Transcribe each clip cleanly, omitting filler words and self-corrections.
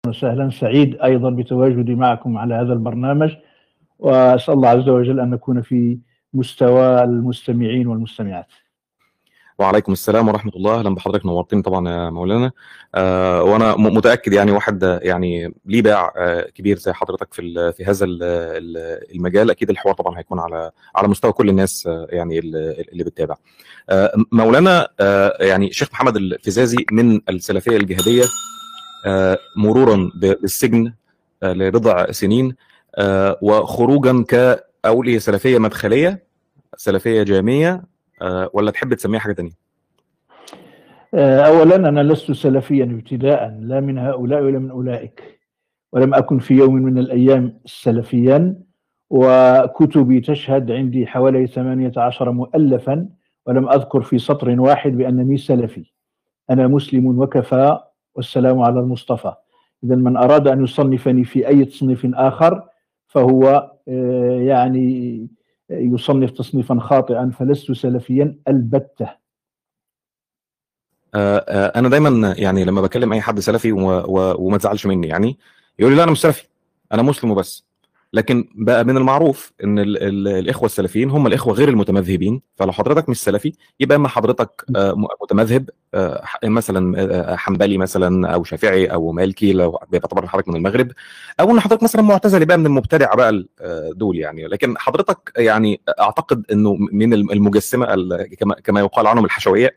وسهلا، سعيد أيضا بتواجدي معكم على هذا البرنامج، وأسأل الله عز وجل أن نكون في مستوى المستمعين والمستمعات. وعليكم السلام ورحمة الله. أهلا بحضرتك، نورتني طبعا يا مولانا. وأنا متأكد يعني واحد يعني ليه باع كبير زي حضرتك في هذا المجال. أكيد الحوار طبعا هيكون على مستوى كل الناس يعني اللي بتتابع. مولانا يعني الشيخ محمد الفزازي من السلفية الجهادية، مرورا بالسجن لبضع سنين، وخروجا كأولية سلفية مدخلية، سلفية جامية، ولا تحب تسميها حاجة تانية؟ أولا أنا لست سلفيا ابتداء، لا من هؤلاء ولا من أولئك، ولم أكن في يوم من الأيام سلفيا، وكتبي تشهد عندي حوالي 18 مؤلفا، ولم أذكر في سطر واحد بأنني سلفي. أنا مسلم وكفى، والسلام على المصطفى. إذا من أراد أن يصنفني في أي تصنيف آخر فهو يعني يصنف تصنيفا خاطئا، فلست سلفيا البتة. أنا دايما يعني لما بكلم أي حد سلفي وما تزعلش مني، يعني يقول لي لا أنا مش سلفي، أنا مسلم وبس. لكن بقى من المعروف ان الاخوه السلفيين هم الاخوه غير المتمذهبين. فلو حضرتك مش سلفي يبقى اما حضرتك متمذهب، مثلا حنبلي مثلا او شافعي او مالكي لو بيعتبر حضرتك من المغرب، او ان حضرتك مثلا معتزلي بقى من المبتدعه بقى دول يعني. لكن حضرتك يعني اعتقد انه من المجسمه كما يقال عنهم الحشويه.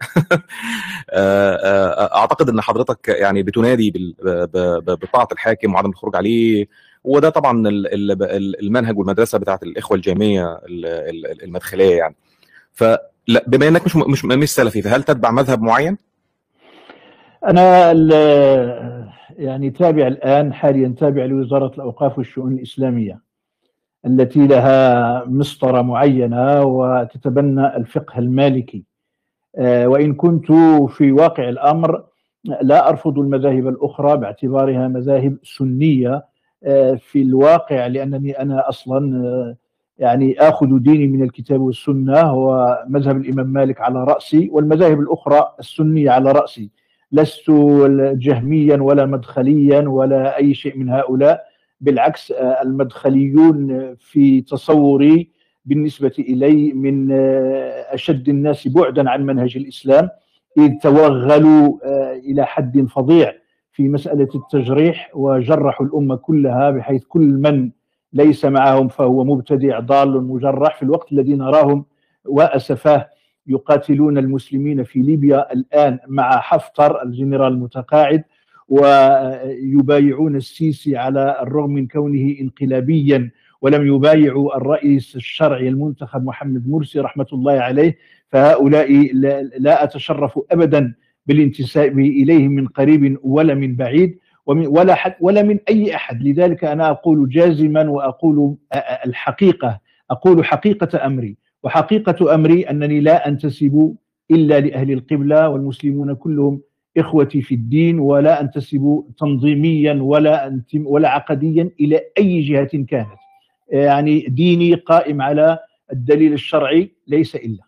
اعتقد ان حضرتك يعني بتنادي بطاعه الحاكم وعدم الخروج عليه، وده طبعا المنهج والمدرسه بتاعت الاخوه الجاميه المدخليه يعني. فلا، بما انك مش سلفي، فهل تتبع مذهب معين؟ انا يعني تابع الان حاليا، تابع لوزاره الاوقاف والشؤون الاسلاميه التي لها مسطره معينه وتتبنى الفقه المالكي. وان كنت في واقع الامر لا ارفض المذاهب الاخرى باعتبارها مذاهب سنيه في الواقع، لأنني أنا أصلا يعني آخذ ديني من الكتاب والسنة، ومذهب الإمام مالك على رأسي والمذاهب الأخرى السنية على رأسي. لست جهميا ولا مدخليا ولا أي شيء من هؤلاء، بالعكس المدخليون في تصوري بالنسبة إلي من أشد الناس بعدا عن منهج الإسلام، إذ توغلوا إلى حد فظيع في مسألة التجريح وجرحوا الأمة كلها، بحيث كل من ليس معهم فهو مبتدع ضال مجرح، في الوقت الذي نراهم وأسفاه يقاتلون المسلمين في ليبيا الآن مع حفتر الجنرال المتقاعد، ويبايعون السيسي على الرغم من كونه انقلابيا، ولم يبايعوا الرئيس الشرعي المنتخب محمد مرسي رحمة الله عليه. فهؤلاء لا أتشرف أبدا بالانتساب إليهم من قريب ولا من بعيد ولا من أي أحد. لذلك أنا أقول جازما وأقول الحقيقة، أقول حقيقة أمري، وحقيقة أمري أنني لا أنتسب إلا لأهل القبلة، والمسلمون كلهم إخوتي في الدين، ولا أنتسب تنظيميا ولا عقديا إلى أي جهة كانت. يعني ديني قائم على الدليل الشرعي ليس إلا.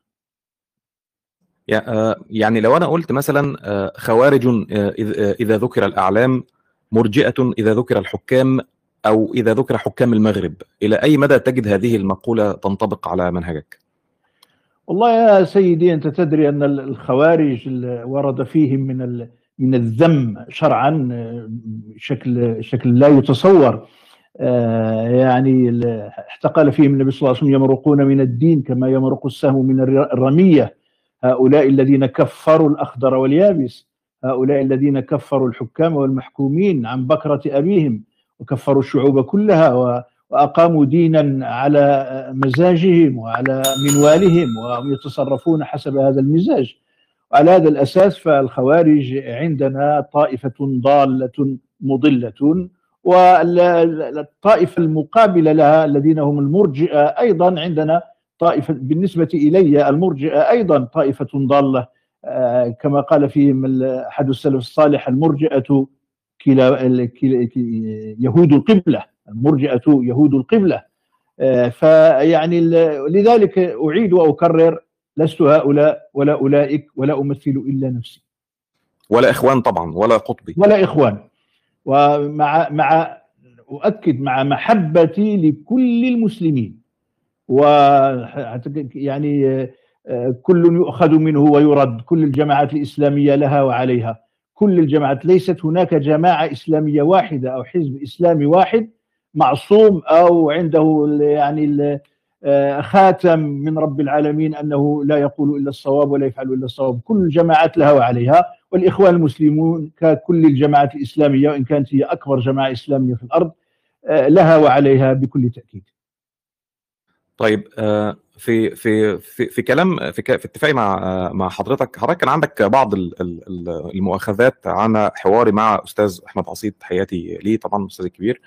يعني لو أنا قلت مثلا خوارج إذا ذكر الأعلام، مرجئة إذا ذكر الحكام، أو إذا ذكر حكام المغرب، إلى أي مدى تجد هذه المقولة تنطبق على منهجك؟ والله يا سيدي، أنت تدري أن الخوارج ورد فيهم من الذم شرعا شكل لا يتصور. يعني احتقل فيهم النبي صلى الله عليه وسلم يمرقون من الدين كما يمرق السهم من الرمية. هؤلاء الذين كفروا الأخضر واليابس، هؤلاء الذين كفروا الحكام والمحكومين عن بكرة أبيهم، وكفروا الشعوب كلها، وأقاموا دينا على مزاجهم وعلى منوالهم، وهم يتصرفون حسب هذا المزاج. وعلى هذا الأساس فالخوارج عندنا طائفة ضالة مضلة، والطائفة المقابلة لها الذين هم المرجئة أيضا عندنا طائفة، بالنسبة إلي المرجئة أيضا طائفة ضالة، كما قال فيهم أحد السلف الصالح: المرجئة يهود القبلة، المرجئة يهود القبلة. فيعني لذلك أعيد وأكرر: لست هؤلاء ولا أولئك، ولا أمثل إلا نفسي، ولا إخوان طبعا، ولا قطبي، ولا إخوان، ومع أؤكد مع محبتي لكل المسلمين، و يعني كل يؤخذ منه ويرد، كل الجماعات الإسلامية لها وعليها، كل الجماعات، ليست هناك جماعة إسلامية واحدة أو حزب إسلامي واحد معصوم أو عنده يعني خاتم من رب العالمين أنه لا يقول إلا الصواب ولا يفعل إلا الصواب. كل الجماعات لها وعليها، والإخوان المسلمون ككل الجماعات الإسلامية، وإن كانت هي أكبر جماعة إسلامية في الأرض، لها وعليها بكل تأكيد. طيب في كلام في اتفاقي مع حضرتك كان عندك بعض المؤاخذات عن حواري مع استاذ احمد عصيد، تحياتي ليه طبعا الاستاذ الكبير.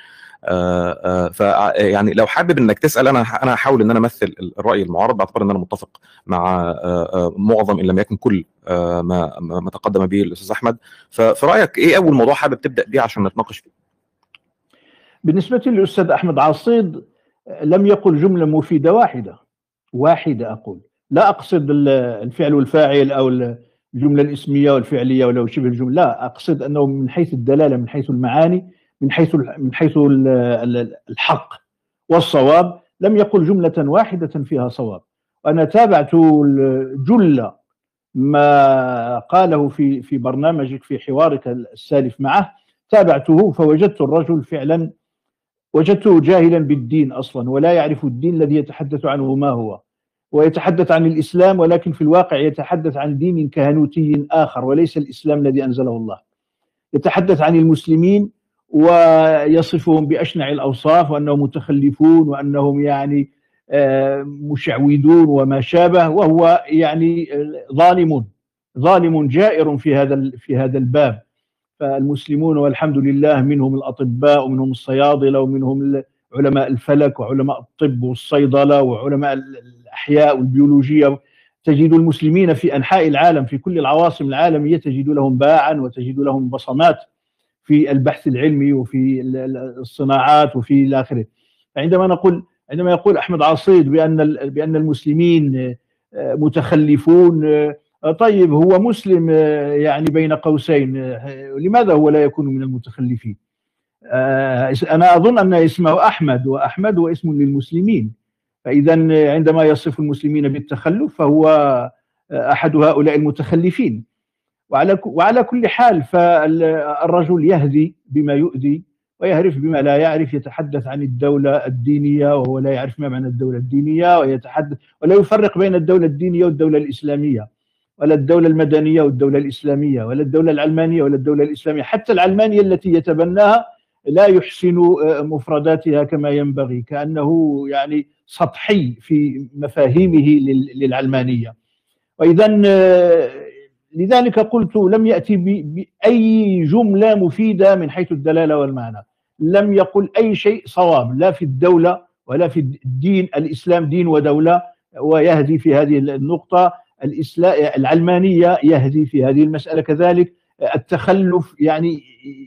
ف يعني لو حابب انك تسال، انا هحاول ان انا امثل الراي المعارض، باعتبار ان انا متفق مع معظم ان لم يكن كل ما تقدم به الاستاذ احمد. ففي رايك ايه اول موضوع حابب تبدا بيه عشان نتناقش فيه؟ بالنسبة للأستاذ أحمد عصيد لم يقل جملة مفيدة واحدة أقول، لا أقصد الفعل والفاعل أو الجملة الاسمية والفعلية ولا شبه الجملة، لا، أقصد أنه من حيث الدلالة، من حيث المعاني، من حيث الحق والصواب، لم يقل جملة واحدة فيها صواب. أنا تابعت جل ما قاله في برنامجك في حوارك السالف معه، تابعته فوجدت الرجل فعلا، وجدته جاهلا بالدين أصلا، ولا يعرف الدين الذي يتحدث عنه ما هو، ويتحدث عن الإسلام ولكن في الواقع يتحدث عن دين كهنوتي آخر وليس الإسلام الذي أنزله الله. يتحدث عن المسلمين ويصفهم بأشنع الأوصاف، وأنهم متخلفون وأنهم يعني مشعوذون وما شابه، وهو يعني ظالم جائر في هذا الباب. فالمسلمون والحمد لله منهم الأطباء ومنهم الصيادلة ومنهم علماء الفلك وعلماء الطب والصيدلة وعلماء الأحياء والبيولوجيا. تجد المسلمين في أنحاء العالم، في كل العواصم العالمية تجد لهم باعا وتجد لهم بصمات في البحث العلمي وفي الصناعات وفي الآخر. عندما يقول أحمد عصيد بأن المسلمين متخلفون، طيب هو مسلم يعني بين قوسين، لماذا هو لا يكون من المتخلفين؟ أنا أظن أن اسمه أحمد، وأحمد هو اسم للمسلمين، فإذا عندما يصف المسلمين بالتخلف فهو أحد هؤلاء المتخلفين. وعلى كل حال فالرجل يهدي بما يؤذي ويعرف بما لا يعرف، يتحدث عن الدولة الدينية وهو لا يعرف ما معنى الدولة الدينية، ويتحدث ولا يفرق بين الدولة الدينية والدولة الإسلامية، ولا الدولة المدنية والدولة الإسلامية، ولا الدولة العلمانية ولا الدولة الإسلامية. حتى العلمانية التي يتبناها لا يحسن مفرداتها كما ينبغي، كأنه يعني سطحي في مفاهيمه للعلمانية. وإذا لذلك قلت لم يأتي بأي جملة مفيدة من حيث الدلالة والمعنى، لم يقل أي شيء صواب لا في الدولة ولا في الدين. الإسلام دين ودولة، ويهدي في هذه النقطة. العلمانية يهدي في هذه المسألة كذلك. التخلف يعني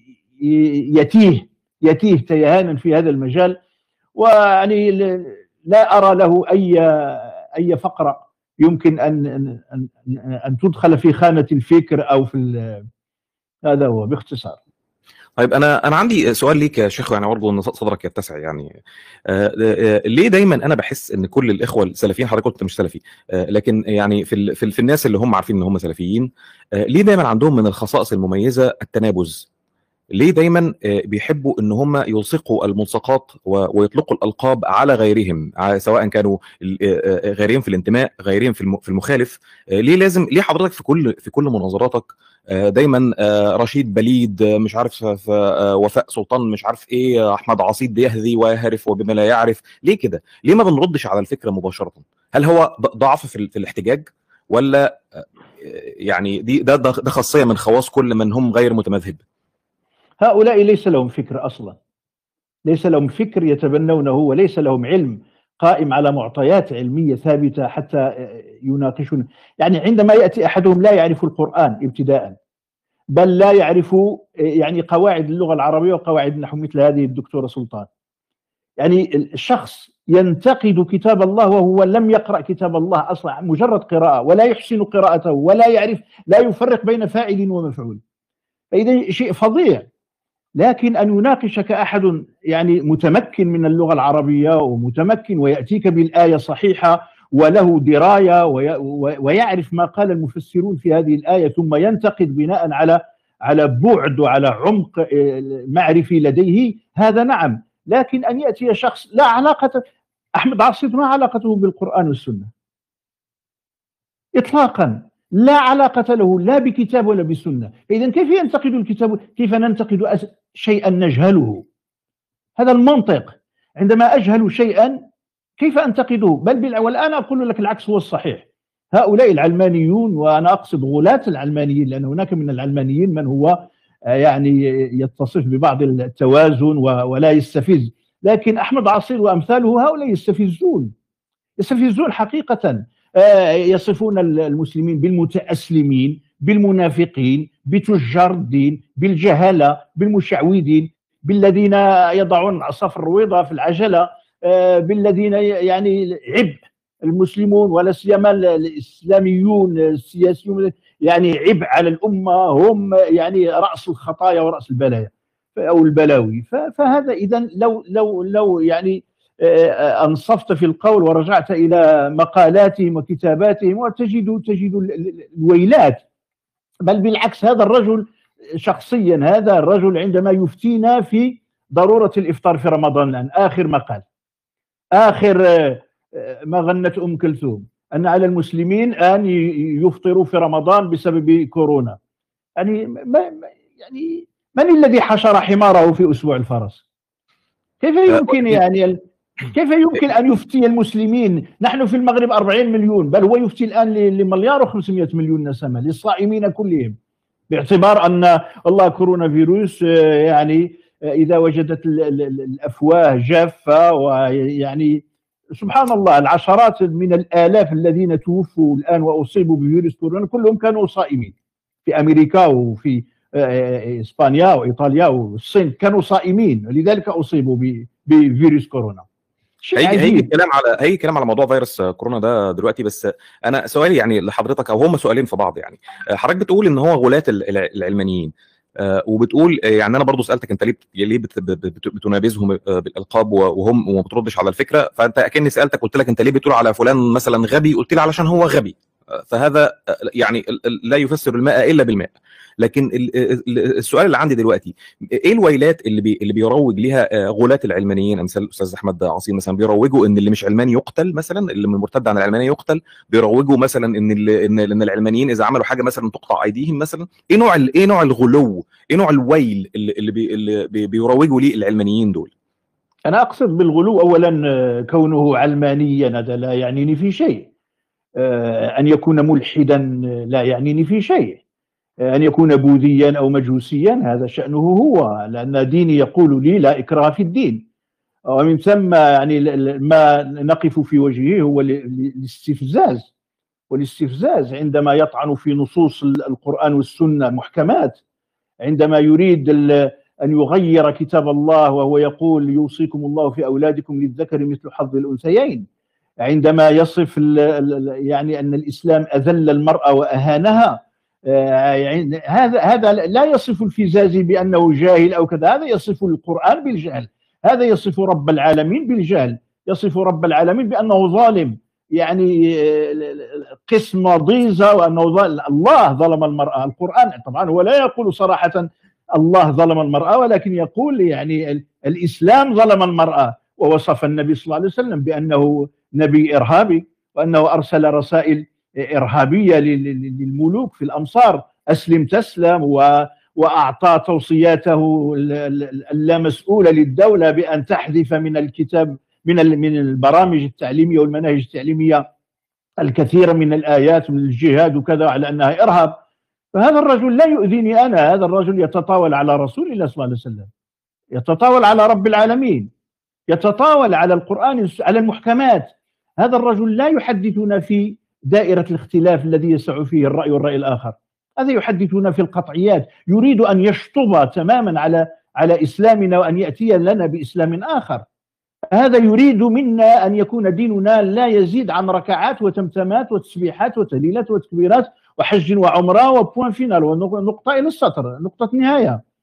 يتيه تيهانا في هذا المجال، ويعني لا أرى له أي فقرة يمكن أن تدخل في خانة الفكر أو في هذا هو باختصار. طيب انا عندي سؤال ليك يا شيخ، يعني برضه ان صدرك يتسع، يعني ليه دايما انا بحس ان كل الاخوه السلفيين، حضرتك قلت مش سلفي، لكن يعني في الناس اللي هم عارفين ان هم سلفيين، ليه دايما عندهم من الخصائص المميزه التنابز؟ ليه دايما بيحبوا ان هم يلصقوا الملصقات ويطلقوا الالقاب على غيرهم، سواء كانوا غيرين في الانتماء، غيرين في المخالف؟ ليه حضرتك في كل مناظراتك دايما رشيد بليد، مش عارف وفاء سلطان، مش عارف ايه، احمد عصيد يهذي ويهرف وبما لا يعرف؟ ليه كده؟ ليه ما بنردش على الفكره مباشره؟ هل هو ضعف في الاحتجاج، ولا يعني ده خاصيه من خواص كل من هم غير متمذهب؟ هؤلاء ليس لهم فكر أصلا، ليس لهم فكر يتبنونه، وليس لهم علم قائم على معطيات علمية ثابتة حتى يناقشون. يعني عندما يأتي أحدهم لا يعرف القرآن ابتداء، بل لا يعرف يعني قواعد اللغة العربية وقواعد النحو مثل هذه الدكتورة سلطان. يعني الشخص ينتقد كتاب الله وهو لم يقرأ كتاب الله أصلا، مجرد قراءة، ولا يحسن قراءته، ولا يعرف، لا يفرق بين فاعل ومفعول. فإذا شيء فظيع. لكن أن يناقشك أحد يعني متمكن من اللغة العربية ومتمكن ويأتيك بالآية صحيحة وله دراية ويعرف ما قال المفسرون في هذه الآية ثم ينتقد بناء على بعد وعلى عمق معرفي لديه، هذا نعم. لكن أن يأتي شخص لا علاقة، أحمد عاصي ما علاقته بالقرآن والسنة إطلاقا، لا علاقة له لا بكتاب ولا بسنة. إذن كيف ينتقد الكتاب؟ كيف ننتقد شيئا نجهله؟ هذا المنطق. عندما أجهل شيئا كيف أنتقده؟ والآن أقول لك العكس هو الصحيح. هؤلاء العلمانيون، وأنا أقصد غلاة العلمانيين، لأن هناك من العلمانيين من هو يعني يتصف ببعض التوازن ولا يستفز، لكن أحمد عصير وأمثاله هؤلاء يستفزون حقيقة. يصفون المسلمين بالمتأسلمين، بالمنافقين، بتجار الدين، بالجهلة، بالمشعوذين، بالذين يضعون صفر الرويضة في العجلة، بالذين يعني عبء المسلمون ولا سيما الإسلاميون السياسيون، يعني عبء على الأمة، هم يعني رأس الخطايا ورأس البلايا أو البلاوي. فهذا إذن لو يعني أنصفت في القول ورجعت إلى مقالاتهم وكتاباتهم وتجد الويلات. بل بالعكس، هذا الرجل شخصيا، هذا الرجل عندما يفتينا في ضرورة الإفطار في رمضان الآن، آخر مقال، آخر ما غنت أم كلثوم، أن على المسلمين أن يفطروا في رمضان بسبب كورونا. يعني من الذي حشر حماره في أسبوع الفرس؟ كيف يمكن أن يفتي المسلمين؟ نحن في المغرب 40 مليون، بل هو يفتي الآن لمليار و500 مليون نسمة، للصائمين كلهم، باعتبار أن الله كورونا فيروس يعني إذا وجدت الأفواه جافة، ويعني سبحان الله العشرات من الآلاف الذين توفوا الآن وأصيبوا بفيروس كورونا كلهم كانوا صائمين، في أمريكا وفي إسبانيا وإيطاليا والصين كانوا صائمين، ولذلك أصيبوا بفيروس كورونا. هيجي كلام على موضوع فيروس كورونا ده دلوقتي، بس انا سؤالي يعني لحضرتك، او هم سؤالين في بعض. يعني حضرتك بتقول ان هو غلاة العلمانيين، وبتقول يعني انا برضو سالتك انت ليه بتنابذهم بالالقاب وما بتردش على الفكره، فانت اكني سالتك قلت لك انت ليه بتقول على فلان مثلا غبي، قلت لي علشان هو غبي. فهذا يعني لا يفسر الماء الا بالماء. لكن السؤال اللي عندي دلوقتي، ايه الويلات اللي بيروج ليها غلاة العلمانيين امثال الاستاذ احمد عصيم مثلا؟ بيروجوا ان اللي مش علماني يقتل مثلا، اللي مرتد عن العلمانيه يقتل. بيروجوا مثلا ان العلمانيين اذا عملوا حاجه مثلا تقطع ايديهم مثلا. ايه نوع الغلو، ايه نوع الويل اللي بيروجوا ليه العلمانيين دول؟ انا اقصد بالغلو اولا كونه علمانيا هذا لا يعنيني في شيء، ان يكون ملحدا لا يعنيني في شيء، أن يكون بوذيا أو مجوسيا هذا شأنه هو، لأن ديني يقول لي لا إكراه في الدين. ومن ثم يعني ما نقف في وجهه هو والاستفزاز عندما يطعن في نصوص القرآن والسنة محكمات، عندما يريد أن يغير كتاب الله وهو يقول يوصيكم الله في أولادكم للذكر مثل حظ الأنثيين، عندما يصف يعني أن الإسلام أذل المرأة وأهانها. هذا لا يصف الفزازي بأنه جاهل أو كذا، هذا يصف القرآن بالجهل، هذا يصف رب العالمين بالجهل، يصف رب العالمين بأنه ظالم، يعني قسم ضيزة، وأنه الله ظلم المرأة. القرآن طبعا هو لا يقول صراحة الله ظلم المرأة، ولكن يقول يعني الإسلام ظلم المرأة، ووصف النبي صلى الله عليه وسلم بأنه نبي إرهابي، وأنه أرسل رسائل إرهابية للملوك في الأمصار، أسلم تسلم، وأعطى توصياته اللامسؤولة للدولة بأن تحذف من الكتاب من البرامج التعليمية والمناهج التعليمية الكثير من الآيات من الجهاد وكذا على أنها إرهاب. فهذا الرجل لا يؤذيني أنا، هذا الرجل يتطاول على رسول الله صلى الله عليه وسلم، يتطاول على رب العالمين، يتطاول على القرآن، على المحكمات. هذا الرجل لا يحدثنا في دائرة الاختلاف الذي يسع فيه الرأي والرأي الآخر، هذا يحدثنا في القطعيات، يريد أن يشطب تماما على إسلامنا وأن يأتي لنا بإسلام آخر. هذا يريد منا أن يكون ديننا لا يزيد عن ركعات وتمتمات وتسبيحات وتهليلات وتكبيرات وحج وعمرة وبوان فينال ونقطة إلى السطر، نقطة نهاية.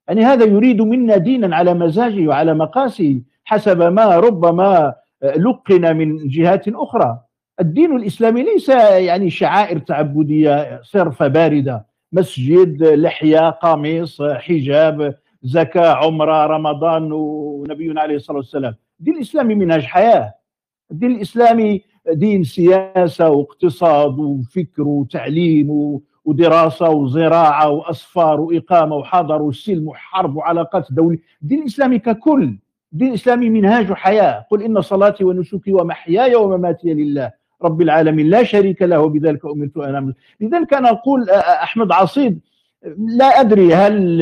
يعني هذا يريد منا دينا على مزاجه وعلى مقاسه حسب ما ربما لقن من جهات أخرى. الدين الإسلامي ليس يعني شعائر تعبدية صرفة باردة، مسجد، لحية، قميص، حجاب، زكاة، عمرة، رمضان، ونبينا عليه الصلاة والسلام. الدين الإسلامي منهج حياة. الدين الإسلامي دين سياسة واقتصاد وفكر وتعليم ودراسة وزراعة وأسفار وإقامة وحضر وسلم وحرب وعلاقات دولية. الدين الإسلامي ككل، الدين الإسلامي منهاج حياة. قل إن صلاتي ونسكي ومحياي ومماتي لله رب العالمين لا شريك له وبذلك أمرت أن أعمل. لذلك أنا أقول أحمد عصيد لا أدري هل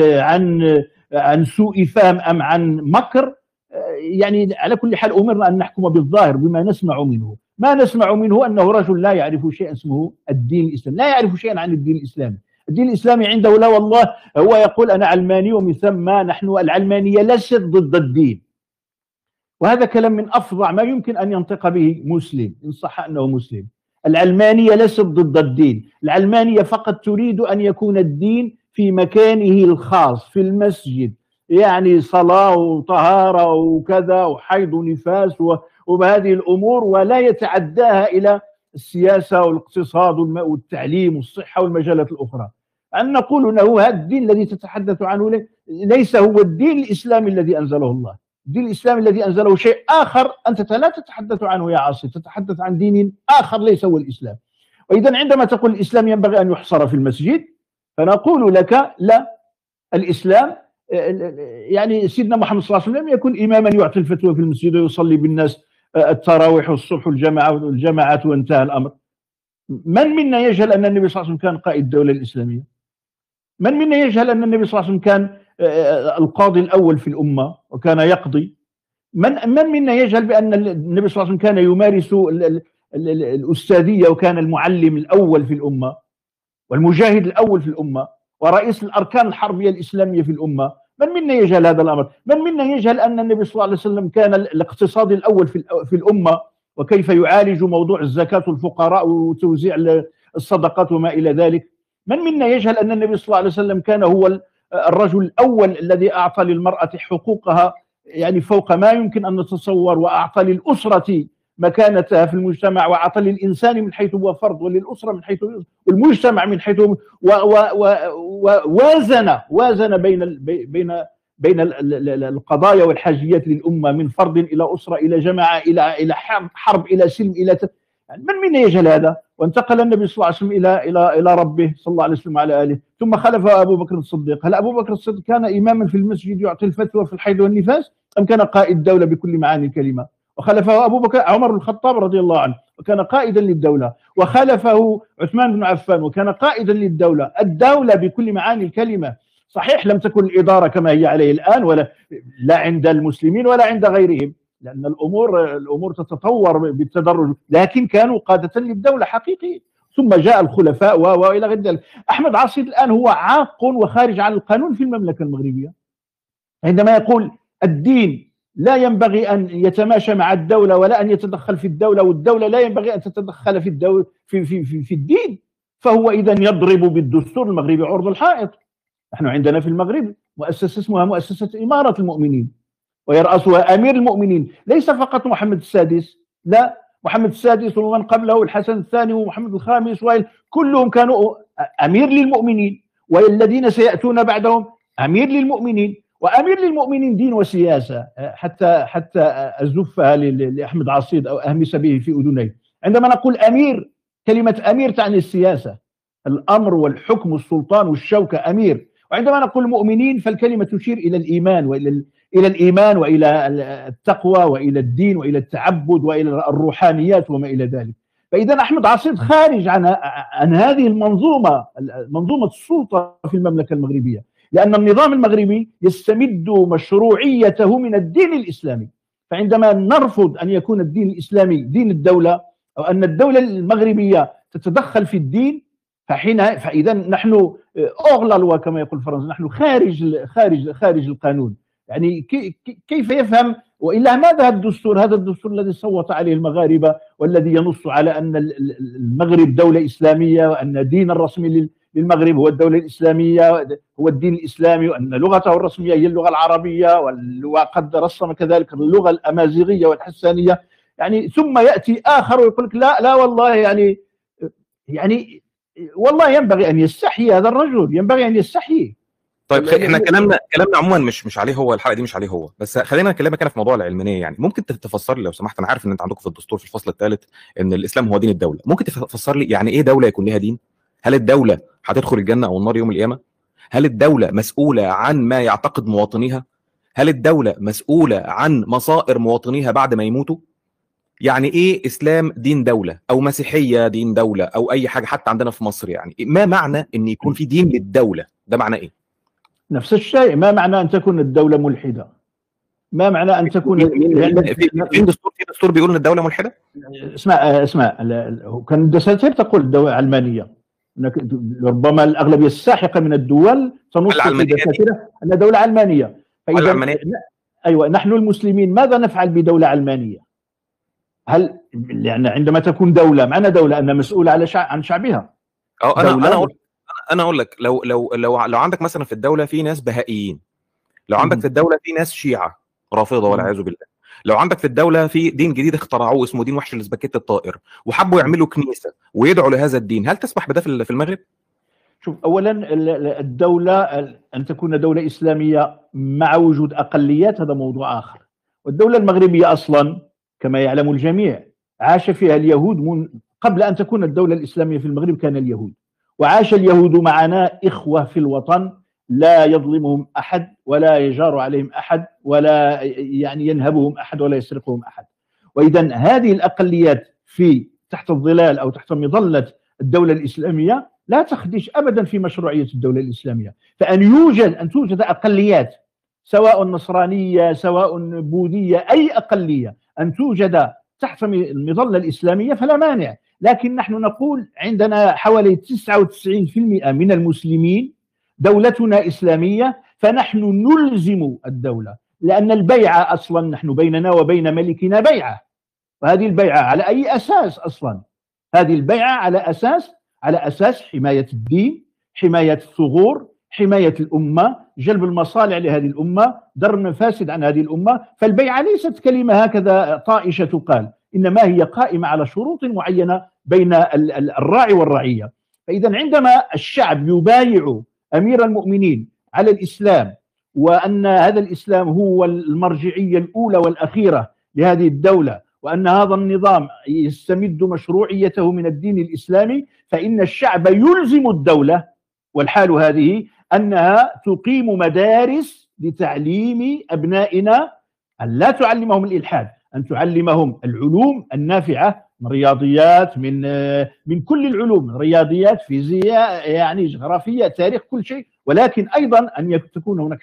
عن سوء فهم أم عن مكر، يعني على كل حال أمرنا أن نحكم بالظاهر بما نسمع منه. ما نسمع منه أنه رجل لا يعرف شيئا اسمه الدين الإسلامي، لا يعرف شيئا عن الدين الإسلامي. الدين الإسلامي عنده لا والله، هو يقول أنا علماني، ومن ثم نحن العلمانية ليست ضد الدين. وهذا كلام من أفظع ما يمكن أن ينطق به مسلم إن صح أنه مسلم. العلمانية ليست ضد الدين، العلمانية فقط تريد أن يكون الدين في مكانه الخاص في المسجد، يعني صلاة وطهارة وكذا وحيض ونفاس وبهذه الأمور، ولا يتعداها إلى السياسة والاقتصاد والتعليم والصحة والمجالات الأخرى. أن نقول أنه هذا الدين الذي تتحدث عنه ليس هو الدين الإسلامي الذي أنزله الله. الدين الإسلامي الذي أنزله شيء آخر، أنت لا تتحدث عنه يا عاصي، تتحدث عن دين آخر ليس هو الإسلام. وإذا عندما تقول الإسلام ينبغي أن يحصر في المسجد، فنقول لك لا، الإسلام يعني سيدنا محمد صلى الله عليه وسلم يكون إماما يعطي الفتوى في المسجد ويصلي بالناس التراويح والصبح والجماعات وانتهى الأمر. من منا يجهل أن النبي صلى الله عليه وسلم كان قائد الدولة الإسلامية؟ من منا يجهل أن النبي صلى الله عليه وسلم كان القاضي الأول في الأمة وكان يقضي؟ من منا يجهل بأن النبي صلى الله عليه وسلم كان يمارس الأستاذية وكان المعلم الأول في الأمة والمجاهد الأول في الأمة ورئيس الأركان الحربية الإسلامية في الأمة؟ من منا يجهل هذا الأمر؟ من منا يجهل أن النبي صلى الله عليه وسلم كان الاقتصادي الأول في الأمة، وكيف يعالج موضوع الزكاة والفقراء وتوزيع الصدقات وما إلى ذلك؟ من منا يجهل أن النبي صلى الله عليه وسلم كان هو الرجل الأول الذي أعطى للمرأة حقوقها يعني فوق ما يمكن أن نتصور، وأعطى للأسرة مكانتها في المجتمع، وأعطى للإنسان من حيث هو فرد، وللأسرة من حيث والمجتمع من حيث ووازن بين القضايا والحاجيات للأمة، من فرد إلى أسرة إلى جماعة إلى حرب إلى سلم يعني من منا يجهل هذا؟ وانتقل النبي صلى الله عليه وسلم إلى ربه صلى الله عليه وسلم وعلى آله، ثم خلفه أبو بكر الصديق. هل أبو بكر الصديق كان إماما في المسجد يعطي الفتوى في الحيض والنفاس، أم كان قائد دولة بكل معاني الكلمة؟ وخلفه أبو بكر عمر بن الخطاب رضي الله عنه وكان قائدا للدولة، وخلفه عثمان بن عفان وكان قائدا للدولة، الدولة بكل معاني الكلمة. صحيح لم تكن الإدارة كما هي عليه الآن، ولا لا عند المسلمين ولا عند غيرهم، لأن الأمور تتطور بالتدرج، لكن كانوا قادة للدولة حقيقي. ثم جاء الخلفاء وإلى غير ذلك. أحمد عصيد الآن هو عاق وخارج عن القانون في المملكة المغربية عندما يقول الدين لا ينبغي أن يتماشى مع الدولة ولا أن يتدخل في الدولة، والدولة لا ينبغي أن تتدخل في الدولة في الدين. فهو إذا يضرب بالدستور المغربي عرض الحائط. نحن عندنا في المغرب مؤسسة اسمها مؤسسة إمارة المؤمنين، ويرأسها أمير المؤمنين، ليس فقط محمد السادس، لا، محمد السادس ومن قبله الحسن الثاني ومحمد الخامس كلهم كانوا أمير للمؤمنين، والذين سيأتون بعدهم أمير للمؤمنين. وأمير للمؤمنين دين وسياسة، حتى أزفها لأحمد عصيد أو أهمس به في أذنيه. عندما نقول أمير، كلمة أمير تعني السياسة، الأمر والحكم والسلطان والشوكة، أمير. وعندما نقول مؤمنين فالكلمة تشير إلى الإيمان وإلى التقوى وإلى الدين وإلى التعبد وإلى الروحانيات وما إلى ذلك. فإذا أحمد عصيد خارج عن هذه منظومة السلطة في المملكة المغربية، لأن النظام المغربي يستمد مشروعيته من الدين الإسلامي. فعندما نرفض أن يكون الدين الإسلامي دين الدولة، أو أن الدولة المغربية تتدخل في الدين، فإذا نحن أغلل، وكما يقول الفرنسي نحن خارج القانون. يعني كيف يفهم؟ وإلا ماذا الدستور؟ هذا الدستور الذي صوت عليه المغاربة، والذي ينص على أن المغرب دولة إسلامية، وأن دين الرسمي للمغرب هو الدولة الإسلامية، هو الدين الإسلامي، وأن لغته الرسمية هي اللغة العربية، وقد رسم كذلك اللغة الأمازيغية والحسانية. يعني ثم يأتي آخر ويقول لك لا لا والله يعني والله ينبغي أن يستحي هذا الرجل، ينبغي أن يستحي. طيب احنا كلامنا عموما مش عليه هو، الحلقه دي مش عليه هو، بس خلينا نكلمك انا في موضوع العلمانيه. يعني ممكن تفسر لي لو سمحت، انا عارف ان انت عندكم في الدستور في الفصل الثالث ان الاسلام هو دين الدوله، ممكن تفسر لي يعني ايه دوله يكون لها دين؟ هل الدوله هتدخل الجنه او النار يوم القيامه؟ هل الدوله مسؤوله عن ما يعتقد مواطنيها؟ هل الدوله مسؤوله عن مصائر مواطنيها بعد ما يموتوا؟ يعني ايه اسلام دين دوله، او مسيحيه دين دوله، او اي حاجه حتى عندنا في مصر؟ يعني ما معنى ان يكون في دين للدوله؟ ده معناه ايه؟ نفس الشيء. ما معنى أن تكون الدولة ملحدة؟ ما معنى أن تكون في دستور بيقول ان الدوله ملحده؟ اسمع كان الدساتير تقول الدولة علمانية، ربما الأغلبية الساحقة من الدول تنص في دساتيرها أن دولة علمانية. فإذا أيوة، نحن المسلمين ماذا نفعل بدولة علمانية؟ هل يعني عندما تكون دولة، معنى دولة أنها مسؤولة عن شعبها. انا اقول لك، لو عندك مثلا في الدوله في ناس بهائيين، لو عندك في الدوله في ناس شيعه رافضه والعياذ بالله، لو عندك في الدوله في دين جديد اخترعوه اسمه دين وحش الاسباكيت الطائر وحبوا يعملوا كنيسه ويدعوا لهذا الدين، هل تسمح بده في المغرب؟ شوف، اولا الدوله ان تكون دوله اسلاميه مع وجود اقليات هذا موضوع اخر. والدوله المغربيه اصلا كما يعلم الجميع عاش فيها اليهود قبل ان تكون الدوله الاسلاميه في المغرب كان اليهود، وعاش اليهود معنا اخوه في الوطن، لا يظلمهم احد ولا يجار عليهم احد ولا يعني ينهبهم احد ولا يسرقهم احد. واذا هذه الاقليات تحت الظلال او تحت مظله الدوله الاسلاميه لا تخدش ابدا في مشروعيه الدوله الاسلاميه. فان توجد اقليات سواء نصرانيه سواء بوذيه، اي اقليه ان توجد تحت المظله الاسلاميه فلا مانع. لكن نحن نقول عندنا حوالي 99% من المسلمين دولتنا إسلامية، فنحن نلزم الدولة، لأن البيعة أصلا نحن بيننا وبين ملكنا بيعة. وهذه البيعة على أي أساس أصلا؟ هذه البيعة على أساس حماية الدين، حماية الثغور، حماية الأمة، جلب المصالح لهذه الأمة، درء المفاسد عن هذه الأمة. فالبيعة ليست كلمة هكذا طائشة تقال، إنما هي قائمة على شروط معينة بين الراعي والرعية. فإذا عندما الشعب يبايع أمير المؤمنين على الإسلام، وأن هذا الإسلام هو المرجعية الأولى والأخيرة لهذه الدولة، وأن هذا النظام يستمد مشروعيته من الدين الإسلامي، فإن الشعب يلزم الدولة، والحال هذه أنها تقيم مدارس لتعليم أبنائنا، أن لا تعلمهم الإلحاد، أن تعلمهم العلوم النافعة، من رياضيات، من كل العلوم، رياضيات، فيزياء، يعني جغرافية، تاريخ، كل شيء. ولكن أيضا أن تكون هناك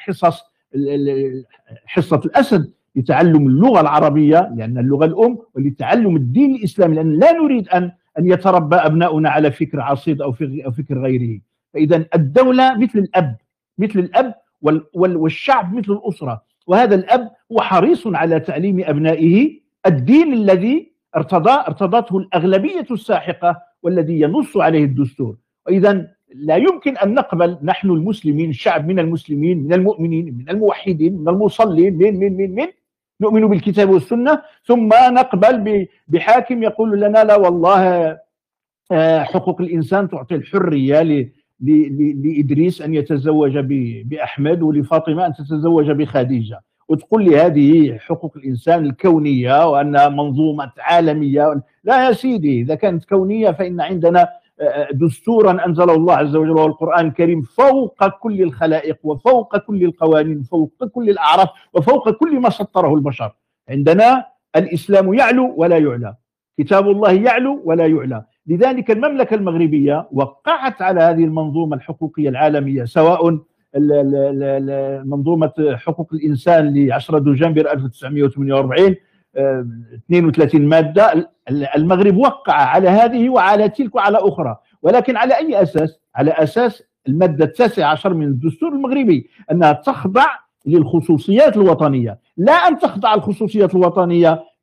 حصة الأسد لتعلم اللغة العربية لأن اللغة الأم، ولتعلم الدين الإسلامي، لأن لا نريد أن يتربى أبناؤنا على فكر عصيد أو فكر غيره. فإذا الدولة مثل الأب والشعب مثل الأسرة، وهذا الأب هو حريص على تعليم أبنائه الدين الذي ارتضته الأغلبية الساحقة والذي ينص عليه الدستور. وإذا لا يمكن أن نقبل نحن المسلمين، الشعب من المسلمين، من المؤمنين، من الموحدين، من المصلين، من نؤمن بالكتاب والسنة، ثم نقبل بحاكم يقول لنا لا والله حقوق الإنسان تعطي الحرية لإدريس أن يتزوج بأحمد، ولفاطمة أن تتزوج بخديجة، وتقول لي هذه حقوق الإنسان الكونية وأنها منظومة عالمية. لا يا سيدي، إذا كانت كونية فإن عندنا دستورا أنزله الله عز وجل وهو القرآن الكريم فوق كل الخلائق وفوق كل القوانين وفوق كل الأعراف وفوق كل ما سطره البشر. عندنا الإسلام يعلو ولا يعلى، كتاب الله يعلو ولا يعلى. لذلك المملكة المغربية وقعت على هذه المنظومة الحقوقية العالمية، سواء منظومة حقوق الإنسان ل10 دجنبر 1948 32 مادة، المغرب وقع على هذه وعلى تلك وعلى أخرى. ولكن على أي أساس؟ على أساس المادة 19 من الدستور المغربي، أنها تخضع للخصوصيات الوطنية، لا أن تخضع الخصوصيات الوطنية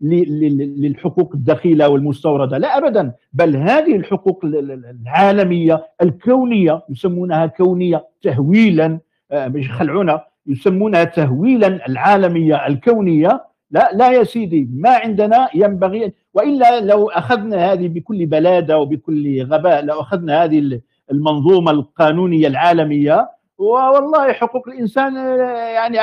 للحقوق الدخيله والمستورده، لا ابدا، بل هذه الحقوق العالميه الكونيه يسمونها كونيه تهويلا، مش يخلعونا، يسمونها تهويلا العالميه الكونيه. لا يا سيدي، ما عندنا ينبغي، والا لو اخذنا هذه بكل بلاده وبكل غباء، لو اخذنا هذه المنظومه القانونيه العالميه، والله حقوق الانسان يعني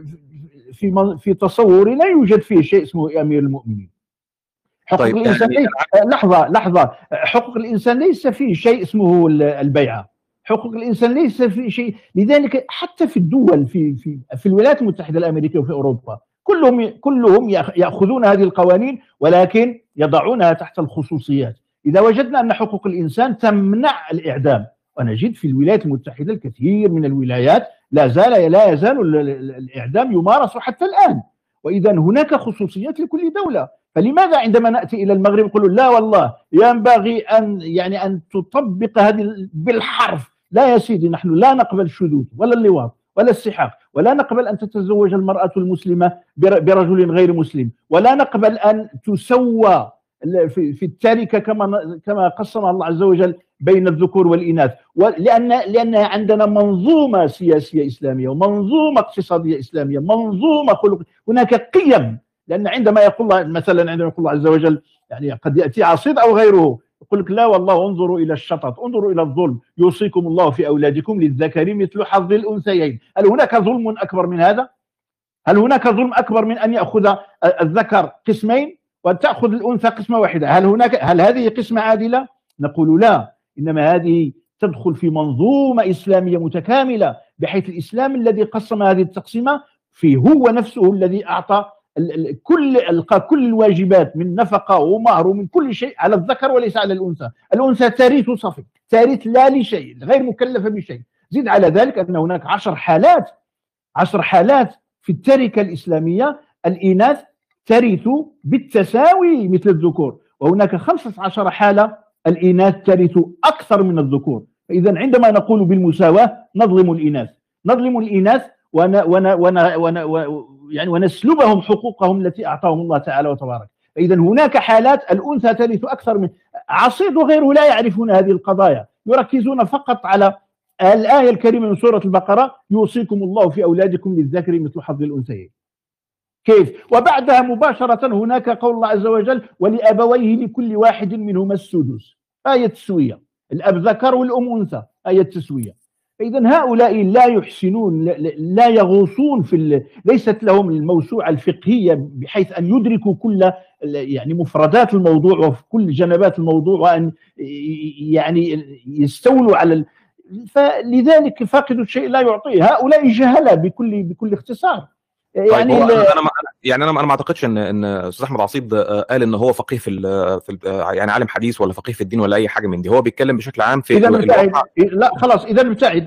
في تصوري لا يوجد فيه شيء اسمه امير المؤمنين. حقوق طيب الانسان يعني لحظه، حقوق الانسان ليس فيه شيء اسمه البيعه. حقوق الانسان ليس فيه شيء، لذلك حتى في الدول في الولايات المتحده الامريكيه وفي اوروبا كلهم ياخذون هذه القوانين، ولكن يضعونها تحت الخصوصيات. اذا وجدنا ان حقوق الانسان تمنع الاعدام، ونجد في الولايات المتحده الكثير من الولايات لا يزال الاعدام يمارس حتى الان، واذا هناك خصوصيات لكل دوله. فلماذا عندما ناتي الى المغرب يقولوا لا والله ينبغي ان تطبق هذه بالحرف؟ لا يا سيدي، نحن لا نقبل الشذوذ ولا اللواط ولا السحاق، ولا نقبل ان تتزوج المراه المسلمه برجل غير مسلم، ولا نقبل ان تسوى في التركه كما قسمها الله عز وجل بين الذكور والإناث، لأن عندنا منظومة سياسية إسلامية ومنظومة اقتصادية إسلامية، منظومة خلق، هناك قيم. لأن عندما يقول الله مثلا، عندما يقول الله عز وجل يعني قد يأتي عصيد أو غيره، يقول لك لا والله انظروا إلى الشطط، انظروا إلى الظلم، يوصيكم الله في أولادكم للذكر مثل حظ الأنثيين. هل هناك ظلم أكبر من هذا؟ هل هناك ظلم أكبر من أن يأخذ الذكر قسمين وأن تأخذ الأنثى قسمة واحدة؟ هل هذه قسمة عادلة؟ نقول لا، إنما هذه تدخل في منظومة إسلامية متكاملة، بحيث الإسلام الذي قسم هذه التقسيمة هو نفسه الذي أعطى كل الواجبات من نفقة ومهر ومن كل شيء على الذكر وليس على الأنثى. الأنثى ترث صفي، ترث لا لشيء، غير مكلفة بشيء. زيد على ذلك أن هناك 10 حالات في التركة الإسلامية الإناث ترث بالتساوي مثل الذكور، وهناك 15 حالة الإناث ترث أكثر من الذكور. فإذا عندما نقول بالمساواة نظلم الإناث يعني ونسلبهم حقوقهم التي أعطاهم الله تعالى وتبارك. فإذا هناك حالات الأنثى ترث أكثر من عصيد وغيره، لا يعرفون هذه القضايا، يركزون فقط على الآية الكريمة من سورة البقرة: يوصيكم الله في أولادكم للذكر مثل حظ الأنثيين. كيف؟ وبعدها مباشرة هناك قول الله عز وجل: ولأبويه لكل واحد منهما السدس، آية التسوية، الأب ذكر والأم أنثى، آية التسوية. فإذا هؤلاء لا يحسنون، لا يغوصون ليست لهم الموسوعة الفقهية بحيث أن يدركوا كل يعني مفردات الموضوع وفي كل جنبات الموضوع، وأن يعني يستولوا على فلذلك فاقد الشيء لا يعطيه. هؤلاء جهلة بكل اختصار. يعني طيب انا ما اعتقدش ان استاذ احمد عصيب قال ان هو فقيه في يعني عالم حديث ولا فقيه في الدين ولا اي حاجه من دي. هو بيتكلم بشكل عام في لا خلاص، اذا ابتعد.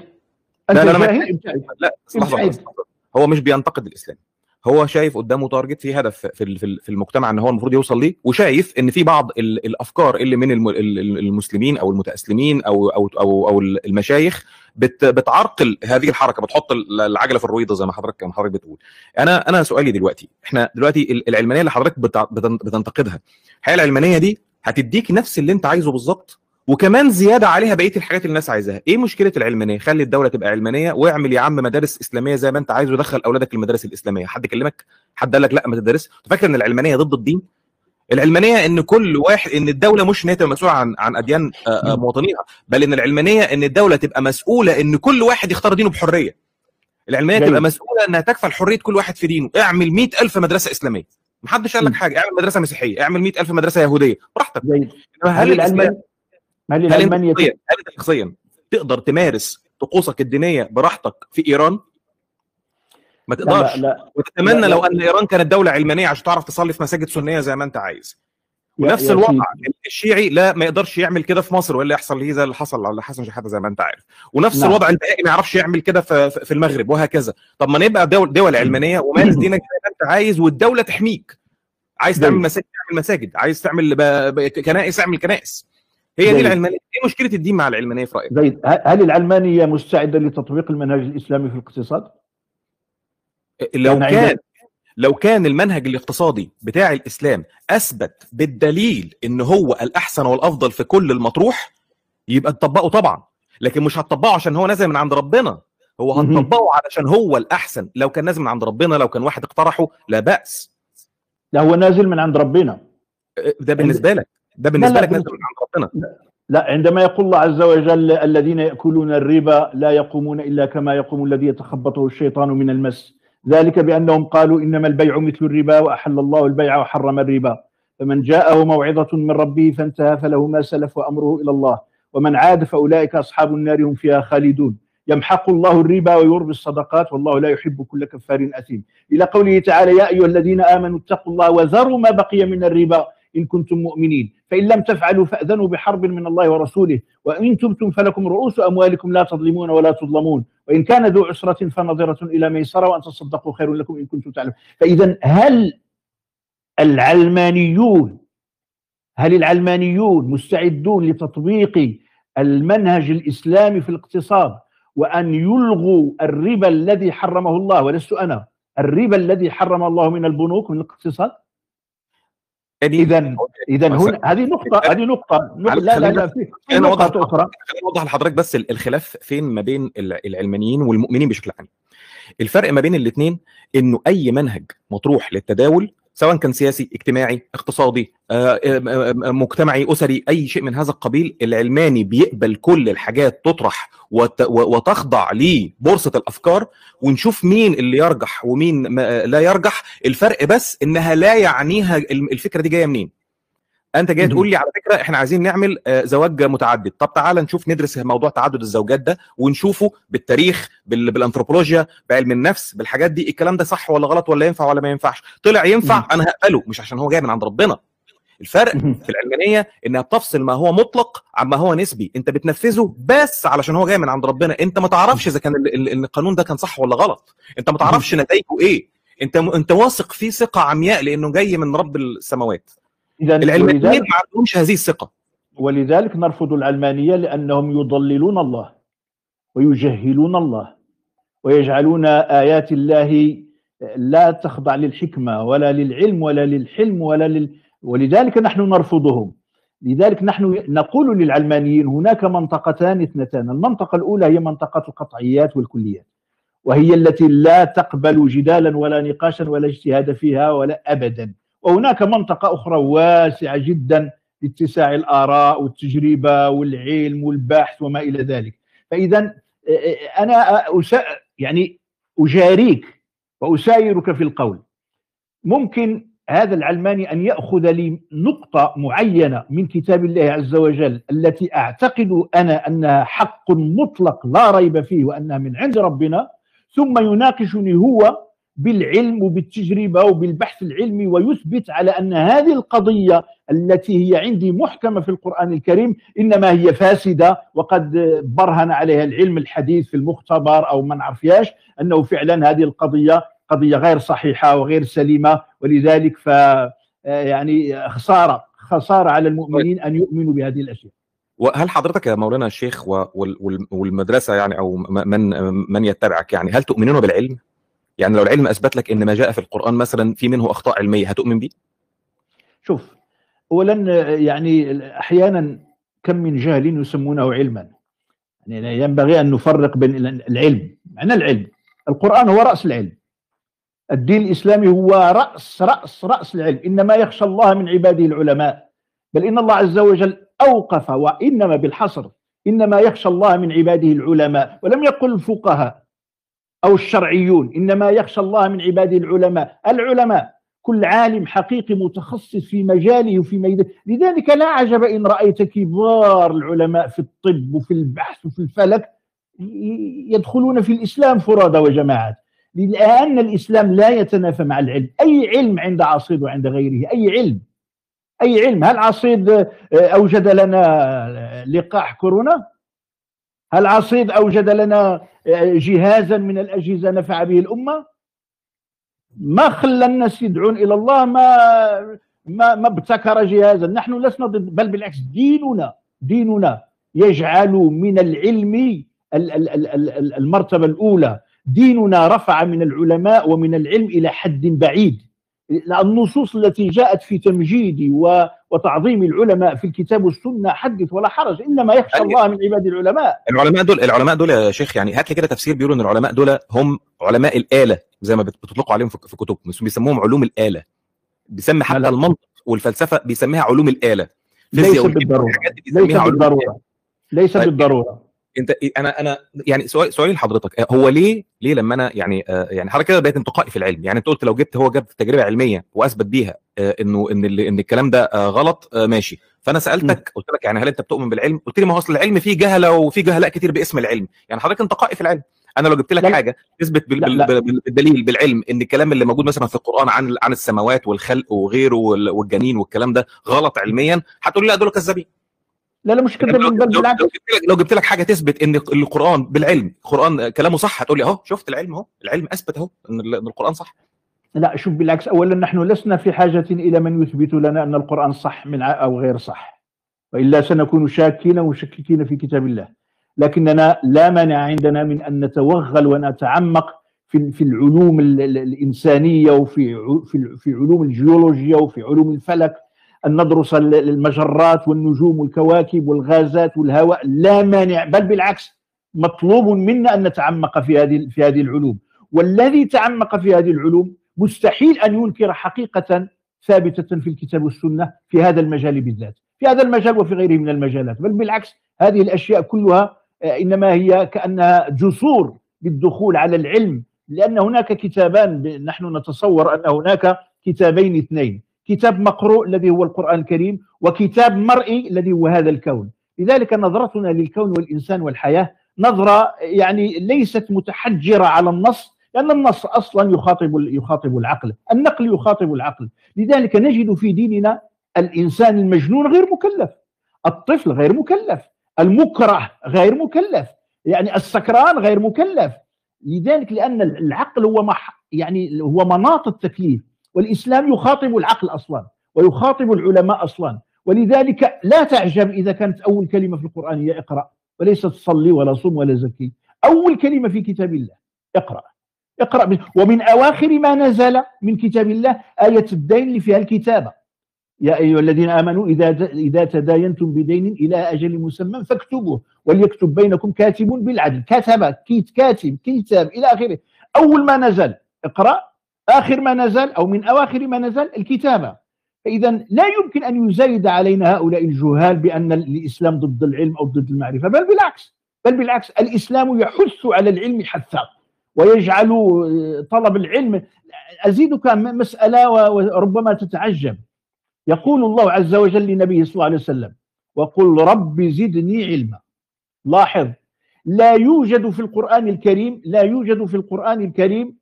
لا لحظه، هو مش بينتقد الاسلام، هو شايف قدامه تارجت في هدف في المجتمع ان هو المفروض يوصل ليه، وشايف ان في بعض الافكار اللي من المسلمين او المتاسلمين او المشايخ بتعرقل هذه الحركه، بتحط العجله في الرويضه زي ما حضرتك بتقول. انا سؤالي دلوقتي، احنا دلوقتي العلمانيه اللي حضرتك بتنتقدها، الحقيقه العلمانيه دي هتديك نفس اللي انت عايزه بالظبط، وكمان زياده عليها بقيه الحاجات اللي الناس عايزاها. ايه مشكله العلمانيه؟ خلي الدوله تبقى علمانيه، واعمل يا عم مدارس اسلاميه زي ما انت عايز، ودخل اولادك المدارس الاسلاميه. حد كلمك؟ حد قال لك لا ما تدرس؟ فاكر ان العلمانيه ضد الدين؟ العلمانيه ان كل واحد، ان الدوله مش ان هي تبقى مسؤوله عن اديان مواطنيها، بل ان العلمانيه ان الدوله تبقى مسؤوله ان كل واحد يختار دينه بحريه. العلمانيه تبقى مسؤوله انها تكفل حريه كل واحد في دينه. اعمل 100,000 مدرسه اسلاميه، محدش قال لك حاجه. اعمل مدرسه مسيحيه، اعمل 100,000 مدرسه يهوديه، براحتك. هل انت شخصيا تقدر تمارس طقوسك الدينيه براحتك في ايران؟ ما تقدرش. وتتمنى لو ان ايران كانت دوله علمانيه عشان تعرف تصلي في مساجد سنيه زي ما انت عايز. ونفس الوضع الشيعي لا ما يقدرش يعمل كده في مصر، والا يحصل ليه زي اللي حصل على حسن شحاته زي ما انت عارف. ونفس الوضع البهائي ما يعرفش يعمل كده في المغرب، وهكذا. طب ما نبقى دول علمانيه ومارس دينك زي ما انت عايز، والدوله تحميك. عايز تعمل مساجد اعمل مساجد، عايز تعمل كنائس اعمل كنائس. هي دي العلمانيه. ايه مشكله الدين مع العلمانيه في رايك؟ زيد، هل العلمانيه مستعده لتطبيق المنهج الاسلامي في الاقتصاد؟ لو كان لو كان المنهج الاقتصادي بتاع الاسلام اثبت بالدليل ان هو الاحسن والافضل في كل المطروح، يبقى تطبقه طبعا، لكن مش هتطبقه عشان هو نازل من عند ربنا، هو هتطبقه علشان هو الاحسن. لو كان نازل من عند ربنا، لو كان واحد اقترحه، لا باس. لا، هو نازل من عند ربنا. ده بالنسبه لك، ده بالنسبه لك نازل من عند ربنا. لا، عندما يقول الله عز وجل الذين يأكلون الربا لا يقومون إلا كما يقوم الذي يتخبطه الشيطان من المس، ذلك بأنهم قالوا إنما البيع مثل الربا وأحل الله البيع وحرم الربا، فمن جاءه موعظة من ربه فانتهى فله ما سلف وأمره إلى الله ومن عاد فأولئك أصحاب النار هم فيها خالدون، يمحق الله الربا ويربي الصدقات والله لا يحب كل كفار أثيم، إلى قوله تعالى يا أيها الذين آمنوا اتقوا الله وذروا ما بقي من الربا إن كنتم مؤمنين فإن لم تفعلوا فأذنوا بحرب من الله ورسوله وإن تبتم فلكم رؤوس أموالكم لا تظلمون ولا تظلمون وإن كان ذو عسرة فنظرة إلى ميسرة وأن تصدقوا خير لكم إن كنتم تعلمون. فإذا هل العلمانيون مستعدون لتطبيق المنهج الإسلامي في الاقتصاد وأن يلغوا الربا الذي حرمه الله، ولست أنا، الربا الذي حرم الله من البنوك من الاقتصاد؟ إذا هنا هذه نقطة لا في نقطة أخرى. خليني أوضح لحضرتك بس الخلاف فين ما بين العلمانيين والمؤمنين بشكل عام. الفرق ما بين الاثنين إنه أي منهج مطروح للتداول سواء كان سياسي، اجتماعي، اقتصادي، مجتمعي، أسري، أي شيء من هذا القبيل، العلماني بيقبل كل الحاجات تطرح وتخضع لبورصة الأفكار، ونشوف مين اللي يرجح ومين لا يرجح. الفرق بس إنها لا يعنيها الفكرة دي جاية منين. انت جاي تقول لي على فكره احنا عايزين نعمل زواج متعدد، طب تعالى نشوف ندرس موضوع تعدد الزوجات ده ونشوفه بالتاريخ، بالانثروبولوجيا، بعلم النفس، بالحاجات دي، الكلام ده صح ولا غلط ولا ينفع ولا ما ينفعش. طلع ينفع انا هقبله، مش عشان هو جاي من عند ربنا. الفرق في العلمانيه انها بتفصل ما هو مطلق عما هو نسبي، انت بتنفذه بس علشان هو جاي من عند ربنا، انت ما تعرفش اذا كان القانون ده كان صح ولا غلط، انت ما تعرفش نتائجه ايه، انت واثق فيه ثقه عمياء لانه جاي من رب السماوات. العلمانيين ما عندهمش هذه الثقة، ولذلك نرفض العلمانية لأنهم يضللون الله ويجهلون الله ويجعلون آيات الله لا تخضع للحكمة ولا للعلم ولا للحلم ولذلك نحن نرفضهم. لذلك نحن نقول للعلمانيين هناك منطقتان اثنتان، المنطقة الأولى هي منطقة القطعيات والكليات، وهي التي لا تقبل جدالا ولا نقاشا ولا اجتهاد فيها ولا أبدا، وهناك منطقة أخرى واسعة جدا لاتساع الآراء والتجربة والعلم والبحث وما إلى ذلك. فإذا أنا يعني أجاريك وأسايرك في القول. ممكن هذا العلماني أن يأخذ لي نقطة معينة من كتاب الله عز وجل التي أعتقد أنا أنها حق مطلق لا ريب فيه وأنها من عند ربنا، ثم يناقشني هو بالعلم وبالتجربة وبالبحث العلمي ويثبت على أن هذه القضية التي هي عندي محكمة في القرآن الكريم إنما هي فاسدة، وقد برهن عليها العلم الحديث في المختبر أو ما نعرفياش أنه فعلا هذه القضية قضية غير صحيحة وغير سليمة، ولذلك يعني خسارة على المؤمنين أن يؤمنوا بهذه الأشياء. وهل حضرتك يا مولانا الشيخ والمدرسة يعني أو من يتبعك، يعني هل تؤمنون بالعلم؟ يعني لو العلم أثبت لك إن ما جاء في القرآن مثلا في منه أخطاء علمية، هتؤمن بيه؟ شوف، أولا يعني أحيانا كم من جهل يسمونه علما، يعني ينبغي أن نفرق بين العلم، معنى العلم القرآن هو رأس العلم، الدين الإسلامي هو رأس العلم، إنما يخشى الله من عباده العلماء، بل إن الله عز وجل أوقف وإنما بالحصر إنما يخشى الله من عباده العلماء، ولم يقل الفقهاء أو الشرعيون، إنما يخشى الله من عباده العلماء، كل عالم حقيقي متخصص في مجاله وفي ميدانه. لذلك لا عجب إن رأيت كبار العلماء في الطب وفي البحث وفي الفلك يدخلون في الإسلام فرادى وجماعات، لأن الإسلام لا يتنافى مع العلم. أي علم عند عصيد وعند غيره، أي علم. هل عصيد أوجد لنا لقاح كورونا؟ هل عصيد أوجد لنا جهازا من الأجهزة نفع به الأمة؟ ما خلى الناس يدعون إلى الله، ما ابتكر جهازا. نحن لسنا ضد، بل بالعكس ديننا يجعل من العلم المرتبة الأولى، ديننا رفع من العلماء ومن العلم إلى حد بعيد. النصوص التي جاءت في تمجيد وتعظيم العلماء في الكتاب والسنة حدث ولا حرج، إنما يخشى الله من عباد العلماء. العلماء دول يا شيخ، يعني هات لي كده تفسير بيقولوا ان العلماء دول هم علماء الآلة زي ما بتطلقوا عليهم في كتب، بيسموهم علوم الآلة. بيسمي حتى المنطق والفلسفة بيسميها علوم الآلة. ليس بالضرورة، ليس بالضرورة. انت انا يعني سؤالي لحضرتك، هو ليه لما انا يعني حضرتك كده بقيت انتقائي في العلم، يعني انت قلت لو هو جاب تجربه علميه واثبت بيها ان الكلام ده غلط، ماشي. فانا سالتك قلت لك يعني هل انت بتؤمن بالعلم؟ قلت لي ما هو اصل العلم فيه جهله وفيه جهلاء كتير باسم العلم. يعني حضرتك انتقائي في العلم. انا لو جبت لك حاجه تثبت بالدليل بالعلم ان الكلام اللي موجود مثلا في القران عن السماوات والخلق وغيره والجنين والكلام ده غلط علميا، هتقول لي لا دول كذابين. لا مش كده، لو جبت لك حاجه تثبت ان القران بالعلم القران كلامه صح، هتقول لي اهو شفت العلم، اهو العلم اثبت اهو ان القران صح. لا شوف، بالعكس، اولا نحن لسنا في حاجه الى من يثبت لنا ان القران صح من او غير صح، والا سنكون شاكين ومشككين في كتاب الله. لكننا لا مانع عندنا من ان نتوغل ونتعمق في العلوم الانسانيه وفي علوم الجيولوجيا وفي علوم الفلك، أن ندرس المجرات والنجوم والكواكب والغازات والهواء، لا مانع، بل بالعكس مطلوب منا أن نتعمق في هذه العلوم. والذي تعمق في هذه العلوم مستحيل أن ينكر حقيقة ثابتة في الكتاب والسنة في هذا المجال بالذات، في هذا المجال وفي غيره من المجالات، بل بالعكس هذه الأشياء كلها إنما هي كأنها جسور للدخول على العلم، لأن هناك كتابان، نحن نتصور أن هناك كتابين اثنين، كتاب مقروء الذي هو القرآن الكريم، وكتاب مرئي الذي هو هذا الكون. لذلك نظرتنا للكون والإنسان والحياة نظرة يعني ليست متحجرة على النص، لأن النص أصلا يخاطب العقل، النقل يخاطب العقل. لذلك نجد في ديننا الإنسان المجنون غير مكلف، الطفل غير مكلف، المكره غير مكلف، يعني السكران غير مكلف. لذلك لأن العقل هو مناط التكليف، والإسلام يخاطب العقل أصلا ويخاطب العلماء أصلا. ولذلك لا تعجب إذا كانت أول كلمة في القرآن هي اقرأ، وليست صلي ولا صم ولا زكي. أول كلمة في كتاب الله اقرأ. ومن أواخر ما نزل من كتاب الله آية الدين اللي فيها الكتابة، يا أيها الذين آمنوا إذا تداينتم بدين إلى أجل مسمى فاكتبوه وليكتب بينكم كاتب بالعدل. كاتب، كاتب، كتاب، إلى آخره. أول ما نزل اقرأ، آخر ما نزل أو من أواخر ما نزل الكتابة. فإذا لا يمكن أن يزايد علينا هؤلاء الجهال بأن الإسلام ضد العلم أو ضد المعرفة، بل بالعكس الإسلام يحث على العلم حثا ويجعل طلب العلم. أزيدك مسألة وربما تتعجب، يقول الله عز وجل لنبيه صلى الله عليه وسلم: وقل رب زدني علما. لاحظ، لا يوجد في القرآن الكريم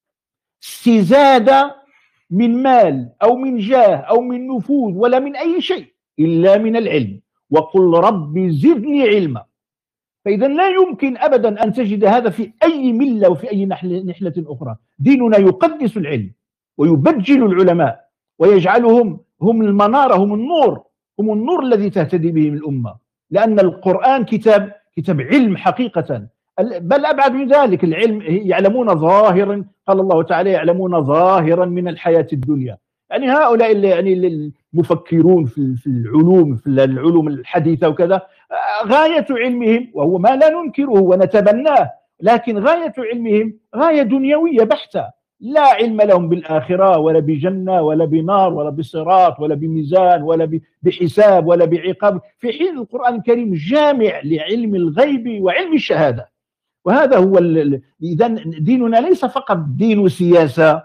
استزادة من مال أو من جاه أو من نفوذ ولا من أي شيء إلا من العلم. وقل رب زدني علما. فإذا لا يمكن أبدا أن تجد هذا في أي ملة وفي أي نحلة أخرى. ديننا يقدس العلم ويبجل العلماء ويجعلهم هم المنارة، هم النور الذي تهتدي بهم الأمة، لأن القرآن كتاب علم حقيقة، بل أبعد من ذلك. العلم يعلمون ظاهرا، قال الله تعالى: يعلمون ظاهرا من الحياة الدنيا. يعني هؤلاء المفكرون في العلوم الحديثة وكذا، غاية علمهم، وهو ما لا ننكره ونتبناه، لكن غاية علمهم غاية دنيوية بحتة، لا علم لهم بالآخرة ولا بجنة ولا بنار ولا بصراط ولا بميزان ولا بحساب ولا بعقاب، في حين القرآن الكريم جامع لعلم الغيب وعلم الشهادة. وهذا هو إذا ديننا ليس فقط دين سياسة،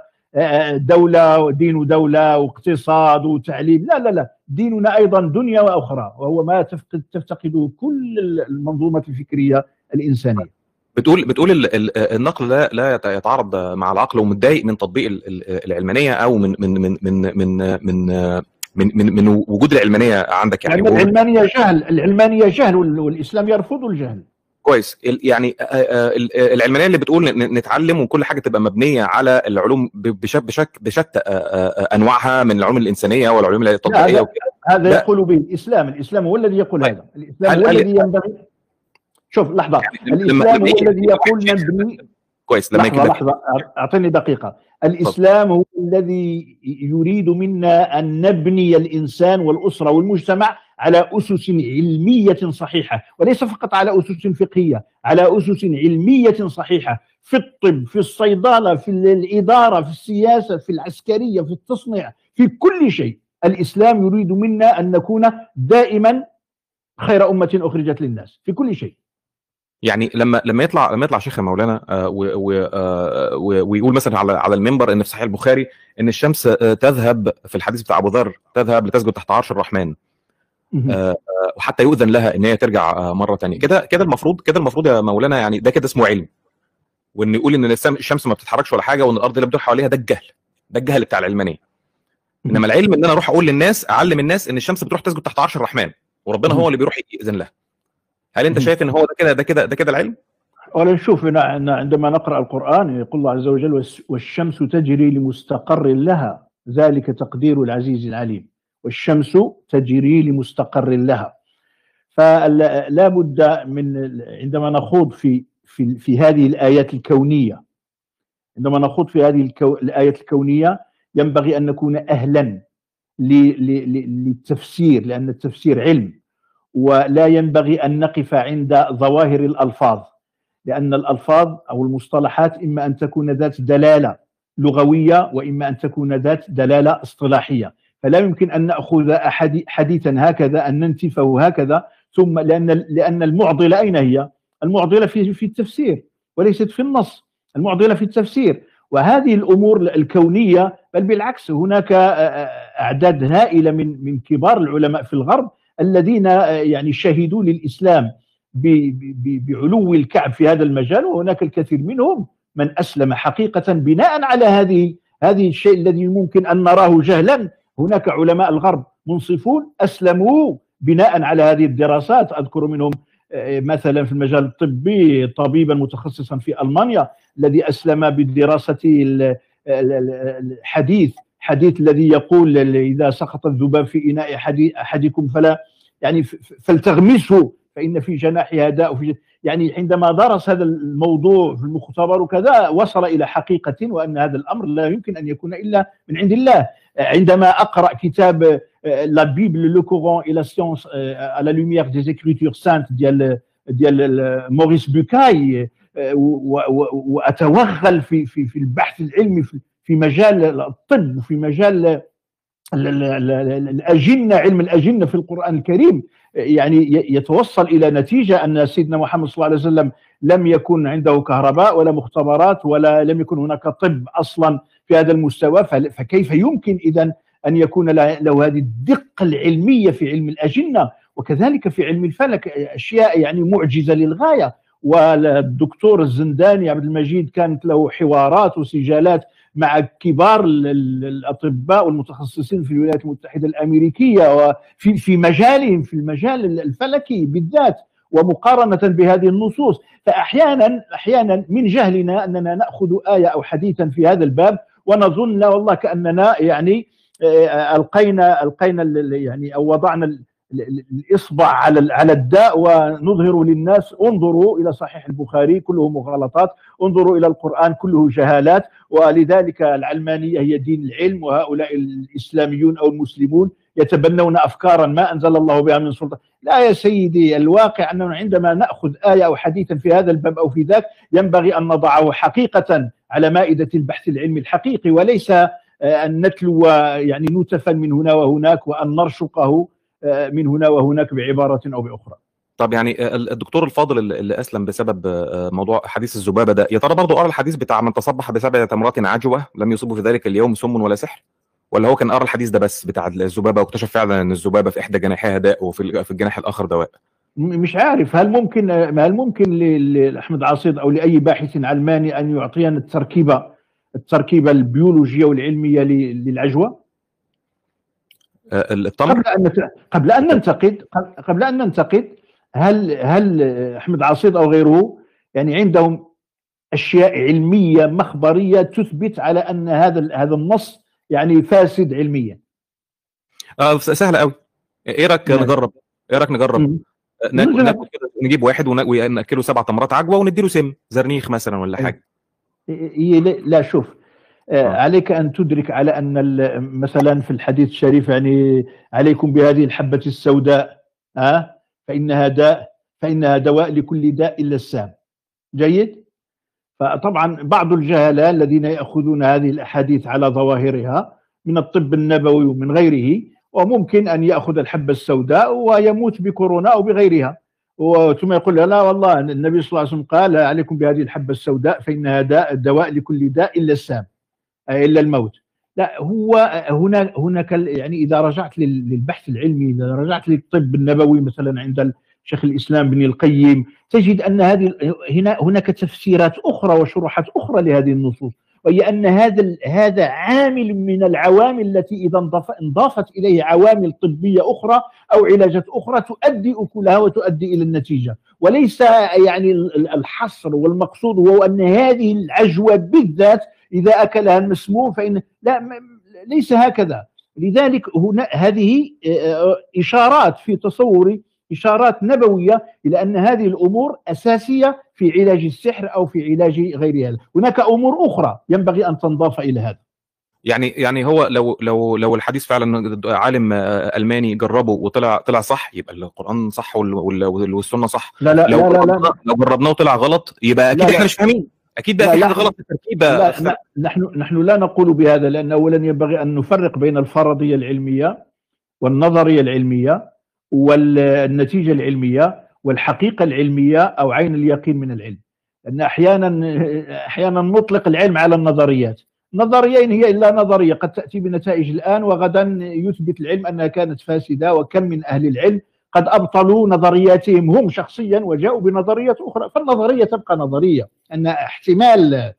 دين دولة واقتصاد وتعليم، لا، ديننا أيضا دنيا وأخرى، وهو ما تفتقده كل المنظومة الفكرية الإنسانية. بتقول النقل لا يتعارض مع العقل، ومتضايق من تطبيق العلمانية او من وجود العلمانية عندك. يعني العلمانية جهل والإسلام يرفض الجهل. كويس. يعني العلمانية اللي بتقول نتعلم وكل حاجة تبقى مبنية على العلوم بشتى أنواعها من العلوم الإنسانية والعلوم التطبيقية. هذا يقول به الإسلام هو الذي يقول هذا. الإسلام هو الذي ينبغي. شوف لحظة، الإسلام هو الذي يقول نبني. كويس. لما لحظة أعطيني دقيقة. الإسلام هو الذي يريد منا أن نبني الإنسان والأسرة والمجتمع على أسس علمية صحيحة، وليس فقط على أسس فقهية، على أسس علمية صحيحة، في الطب، في الصيدلة، في الإدارة، في السياسة، في العسكرية، في التصنيع، في كل شيء. الإسلام يريد منا أن نكون دائما خير أمة أخرجت للناس في كل شيء. يعني لما يطلع شيخ مولانا ويقول مثلا على المنبر ان في صحيح البخاري ان الشمس تذهب في الحديث بتاع ابو ذر تذهب لتسجد تحت عرش الرحمن، وحتى يؤذن لها ان هي ترجع مره ثانيه. كده المفروض يا مولانا، يعني ده كده اسمه علم. وان يقول ان الشمس ما بتتحركش ولا حاجه وان الارض اللي بتدور حواليها، ده الجهل بتاع العلمانيه. انما العلم ان انا اروح اقول للناس، اعلم الناس ان الشمس بتروح تسجد تحت عرش الرحمن وربنا هو اللي بيروح يأذن لها. هل انت شايف ان هو ده كده العلم؟ ولا نشوف عندما نقرأ القرآن يقول الله عز وجل: والشمس تجري لمستقر لها ذلك تقدير العزيز العليم. والشمس تجري لمستقر لها. فلا بد من عندما نخوض في هذه الآيات الكونية، الآيات الكونية ينبغي أن نكون أهلا للتفسير، لأن التفسير علم، ولا ينبغي أن نقف عند ظواهر الألفاظ، لأن الألفاظ أو المصطلحات إما أن تكون ذات دلالة لغوية وإما أن تكون ذات دلالة اصطلاحية. فلا يمكن أن نأخذ حديثا هكذا أن ننتفه هكذا، ثم لأن المعضلة أين هي؟ المعضلة في التفسير وليست في النص، المعضلة في التفسير. وهذه الأمور الكونية، بل بالعكس هناك أعداد هائلة من كبار العلماء في الغرب الذين يعني شهدوا للإسلام بعلو الكعب في هذا المجال، وهناك الكثير منهم من أسلم حقيقة بناء على هذه الشيء الذي ممكن أن نراه جهلا. هناك علماء الغرب منصفون أسلموا بناء على هذه الدراسات. أذكر منهم مثلا في المجال الطبي طبيبا متخصصا في ألمانيا الذي أسلم بدراسة الحديث الذي يقول: إذا سقط الذباب في إناء أحدكم فلتغمسه فإن في جناحها داء. يعني عندما درس هذا الموضوع في المختبر وكذا وصل إلى حقيقة، وأن هذا الأمر لا يمكن أن يكون إلا من عند الله. عندما أقرأ كتاب لا بيبل لو كوران إلى سيونس على لوميير دي إكريتور سانت ديال موريس بوكاي، وأتوغل في البحث العلمي في مجال الطب وفي مجال الأجنة، علم الأجنة في القرآن الكريم، يعني يتوصل إلى نتيجة أن سيدنا محمد صلى الله عليه وسلم لم يكن عنده كهرباء ولا مختبرات ولا لم يكن هناك طب أصلا في هذا المستوى. فكيف يمكن إذن أن يكون له هذه الدقة العلمية في علم الأجنة؟ وكذلك في علم الفلك أشياء يعني معجزة للغاية. والدكتور الزنداني عبد المجيد كانت له حوارات وسجالات مع كبار الأطباء والمتخصصين في الولايات المتحدة الأمريكية وفي مجالهم، في المجال الفلكي بالذات، ومقارنة بهذه النصوص. فأحيانا من جهلنا أننا نأخذ آية أو حديثا في هذا الباب ونظن لا والله كأننا يعني ألقينا يعني أو وضعنا الإصبع على الداء ونظهر للناس: انظروا إلى صحيح البخاري كله مغالطات، انظروا إلى القرآن كله جهالات، ولذلك العلمانية هي دين العلم، وهؤلاء الإسلاميون أو المسلمون يتبنون أفكارا ما أنزل الله بها من سلطان. لا يا سيدي، الواقع أننا عندما نأخذ آية أو حديثا في هذا الباب أو في ذاك ينبغي أن نضعه حقيقة على مائدة البحث العلمي الحقيقي، وليس أن نتلو يعني نتفا من هنا وهناك وأن نرشقه من هنا وهناك بعبارة أو بأخرى. طب يعني الدكتور الفاضل اللي أسلم بسبب موضوع حديث الذبابة ده، يا ترى برضه قرأ الحديث بتاع من تصبح ب7 تمرات عجوة لم يصبه في ذلك اليوم سم ولا سحر؟ ولا هو كان قرأ الحديث ده بس بتاع الذبابة واكتشف فعلا أن الذبابة في إحدى جناحيها داء وفي الجناح الآخر دواء؟ مش عارف هل ممكن لأحمد عصيد أو لأي باحث علماني أن يعطينا التركيبة البيولوجية والعلمية للعجوة؟ التمر قبل أن ننتقد هل أحمد عصيد أو غيره يعني عندهم أشياء علمية مخبرية تثبت على أن هذا النص يعني فاسد علميا؟ سهلة قوي. إيه رأيك نجرب؟ نجيب واحد ونأكله 7 تمرات عجوة ونديله سم زرنيخ مثلا ولا حاجة، لا شوف، عليك أن تدرك على أن مثلا في الحديث الشريف يعني عليكم بهذه الحبة السوداء فإنها دواء لكل داء إلا السام. جيد. فطبعا بعض الجهلاء الذين يأخذون هذه الأحاديث على ظواهرها من الطب النبوي ومن غيره، وممكن أن يأخذ الحبة السوداء ويموت بكورونا أو بغيرها، ثم يقول لا والله النبي صلى الله عليه وسلم قال عليكم بهذه الحبة السوداء فإنها دواء لكل داء إلا السام، إلا الموت. لا، هو هناك يعني إذا رجعت للبحث العلمي، إذا رجعت للطب النبوي مثلا عند شيخ الإسلام ابن القيم، تجد أن هناك تفسيرات أخرى وشروحات أخرى لهذه النصوص، وهي أن هذا عامل من العوامل التي إذا انضافت إليه عوامل طبية أخرى أو علاجات أخرى تؤدي أكلها وتؤدي إلى النتيجة، وليس يعني الحصر والمقصود هو أن هذه العجوة بالذات إذا أكلها المسموم فإن لا، ليس هكذا. لذلك هذه إشارات في تصوري، إشارات نبوية إلى أن هذه الأمور أساسية في علاج السحر أو في علاج غير هذا. هناك أمور أخرى ينبغي أن تنضاف إلى هذا. يعني هو لو الحديث فعلا عالم ألماني جربه وطلع صح، يبقى القرآن صح والسنة صح. لا لا لو لا لا لا لو جربناه وطلع غلط يبقى أكيد احنا مش فاهمين، أكيد بقى في حاجة غلط في التركيبة. لا، نحن لا نقول بهذا، لأن أولا ينبغي أن نفرق بين الفرضية العلمية والنظرية العلمية والنتيجة العلمية والحقيقة العلمية أو عين اليقين من العلم. لأن أحيانا نطلق العلم على النظريات. نظريين هي إلا نظرية قد تأتي بنتائج الآن وغدا يثبت العلم أنها كانت فاسدة، وكم من أهل العلم قد أبطلوا نظرياتهم هم شخصيا وجاءوا بنظريات أخرى. فالنظرية تبقى نظرية، أن احتمال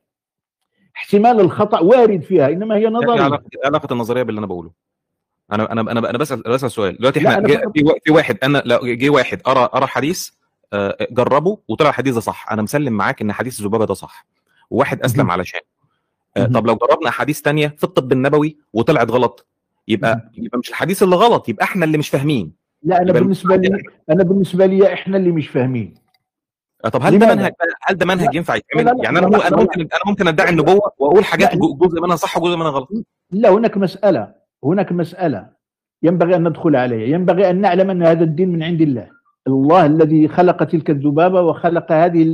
الخطأ وارد فيها، إنما هي نظرية. علاقة النظرية باللي أنا بقوله؟ انا بسال سؤال دلوقتي. احنا في واحد، انا لو جه واحد قرا حديث جربه وطلع الحديث ده صح، انا مسلم معاك ان حديث الذبابه ده صح، وواحد اسلم علشان طب لو جربنا احاديث تانية في الطب النبوي وطلعت غلط، يبقى مش الحديث اللي غلط، يبقى احنا اللي مش فاهمين. لا، انا بالنسبه لي احنا اللي مش فاهمين. طب هل ده منهج ينفع يتعمل؟ يعني انا ممكن ادعي النبوه واقول حاجات جزء منها صح وجزء منها غلط. لا، هناك مسألة ينبغي أن ندخل عليها. ينبغي أن نعلم أن هذا الدين من عند الله الذي خلق تلك الذبابة وخلق هذه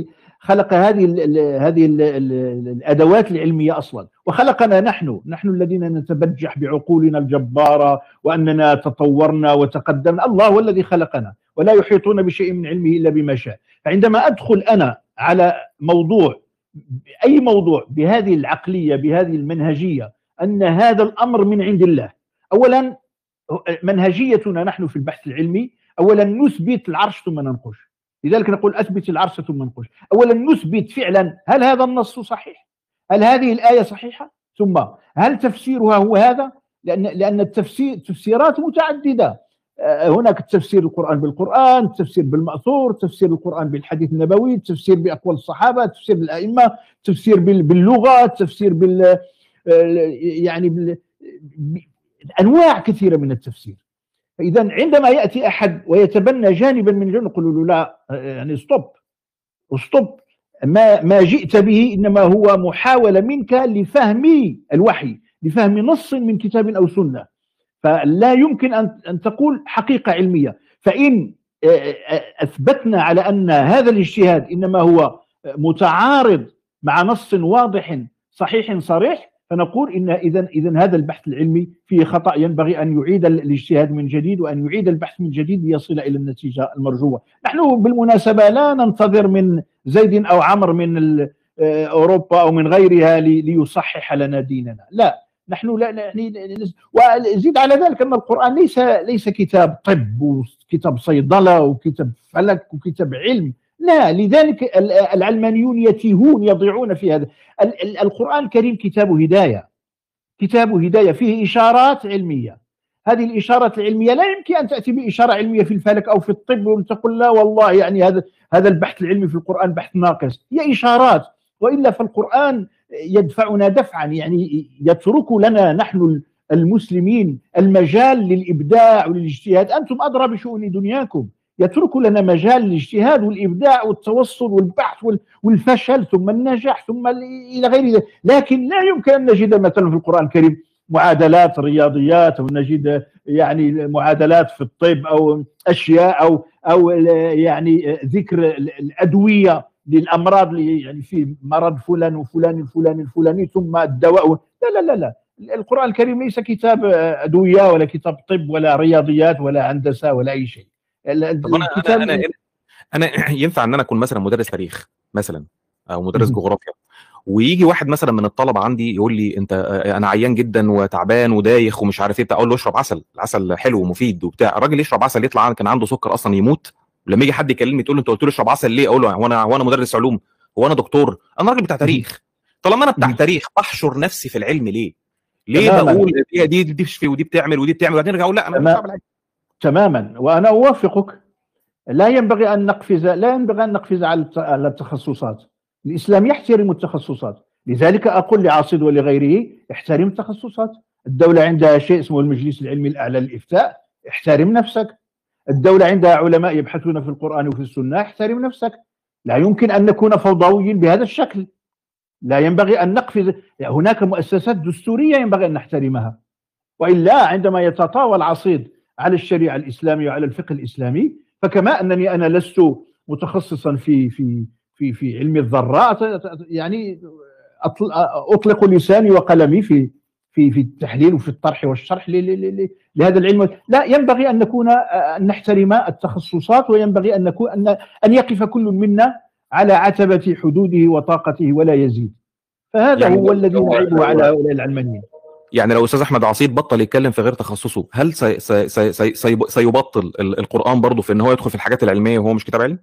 الأدوات العلمية أصلا، وخلقنا نحن الذين نتبجح بعقولنا الجبارة وأننا تطورنا وتقدمنا. الله هو الذي خلقنا ولا يحيطون بشيء من علمه إلا بما شاء. فعندما أدخل أنا على أي موضوع بهذه العقلية بهذه المنهجية أن هذا الأمر من عند الله، أولا منهجيتنا نحن في البحث العلمي أولا نثبت العرش ثم ننقش. لذلك نقول أثبت العرش ثم ننقش. أولا نثبت فعلا هل هذا النص صحيح، هل هذه الآية صحيحة، ثم هل تفسيرها هو هذا، لأن تفسيرات متعددة. هناك تفسير القرآن بالقرآن، التفسير بالمأثور، تفسير القرآن بالحديث النبوي، التفسير بأقوال الصحابة، تفسير بالأئمة، تفسير باللغة، تفسير يعني أنواع كثيرة من التفسير. فإذا عندما يأتي أحد ويتبنى جانبا من جانب نقول له لا، يعني ستوب، ما جئت به إنما هو محاولة منك لفهم الوحي، لفهم نص من كتاب أو سنة، فلا يمكن أن تقول حقيقة علمية. فإن أثبتنا على أن هذا الاجتهاد إنما هو متعارض مع نص واضح صحيح صريح، فنقول إن إذن هذا البحث العلمي فيه خطأ، ينبغي أن يعيد الاجتهاد من جديد وأن يعيد البحث من جديد ليصل إلى النتيجة المرجوة. نحن بالمناسبة لا ننتظر من زيد أو عمرو من أوروبا أو من غيرها ليصحح لنا ديننا، لا، نحن لا يعني. وزيد على ذلك أن القرآن ليس كتاب طب وكتاب صيدلة وكتاب فلك وكتاب علم، لا. لذلك العلمانيون يتيهون يضيعون في هذا. القرآن الكريم كتاب هداية فيه إشارات علمية. هذه الإشارات العلمية لا يمكن أن تأتي بإشارة علمية في الفلك أو في الطب وتقول لا والله يعني هذا البحث العلمي في القرآن بحث ناقص. هي إشارات، وإلا فالقرآن يدفعنا دفعا، يعني يترك لنا نحن المسلمين المجال للإبداع وللاجتهاد. أنتم أدرى بشؤون دنياكم، يترك لنا مجال للاجتهاد والإبداع والتوصل والبحث والفشل ثم النجاح ثم إلى غير ذلك. لكن لا يمكن أن نجد مثلا في القرآن الكريم معادلات رياضيات، أو نجد يعني معادلات في الطب، أو أشياء أو يعني ذكر الأدوية للأمراض، يعني في مرض فلان وفلان الفلاني الفلاني ثم الدواء. لا لا لا لا، القرآن الكريم ليس كتاب أدوية ولا كتاب طب ولا رياضيات ولا هندسة ولا أي شيء. طب الكتاب انا ينفع ان انا اكون مثلا مدرس تاريخ مثلا او مدرس جغرافيا، ويجي واحد مثلا من الطلبه عندي يقول لي انت انا عيان جدا وتعبان ودايخ ومش عارف ايه بتاع، اقول له اشرب عسل، العسل حلو ومفيد وبتاع. الراجل يشرب عسل يطلع كان عنده سكر اصلا يموت. لما يجي حد يكلمني تقول له انت قلت له اشرب عسل ليه؟ اقول له هو انا مدرس علوم؟ هو انا دكتور؟ انا راجل بتاع تاريخ. طالما انا بتاع تاريخ بحشر نفسي في العلم ليه؟ ليه تماما بقول دي تشفي ودي بتعمل ودي بتعمل، وبعدين ارجع اقول لا انا مش بعمل حاجه؟ تماما، وانا اوافقك. لا ينبغي ان نقفز على التخصصات. الاسلام يحترم التخصصات، لذلك اقول لعاصد ولغيره احترم التخصصات. الدوله عندها شيء اسمه المجلس العلمي الاعلى للافتاء، احترم نفسك. الدوله عندها علماء يبحثون في القران وفي السنه، احترم نفسك. لا يمكن ان نكون فوضويين بهذا الشكل. لا ينبغي ان نقفز. هناك مؤسسات دستوريه ينبغي ان نحترمها، والا عندما يتطاول عصيد على الشريعه الاسلاميه وعلى الفقه الاسلامي، فكما انني انا لست متخصصا في علم الذرات، يعني اطلق لساني وقلمي في التحليل وفي الطرح والشرح لهذا العلم. لا، ينبغي ان نحترم التخصصات، وينبغي ان يقف كل منا على عتبة حدوده وطاقته ولا يزيد. فهذا يعني هو الذي نعيبه على هؤلاء العلمانيين. يعني لو استاذ احمد عصيد بطل يتكلم في غير تخصصه، هل سيبطل القرآن برضه في ان هو يدخل في الحاجات العلميه وهو مش كتاب علم؟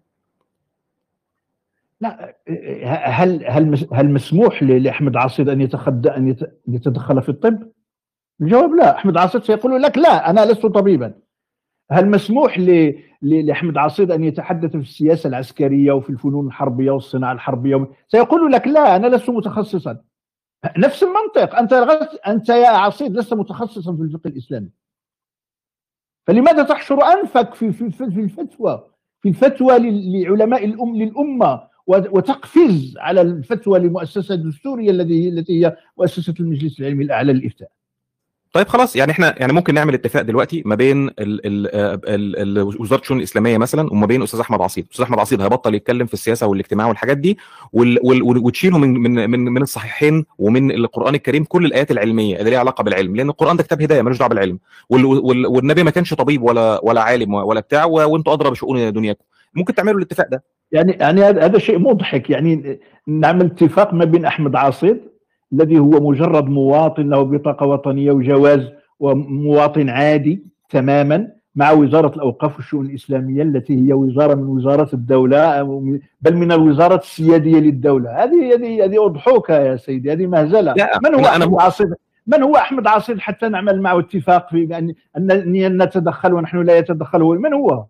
لا، هل مسموح لاحمد عصيد ان يتدخل في الطب؟ الجواب لا. احمد عصيد سيقول لك لا، انا لست طبيبا. هل مسموح لاحمد عصيد ان يتحدث في السياسه العسكريه وفي الفنون الحربيه والصناعه الحربيه؟ سيقول لك لا، انا لست متخصصا. نفس المنطق. انت يا عصيد لست متخصصا في الفقه الاسلامي، فلماذا تحشر انفك في الفتوى لعلماء للامه، وتقفز على الفتوى للمؤسسه الدستوريه التي هي مؤسسه المجلس العلمي الاعلى للافتاء؟ طيب خلاص، يعني احنا ممكن نعمل اتفاق دلوقتي ما بين وزاره الشؤون الاسلاميه مثلا وما بين استاذ احمد عصيد. استاذ احمد عصيد هيبطل يتكلم في السياسه والاجتماع والحاجات دي، وتشيله من الصحيحين ومن القران الكريم كل الايات العلميه اللي ليها علاقه بالعلم، لان القران ده كتاب هدايه ملوش دعوه بالعلم، والنبي ما كانش طبيب ولا عالم ولا بتاع، وانتوا ادرى بشؤون دنياكم. ممكن تعملوا الاتفاق ده؟ يعني هذا شيء مضحك. يعني نعمل اتفاق ما بين احمد عصيد الذي هو مجرد مواطن له بطاقه وطنيه وجواز ومواطن عادي تماما، مع وزاره الاوقاف والشؤون الاسلاميه التي هي وزاره من وزارات الدوله، بل من الوزارات السياديه للدوله. هذه اضحوكه يا سيدي، هذه مهزله. من هو احمد عصيد حتى نعمل معه اتفاق في ان نتدخل ونحن لا يتدخل هو؟ من هو؟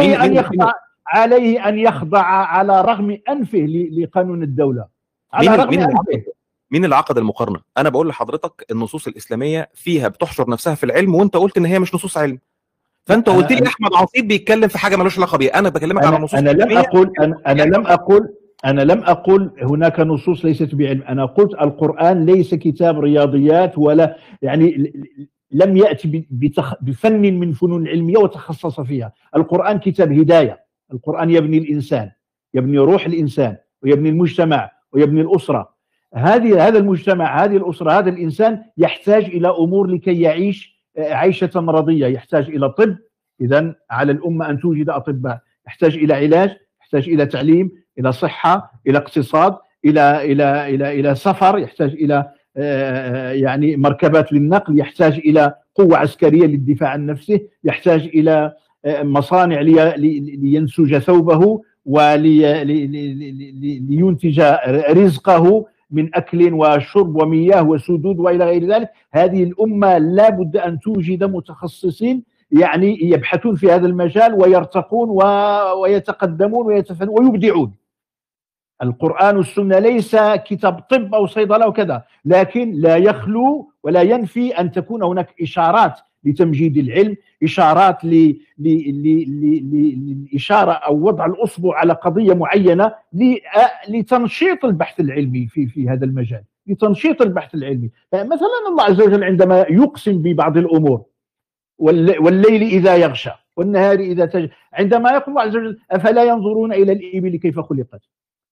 عليه ان يخضع على رغم انفه لقانون الدوله، على رغم انفه. مين اللي عقد المقارنه؟ انا بقول لحضرتك النصوص الاسلاميه فيها بتحشر نفسها في العلم، وانت قلت ان هي مش نصوص علم. فانت قلت لي احمد عصيد بيتكلم في حاجه مالوش علاقه بيها. انا بكلمك على نصوص. انا لم اقول هناك نصوص ليست بعلم. انا قلت القرآن ليس كتاب رياضيات، ولا يعني لم ياتي بفن من فنون العلميه وتخصص فيها. القرآن كتاب هدايه. القرآن يبني الانسان، يبني روح الانسان، ويبني المجتمع، ويبني الاسره. هذا المجتمع، هذه الاسره، هذا الانسان يحتاج الى امور لكي يعيش عيشه رضيه. يحتاج الى طب، اذا على الامه ان توجد اطباء. يحتاج الى علاج، يحتاج الى تعليم، الى صحه، الى اقتصاد، الى سفر، يحتاج الى يعني مركبات للنقل، يحتاج الى قوه عسكريه للدفاع عن نفسه، يحتاج الى مصانع لينسج ثوبه ولينتج رزقه من أكل وشرب ومياه وسدود وإلى غير ذلك. هذه الأمة لا بد أن توجد متخصصين يعني يبحثون في هذا المجال ويرتقون ويتقدمون ويتفنون ويبدعون. القرآن والسنة ليس كتاب طب أو صيدلة وكذا، لكن لا يخلو ولا ينفي أن تكون هناك إشارات لتمجيد العلم، إشارات للإشارة أو وضع الأصبع على قضية معينة لتنشيط البحث العلمي في هذا المجال، لتنشيط البحث العلمي. مثلا الله عز وجل عندما يقسم ببعض الأمور، والليل إذا يغشى والنهار إذا عندما يقول الله عز وجل أفلا ينظرون إلى الإبل كيف خلقت.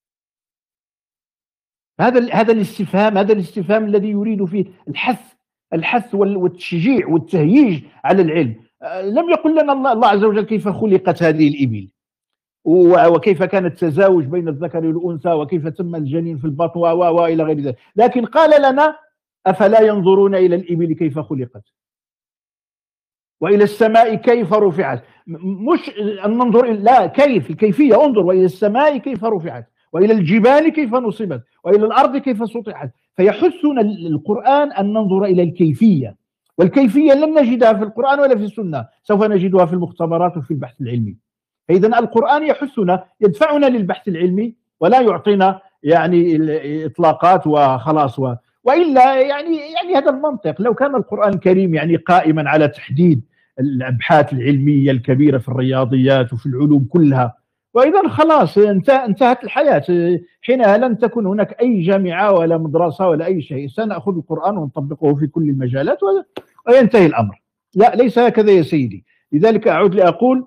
هذا الاستفهام الذي يريد فيه الحث والتشجيع والتهييج على العلم. لم يقل لنا الله عز وجل كيف خلقت هذه الإبل وكيف كان التزاوج بين الذكر والأنثى وكيف تم الجنين في البطن وإلى غير ذلك، لكن قال لنا أفلا ينظرون إلى الإبل كيف خلقت وإلى السماء كيف رفعت. مش أن ننظر، لا، الكيفية، انظر وإلى السماء كيف رفعت وإلى الجبال كيف نصبت وإلى الأرض كيف سطحت. فيحثنا القرآن أن ننظر إلى الكيفية، والكيفية لن نجدها في القرآن ولا في السنة، سوف نجدها في المختبرات وفي البحث العلمي. فإذا القرآن يحثنا، يدفعنا للبحث العلمي ولا يعطينا يعني إطلاقات وخلاص. وإلا يعني هذا المنطق، لو كان القرآن الكريم يعني قائما على تحديد الأبحاث العلمية الكبيرة في الرياضيات وفي العلوم كلها، وإذا خلاص انتهت الحياة. حينها لن تكون هناك أي جامعة ولا مدرسة ولا أي شيء، سنأخذ القرآن ونطبقه في كل المجالات وينتهي الأمر. لا، ليس هكذا يا سيدي. لذلك أعود لأقول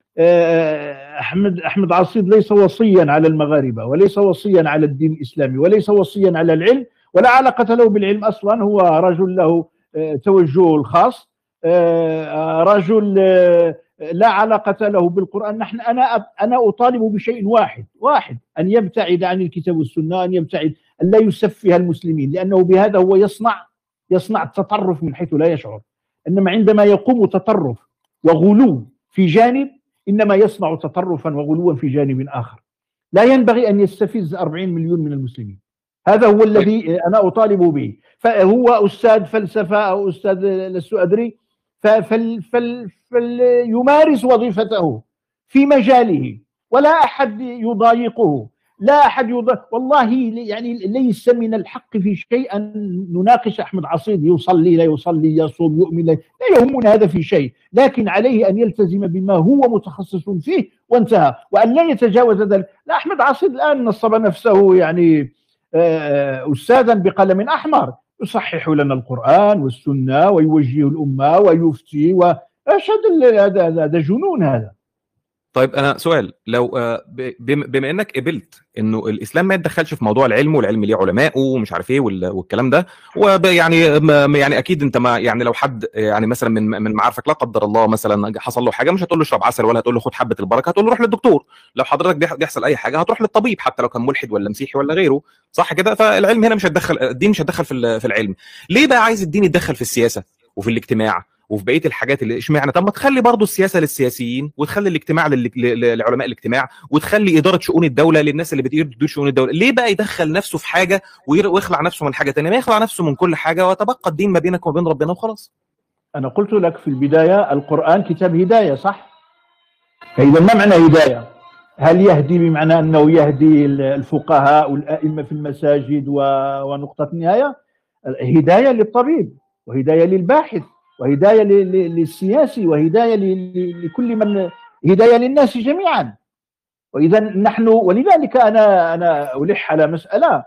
أحمد عصيد ليس وصيا على المغاربة، وليس وصيا على الدين الإسلامي، وليس وصيا على العلم، ولا علاقة له بالعلم أصلا. هو رجل له توجهه الخاص، رجل لا علاقة له بالقرآن. أنا أطالب بشيء واحد، أن يبتعد عن الكتاب والسنة، أن يبتعد، أن لا يسفه المسلمين، لأنه بهذا هو يصنع التطرف من حيث لا يشعر. إنما عندما يقوم تطرف وغلو في جانب، إنما يصنع تطرفا وغلوا في جانب آخر. لا ينبغي أن يستفز 40 مليون من المسلمين. هذا هو الذي أنا أطالب به. فهو أستاذ فلسفة أو أستاذ لست أدري، فليمارس وظيفته في مجاله، ولا أحد يضايقه، لا أحد والله يعني ليس من الحق في شيء أن نناقش أحمد عصيد، يصلي لا يصلي، يصوم يؤمن لا يهمنا هذا في شيء، لكن عليه أن يلتزم بما هو متخصص فيه وانتهى، وأن لا يتجاوز ذلك. لا، أحمد عصيد الآن نصب نفسه يعني أستاذا بقلم أحمر، يصحح لنا القرآن والسنة ويوجه الأمة ويفتي وأشهد هذا جنون هذا. طيب انا سؤال، لو بما انك قبلت انه الاسلام ما يتدخلش في موضوع العلم، والعلم ليه علماء ومش عارف ايه والكلام ده، ويعني اكيد انت ما يعني لو حد يعني مثلا من معارفك لا قدر الله مثلا حصل له حاجه، مش هتقول له اشرب عسل ولا هتقول له خد حبه البركه، هتقول له روح للدكتور. لو حضرتك بيحصل اي حاجه هتروح للطبيب، حتى لو كان ملحد ولا مسيحي ولا غيره، صح كده؟ فالعلم هنا مش هتدخل، الدين مش هتدخل في العلم. ليه بقى عايز الدين يتدخل في السياسه وفي الاجتماع وفي بقيه الحاجات؟ اللي اشمعنى؟ طب ما تخلي برضو السياسه للسياسيين، وتخلي الاجتماع لعلماء الاجتماع، وتخلي اداره شؤون الدوله للناس اللي بتدير شؤون الدوله. ليه بقى يدخل نفسه في حاجه ويخلع نفسه من حاجه ثانيه؟ ما يخلع نفسه من كل حاجه وتبقى الدين ما بينك وبين ربنا وخلاص. انا قلت لك في البدايه القران كتاب هدايه، صح؟ فاذا ما معنى هدايه؟ هل يهدي بمعنى انه يهدي الفقهاء والائمه في المساجد ونقطه النهايه؟ هدايه للطبيب، وهدايه للباحث، وهداية للسياسي، وهداية لكل من، هداية للناس جميعا. وإذا نحن، ولذلك أنا ألح على مسألة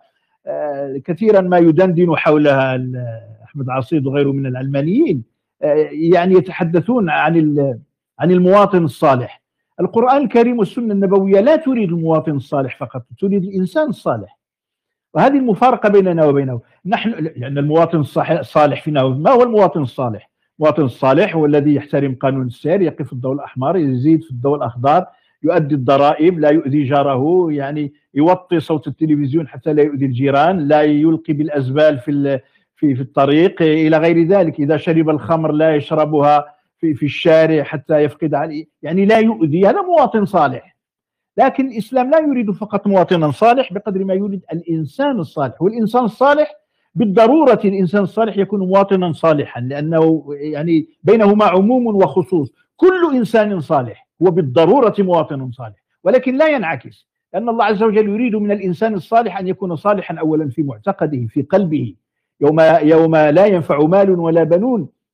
كثيرا ما يدندن حولها أحمد عصيد وغيره من العلمانيين، يعني يتحدثون عن المواطن الصالح. القرآن الكريم والسنة النبوية لا تريد المواطن الصالح فقط، تريد الإنسان الصالح. وهذه المفارقة بيننا وبينه. نحن لأن المواطن الصالح فينا، ما هو المواطن الصالح؟ المواطن الصالح هو الذي يحترم قانون السير، يقف في الضوء الأحمر، يزيد في الضوء الأخضر، يؤدي الضرائب، لا يؤذي جاره، يعني يوطي صوت التلفزيون حتى لا يؤذي الجيران، لا يلقي بالأزبال في الطريق إلى غير ذلك. إذا شرب الخمر لا يشربها في الشارع حتى يفقد عليه، يعني لا يؤذي. هذا مواطن صالح. لكن الإسلام لا يريد فقط مواطنا صالح بقدر ما يريد الإنسان الصالح. والإنسان الصالح بالضرورة، الإنسان الصالح يكون مواطنا صالحا، لأنه يعني بينهما عموم وخصوص. كل إنسان صالح هو بالضرورة مواطن صالح، ولكن لا ينعكس، لأن الله عز وجل يريد من الإنسان الصالح أن يكون صالحا أولا في معتقده، في قلبه. يوم لا ينفع مال ولا بنون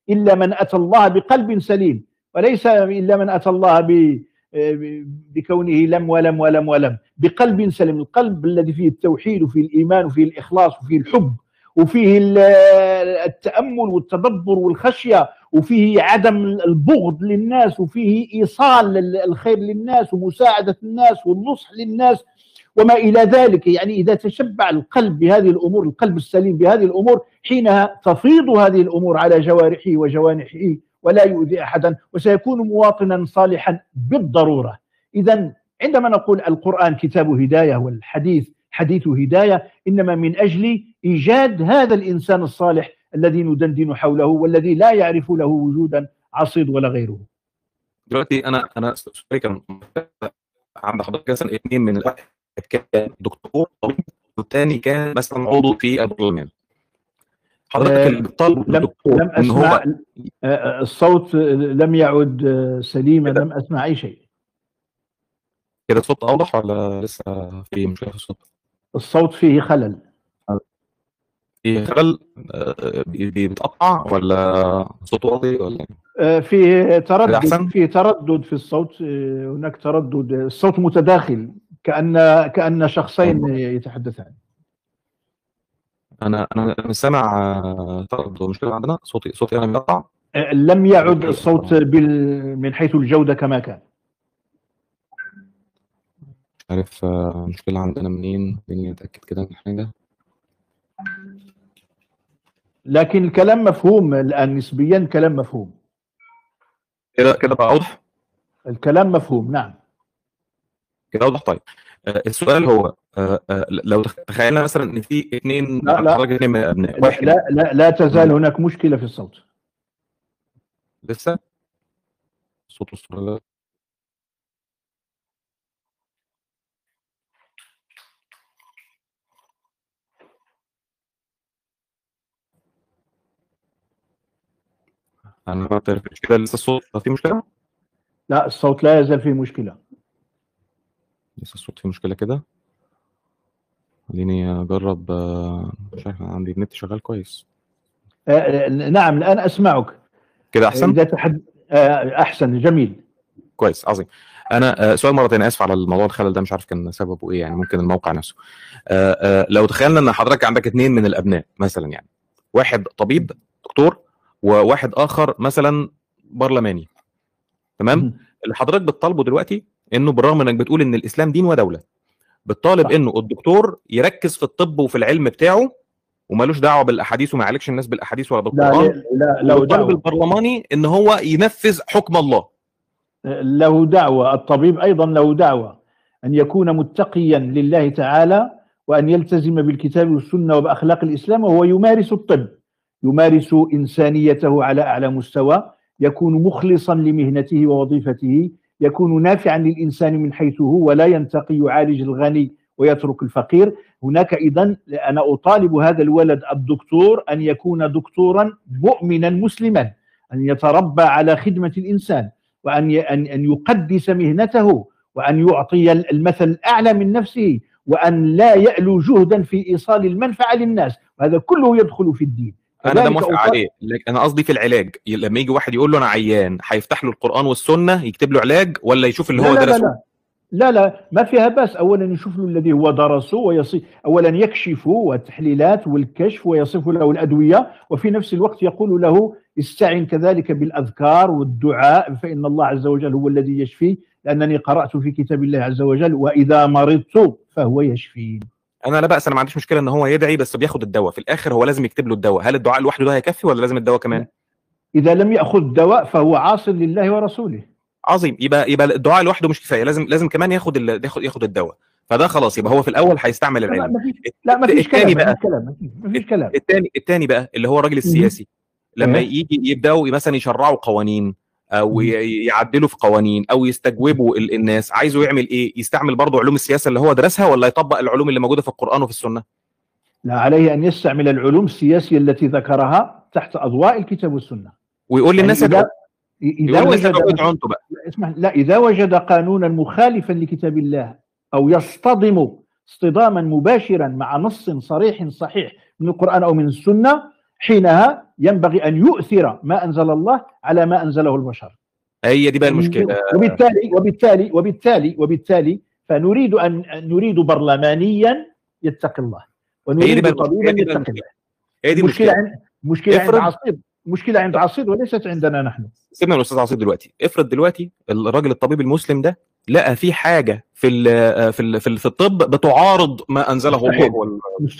إلا من أتى الله بقلب سليم، وليس إلا من أتى الله بكونه لم ولم ولم ولم، بقلب سليم، القلب الذي فيه التوحيد وفيه الإيمان وفيه الإخلاص وفيه الحب وفيه التأمل والتدبر والخشية وفيه عدم البغض للناس وفيه إيصال الخير للناس ومساعدة الناس والنصح للناس وما إلى ذلك. يعني إذا تشبع القلب بهذه الأمور، القلب السليم بهذه الأمور، حينها تفيض هذه الأمور على جوارحه وجوانحه ولا يؤذي أحدا، وسيكون مواطنا صالحا بالضرورة. إذا عندما نقول القرآن كتاب هداية والحديث حديث هداية، إنما من أجل إيجاد هذا الإنسان الصالح الذي ندندن حوله والذي لا يعرف له وجودا عصيد ولا غيره. دلوقتي انا سؤالي كان عند حضرتك مثلا اثنين من الواحد كان دكتور طبيب والثاني كان مثلا عضو في البرلمان. حضرتك اللي بتطالب الدكتور لم أسمع الصوت لم يعد سليما، لم أسمع أي شيء. كده الصوت أوضح ولا لسه في مشكلة في الصوت؟ الصوت فيه خلل. في خلل بيتقطع ولا صوت واطي ولا؟ فيه تردد في الصوت، هناك تردد، الصوت متداخل كأن شخصين يتحدثان. أنا مش سامع تردد. المشكلة عندنا صوتي أنا بيقطع. لم يعد الصوت من حيث الجودة كما كان. مش عارف المشكلة عندنا منين، خليني أتأكد كده من حاجة. لكن الكلام مفهوم الآن نسبيا، كلام مفهوم. كده بقى أوضح؟ الكلام مفهوم، نعم. كده أوضح. طيب السؤال هو لو تخيلنا مثلا ان في اثنين من الابناء، واحد لا تزال هناك مشكله في الصوت. لسه صوت الصوره. انا بعترف كده لسه الصوت فيه مشكله. لا الصوت لا يزال فيه مشكله. لسه الصوت فيه مشكله كده. خليني اجرب. مش عارف، عندي النت شغال كويس. نعم الان اسمعك كده احسن. اذا احسن، جميل، كويس، عظيم. انا سؤال مره ثانيه، اسف على الموضوع الخلل ده، مش عارف كان سببه ايه، يعني ممكن الموقع نفسه. لو تخيلنا ان حضرتك عندك اثنين من الابناء مثلا، يعني واحد طبيب دكتور وواحد اخر مثلا برلماني، تمام؟ اللي حضرتك بتطالبه دلوقتي انه بالرغم انك بتقول ان الاسلام دين ودوله، بتطالب انه الدكتور يركز في الطب وفي العلم بتاعه ومالوش دعوه بالاحاديث وما يعالجش الناس بالاحاديث ولا بالقران. لا وطالب البرلماني ان هو ينفذ حكم الله. له دعوه، الطبيب ايضا له دعوه ان يكون متقيا لله تعالى وان يلتزم بالكتاب والسنه وباخلاق الاسلام، وهو يمارس الطب، يمارس انسانيته على اعلى مستوى، يكون مخلصا لمهنته ووظيفته، يكون نافعا للانسان من حيث هو، ولا ينتقي يعالج الغني ويترك الفقير. هناك اذا انا اطالب هذا الولد الدكتور ان يكون دكتورا مؤمنا مسلما، ان يتربى على خدمه الانسان، وان يقدس مهنته، وان يعطي المثل الاعلى من نفسه، وان لا يألو جهدا في ايصال المنفعه للناس، وهذا كله يدخل في الدين. انا ده موافق عليه، انا قصدي في العلاج، لما يجي واحد يقول له انا عيان، هيفتح له القرآن والسنة يكتب له علاج ولا يشوف اللي هو درسه؟ لا ما فيها بأس. أولا يشوف له الذي هو درسه أولا يكشفه والتحليلات والكشف ويصف له الأدوية، وفي نفس الوقت يقول له استعن كذلك بالأذكار والدعاء، فإن الله عز وجل هو الذي يشفي، لأنني قرأت في كتاب الله عز وجل وإذا مرضت فهو يشفين. انا لا بأس، انا ما عنديش مشكله ان هو يدعي، بس بياخد الدواء في الاخر، هو لازم يكتب له الدواء. هل الدعاء لوحده ده هيكفي ولا لازم الدواء كمان؟ اذا لم ياخذ الدواء فهو عاص لله ورسوله. عظيم. يبقى الدعاء لوحده مش كفايه، لازم كمان ياخد الدواء. فده خلاص، يبقى هو في الاول هيستعمل العلم. لا ما فيش كلام، ما فيش كلام. الثاني بقى اللي هو الراجل السياسي، لما يجي يبداوا مثلا يشرعوا قوانين او يعدلوا في قوانين او يستجوبوا الناس، عايزه يعمل ايه؟ يستعمل برضه علوم السياسه اللي هو درسها ولا يطبق العلوم اللي موجوده في القرآن وفي السنه؟ لا، عليه ان يستعمل العلوم السياسيه التي ذكرها تحت اضواء الكتاب والسنه، ويقول للناس يعني إذا وجد قانونا مخالفا لكتاب الله او يصطدم اصطداما مباشرا مع نص صريح صحيح من القرآن او من السنه، حينها ينبغي أن يؤثر ما أنزل الله على ما أنزله البشر. هي دي بقى المشكله. وبالتالي نريد برلمانيا يتقي الله، ونريد طبيبا يتقي الله. هي دي المشكله عند عصيب، مشكله عند عصيب وليست عندنا نحن. سيبنا الاستاذ عصيب دلوقتي. افرض دلوقتي الراجل الطبيب المسلم ده لقى في حاجه في الطب بتعارض ما انزله الله.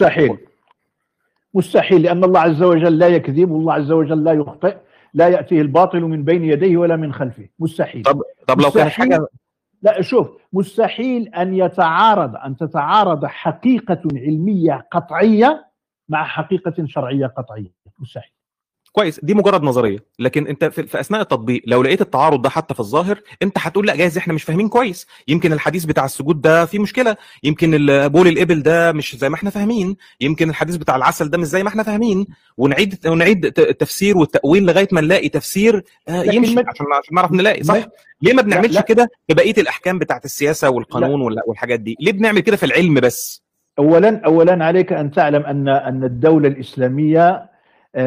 مستحيل، لان الله عز وجل لا يكذب، والله عز وجل لا يخطئ، لا ياتيه الباطل من بين يديه ولا من خلفه. مستحيل. طب لو كانت حاجه، لا شوف، مستحيل ان تتعارض حقيقه علميه قطعيه مع حقيقه شرعيه قطعيه. مستحيل. كويس، دي مجرد نظريه، لكن انت في اثناء التطبيق لو لقيت التعارض ده حتى في الظاهر، انت هتقول لا جايز احنا مش فاهمين كويس، يمكن الحديث بتاع السجود ده فيه مشكله، يمكن بول الابل ده مش زي ما احنا فاهمين، يمكن الحديث بتاع العسل ده مش زي ما احنا فاهمين، ونعيد التفسير والتاويل لغايه ما نلاقي تفسير يمشي عشان نعرف نلاقي صح. ليه ما بنعملش كده في بقيه الاحكام بتاعت السياسه والقانون والحاجات دي؟ ليه بنعمل كده في العلم بس؟ اولا عليك ان تعلم ان الدوله الاسلاميه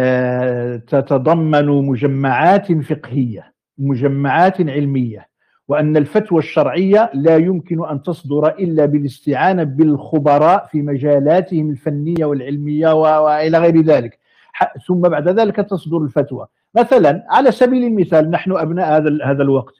تتضمن مجمعات فقهية، مجمعات علمية، وأن الفتوى الشرعية لا يمكن أن تصدر إلا بالاستعانة بالخبراء في مجالاتهم الفنية والعلمية وإلى غير ذلك، ثم بعد ذلك تصدر الفتوى. مثلا على سبيل المثال، نحن أبناء هذا الوقت،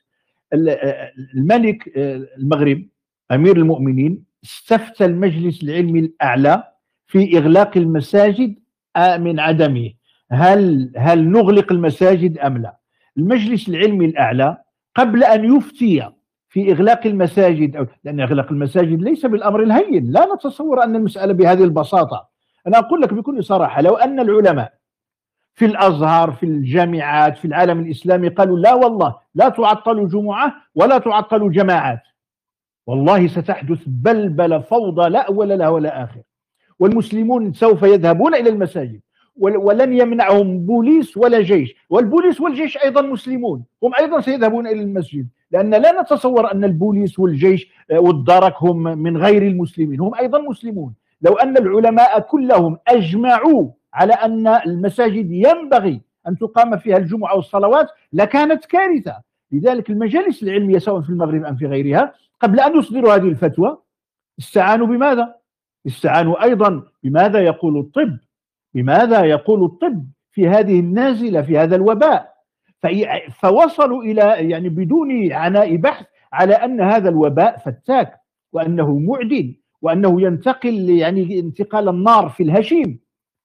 الملك المغرب أمير المؤمنين استفتى المجلس العلمي الأعلى في إغلاق المساجد من عدمه. هل نغلق المساجد أم لا؟ المجلس العلمي الأعلى قبل أن يفتي في إغلاق المساجد، لأن إغلاق المساجد ليس بالأمر الهين، لا نتصور أن المسألة بهذه البساطة. أنا أقول لك بكل صراحة، لو أن العلماء في الأزهر في الجامعات في العالم الإسلامي قالوا لا والله لا تعطل جمعة ولا تعطل جماعات، والله ستحدث بلبلة فوضى لا أول لها ولا آخر، والمسلمون سوف يذهبون إلى المساجد ولن يمنعهم بوليس ولا جيش، والبوليس والجيش أيضا مسلمون، هم أيضا سيذهبون إلى المسجد، لأن لا نتصور أن البوليس والجيش والدرك هم من غير المسلمين، هم أيضا مسلمون. لو أن العلماء كلهم أجمعوا على أن المساجد ينبغي أن تقام فيها الجمعة والصلوات لكانت كارثة. لذلك المجالس العلمية سواء في المغرب أم في غيرها قبل أن يصدروا هذه الفتوى استعانوا بماذا؟ استعانوا أيضا بماذا يقول الطب، بماذا يقول الطب في هذه النازلة في هذا الوباء، فوصلوا إلى يعني بدون عناء بحث على أن هذا الوباء فتاك، وأنه معدن، وأنه ينتقل يعني انتقال النار في الهشيم،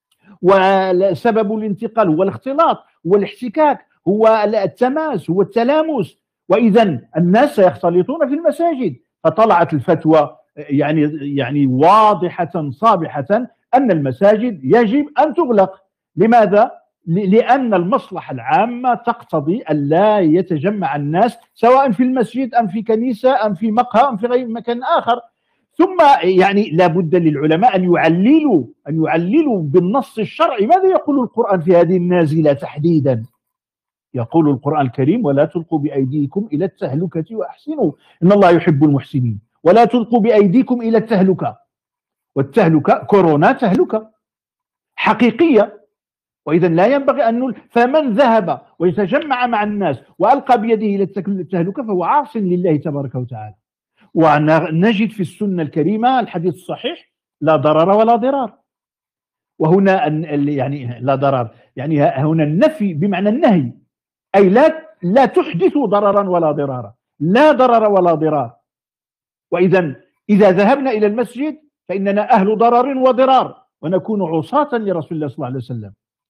وسبب الانتقال هو الاختلاط، هو الاحتكاك، هو التماس، هو التلامس، وإذا الناس سيختلطون في المساجد. فطلعت الفتوى يعني واضحة صابحة أن المساجد يجب أن تغلق. لماذا؟ لأن المصلحة العامة تقتضي أن لا يتجمع الناس سواء في المسجد أم في كنيسة أم في مقهى أم في غير مكان آخر. ثم يعني لا بد للعلماء أن يعللوا بالنص الشرعي ماذا يقول القرآن في هذه النازلة تحديدا. يقول القرآن الكريم: ولا تلقوا بأيديكم إلى التهلكة وأحسنوا إن الله يحب المحسنين. ولا تلقوا بأيديكم إلى التهلكة، والتهلكة كورونا تهلكة حقيقية، وإذا لا ينبغي أن فمن ذهب ويتجمع مع الناس وألقى بيده إلى التهلكة فهو عاص لله تبارك وتعالى. ونجد في السنة الكريمة الحديث الصحيح: لا ضرر ولا ضرار. وهنا يعني لا ضرر يعني هنا النفي بمعنى النهي، أي لا تحدثوا ضررا ولا ضرارا، لا ضرر ولا ضرار. وإذا ذهبنا إلى المسجد فإننا أهل ضرر وضرار ونكون عصاة لرسول الله صلى الله عليه وسلم.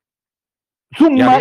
ثم يعني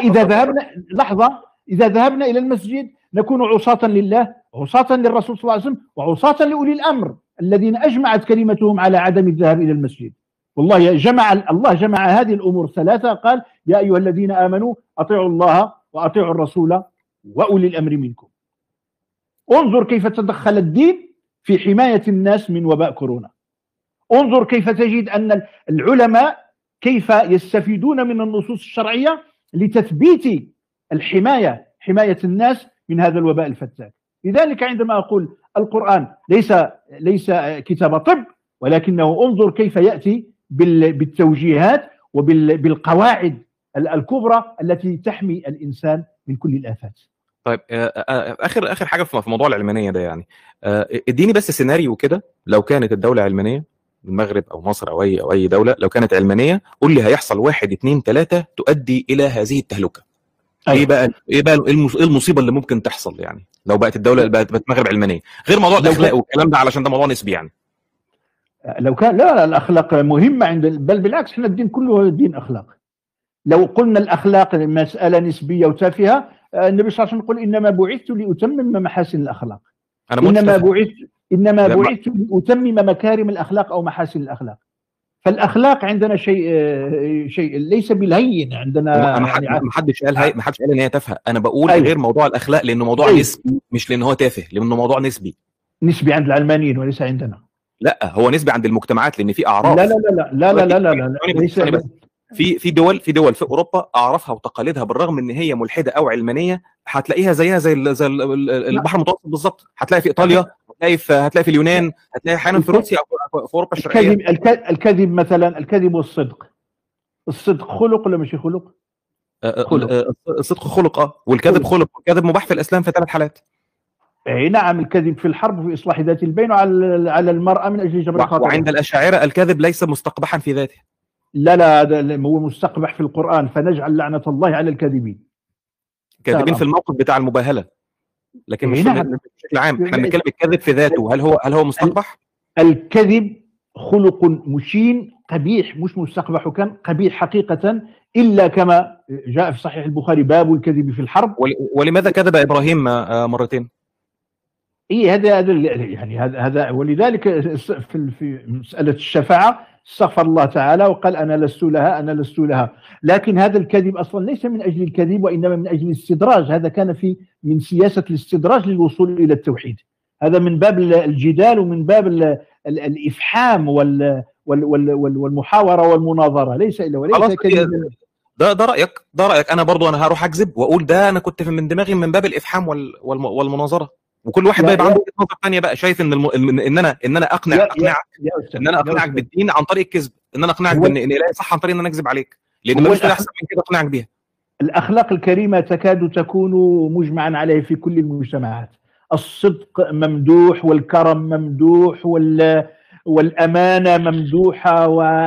إذا ذهبنا إلى المسجد نكون عصاة لله، عصاة للرسول صلى الله عليه وسلم، وعصاة لأولي الأمر الذين أجمعت كلمتهم على عدم الذهاب إلى المسجد. والله الله جمع هذه الأمور ثلاثة، قال: يا أيها الذين آمنوا أطيعوا الله وأطيعوا الرسول وأولي الأمر منكم. انظر كيف تدخل الدين في حماية الناس من وباء كورونا. انظر كيف تجد أن العلماء كيف يستفيدون من النصوص الشرعية لتثبيت حماية الناس من هذا الوباء الفتاك. لذلك عندما أقول القرآن ليس كتاب طب، ولكنه انظر كيف يأتي بالتوجيهات وبالقواعد الكبرى التي تحمي الانسان من كل الافات. طيب اخر حاجه في موضوع العلمانيه ده، يعني اديني بس سيناريو كده، لو كانت الدوله علمانيه، المغرب او مصر او اي دوله، لو كانت علمانيه، قول لي هيحصل 1 2 3 تؤدي الى هذه التهلكه. ايه بقى ايه المصيبه اللي ممكن تحصل يعني لو بقت الدوله بقت المغرب علمانيه، غير موضوع الاخلاق والكلام ده علشان ده موضوع نسبي يعني. لو كان لا الاخلاق مهمه عند، بل بالعكس احنا الدين كله دين اخلاق. لو قلنا الاخلاق مساله نسبيه وتافهه، النبي صلى الله عليه وسلم يقول انما بعثت لاتمم محاسن الاخلاق. انما بعثت لاتمم مكارم الاخلاق او محاسن الاخلاق. فالاخلاق عندنا شيء ليس بالهين عندنا. ما حدش قال ان هي تافهه، انا بقول غير موضوع الاخلاق لانه موضوع نسبي، مش لان هو تافه، لانه موضوع نسبي عند العلمانيين وليس عندنا. لا هو نسبي عند المجتمعات، لان في اعراف. لا لا لا لا لا لا لا, لا, لا. ليس في دول في اوروبا اعرافها وتقاليدها بالرغم ان هي ملحده او علمانيه هتلاقيها زيها زي البحر المتوسط بالظبط. هتلاقي في ايطاليا، هتلاقي في اليونان، هتلاقي احيانا في روسيا او في اوروبا الشرقيه. الكذب مثلا، الكذب والصدق. الصدق خلق ولا مش خلق؟ الصدق خلق، والكذب خلق، والكذب مباح في الاسلام في 3 حالات. اي نعم، الكذب في الحرب وفي اصلاح ذات البين وعلى المرأة من اجل جبر الخاطر. وعند الاشاعره الكذب ليس مستقبحا في ذاته. لا هو مستقبح في القرآن، فنجعل لعنة الله على الكاذبين. كاذبين في الموقف بتاع المباهلة، لكن مش بشكل عام. احنا بنتكلم الكذب في ذاته، هل هو مستقبح؟ الكذب خلق مشين قبيح، مش مستقبح، وكان قبيح حقيقة، إلا كما جاء في صحيح البخاري باب الكذب في الحرب. ولماذا كذب إبراهيم مرتين؟ إيه هذا يعني هذا ولذلك في مسألة الشفاعة استغفر الله تعالى وقال أنا لست لها. لكن هذا الكذب أصلا ليس من أجل الكذب، وإنما من أجل الاستدراج. هذا كان من سياسة الاستدراج للوصول إلى التوحيد. هذا من باب الجدال ومن باب الإفحام والمحاورة والمناظرة، ليس إلا وليس كذب. ده رأيك. أنا هروح أكذب وأقول ده أنا كنت من دماغي من باب الإفحام والمناظرة. وكل واحد بقى يبقى عنده وجهه نظر ثانيه بقى، شايف ان ان انا اقنعك بالدين عن طريق الكذب، ان انا اقنعك بان الاله صح عن طريق ان انا اكذب عليك، لان مفيش حاجه احسن من كده اقنعك بيها. الاخلاق الكريمه تكاد تكون مجمعا عليه في كل المجتمعات. الصدق ممدوح، والكرم ممدوح، والامانه ممدوحه،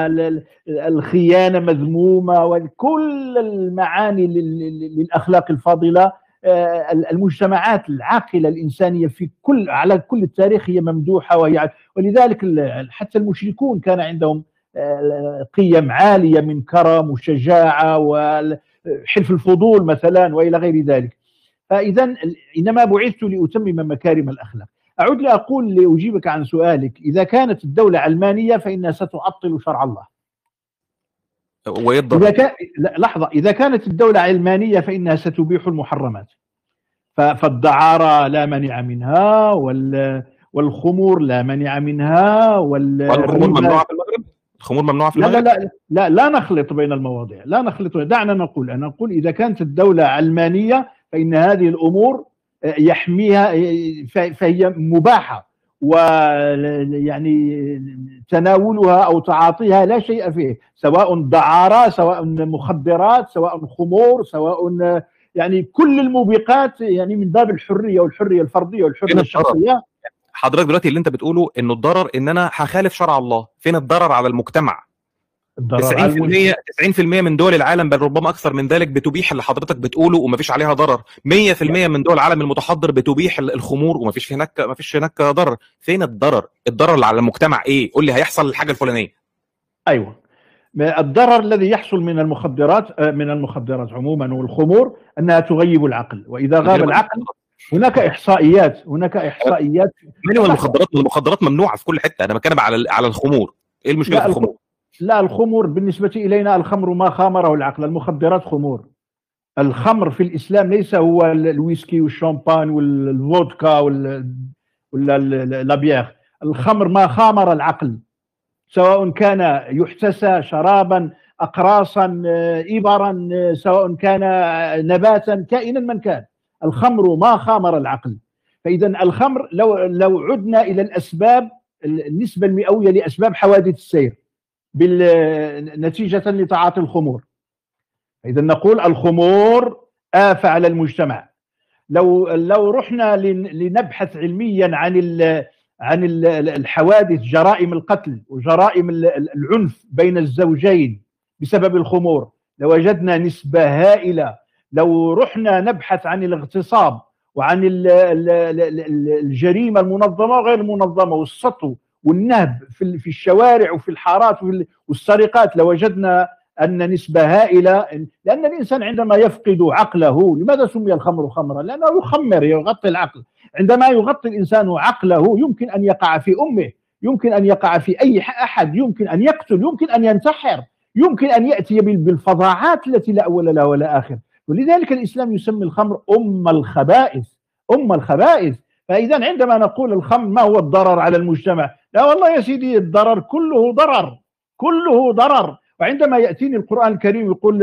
والخيانه مذمومه، وكل المعاني للاخلاق الفاضله. المجتمعات العاقله الانسانيه على كل التاريخ هي ممدوحه، ولذلك حتى المشركون كان عندهم قيم عاليه من كرم وشجاعه وحلف الفضول مثلا والى غير ذلك. فاذا انما بعثت لاتمم مكارم الاخلاق. اعود لاجيبك عن سؤالك، اذا كانت الدوله علمانيه فانها ستعطل شرع الله. لحظة، إذا كانت الدولة علمانية فإنها ستبيح المحرمات. فالدعارة لا مانع منها، والخمور لا مانع منها، والخمور ممنوعة في المغرب؟ الخمور ممنوعة في المغرب؟ لا نخلط بين المواضيع، دعنا نقول إذا كانت الدولة علمانية فإن هذه الأمور يحميها، فهي مباحة، ويعني تناولها أو تعاطيها لا شيء فيه، سواء دعارة، سواء مخدرات، سواء خمور، سواء يعني كل الموبقات، يعني من باب الحرية الفردية والحرية الشخصية. حضرتك دلوقتي اللي انت بتقوله انه الضرر ان انا هخالف شرع الله، فين الضرر على المجتمع؟ 90% من دول العالم، بل ربما اكثر من ذلك، بتبيح اللي حضرتك بتقوله ومفيش عليها ضرر. 100% من دول العالم المتحضر بتبيح الخمور ومفيش هناك ضرر. فين الضرر اللي على المجتمع ايه؟ قول لي هيحصل الحاجه الفلانيه. ايوه، الضرر الذي يحصل من المخدرات عموما والخمور انها تغيب العقل، واذا غاب العقل هناك احصائيات من المخدرات ممنوعه في كل حته. انا بتكلم على الخمور. ايه المشكله في الخمور؟ لا، الخمور بالنسبة إلينا الخمر ما خامره العقل، المخدرات خمور. الخمر في الإسلام ليس هو الويسكي والشامبان والفودكا ولا الأبياخ. الخمر ما خامر العقل، سواء كان يحتسى شرابا، أقراصا، إبرا، سواء كان نباتا، كائنا من كان، الخمر ما خامر العقل. فإذا الخمر لو عدنا إلى الأسباب، النسبة المئوية لأسباب حوادث السير نتيجة لتعاطي الخمور، إذا نقول الخمور آفة على المجتمع. لو رحنا لنبحث علميا عن الحوادث، جرائم القتل وجرائم العنف بين الزوجين بسبب الخمور، لوجدنا نسبة هائلة. لو رحنا نبحث عن الاغتصاب وعن الجريمة المنظمة وغير المنظمة والسطو والنهب في الشوارع وفي الحارات والسرقات، لوجدنا أن نسبة هائلة. لأن الإنسان عندما يفقد عقله، لماذا سمي الخمر خمرا؟ لأنه يخمر، يغطي العقل. عندما يغطي الإنسان عقله يمكن أن يقع في أمه، يمكن أن يقع في أي أحد، يمكن أن يقتل، يمكن أن ينتحر، يمكن أن يأتي بالفظاعات التي لا أول لها ولا آخر. ولذلك الإسلام يسمي الخمر أم الخبائث، أم الخبائث. فإذا عندما نقول الخمر ما هو الضرر على المجتمع؟ لا والله يا سيدي، الضرر كله ضرر، كله ضرر. وعندما يأتيني القرآن الكريم يقول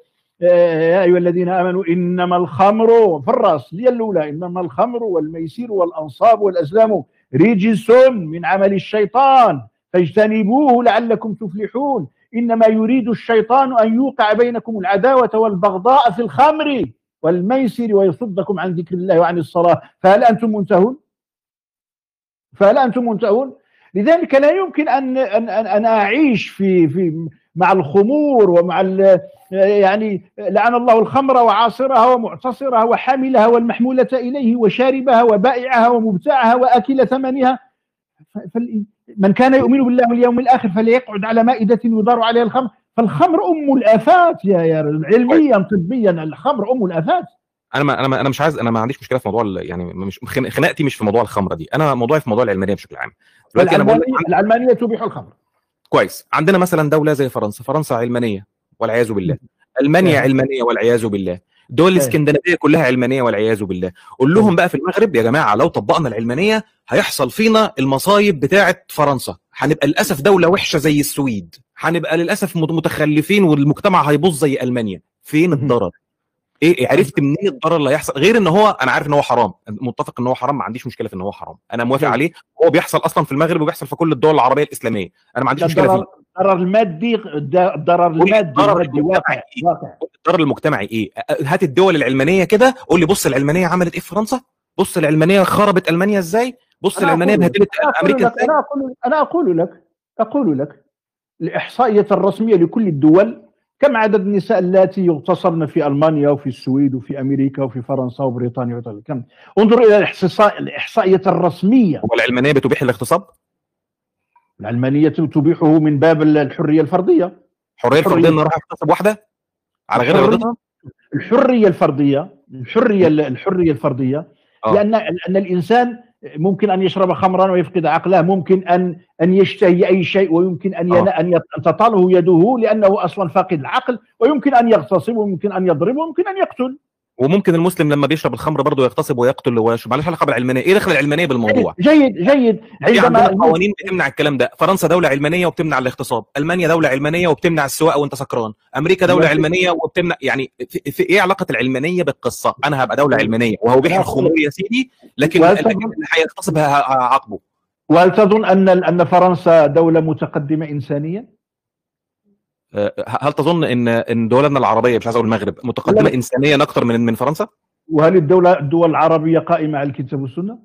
يا أيها الذين آمنوا إنما الخمر، في الرأس لي الأولى، إنما الخمر والميسير والأنصاب والأزلام رجس من عمل الشيطان فاجتنبوه لعلكم تفلحون، إنما يريد الشيطان أن يوقع بينكم العداوة والبغضاء في الخمر والميسر ويصدكم عن ذكر الله وعن الصلاة فهل أنتم منتهون؟ فهل أنتم منتهون؟ لذلك لا يمكن أن أعيش في مع الخمور ومع يعني لعن الله الخمر وعاصرها ومعتصرها وحاملها والمحمولة إليه وشاربها وبائعها ومبتاعها وآكل ثمنها. من كان يؤمن بالله واليوم الآخر فليقعد على مائدة يدار عليها الخمر. فالخمر أم الآفات يا علميا طبيا، الخمر أم الآفات. انا مش عايز، انا ما عنديش مشكله في موضوع يعني مش خناقتي مش في موضوع الخمره دي، انا موضوعي في موضوع العلمانيه بشكل عام. دلوقتي انا بقول العلمانيه تبيح الخمر. كويس. عندنا مثلا دوله زي فرنسا، فرنسا علمانيه والعياذ بالله. المانيا علمانيه والعياذ بالله. دول الاسكندنافيه كلها علمانيه والعياذ بالله. قول لهم بقى في المغرب يا جماعه لو طبقنا العلمانيه هيحصل فينا المصايب بتاعه فرنسا، هنبقى للاسف دوله وحشه زي السويد، هنبقى للاسف متخلفين والمجتمع هيبوظ زي المانيا. فين الضرر؟ ايه عرفت منين الضرر اللي هيحصل؟ غير ان هو انا عارف ان هو حرام، متفق ان هو حرام، ما عنديش مشكله في ان هو حرام، انا موافق عليه. هو بيحصل اصلا في المغرب وبيحصل في كل الدول العربيه الاسلاميه، انا ما عنديش مشكله فيه. الضرر المادي، الضرر المادي واقع. الضرر المجتمعي ايه؟ هات الدول العلمانيه كده قول لي بص العلمانيه عملت ايه في فرنسا، بص العلمانيه خربت المانيا ازاي، بص العلمانيه بهدلت امريكا ازاي. انا اقول لك الاحصائيه الرسميه لكل الدول كم عدد النساء اللاتي يغتصبن في ألمانيا وفي السويد وفي أمريكا وفي فرنسا وبريطانيا وإيطاليا؟ كم؟ انظر إلى الإحصائية الرسمية. والعلمانية بتبيح الاغتصاب؟ العلمانية تبيحه من باب الحرية الفردية. الحرية الفردية إن أروح أغتصب واحدة على غير إرادتها؟ الحرية الفردية، الحرية الفردية. لأن الإنسان ممكن أن يشرب خمرا ويفقد عقله، ممكن أن يشتهي أي شيء، ويمكن أن تطاله يده لأنه أصلا فاقد العقل، ويمكن أن يغتصب، ويمكن أن يضرب، ويمكن أن يقتل. وممكن المسلم لما بيشرب الخمر برضه يغتصب ويقتل ويشرب. معلش علاقه بالعلمانيه، ايه دخل العلمانيه بالموضوع؟ جيد. عندما قوانين بتمنع الكلام ده، فرنسا دوله علمانيه وبتمنع الاغتصاب، المانيا دوله علمانيه وبتمنع السواقه وانت سكران، امريكا دوله علمانيه وبتمنع، يعني في ايه علاقه العلمانيه بالقصه؟ انا هبقى دوله علمانيه وهو بيحرق الخمور يا سيدي، لكن اللي هيغتصب هعاقبه. وهل تظن ان فرنسا دوله متقدمه انسانيا؟ هل تظن ان دولنا العربيه، مش عايز اقول المغرب، متقدمه انسانيا اكتر من فرنسا؟ وهل الدول العربيه قائمه على الكتاب والسنه؟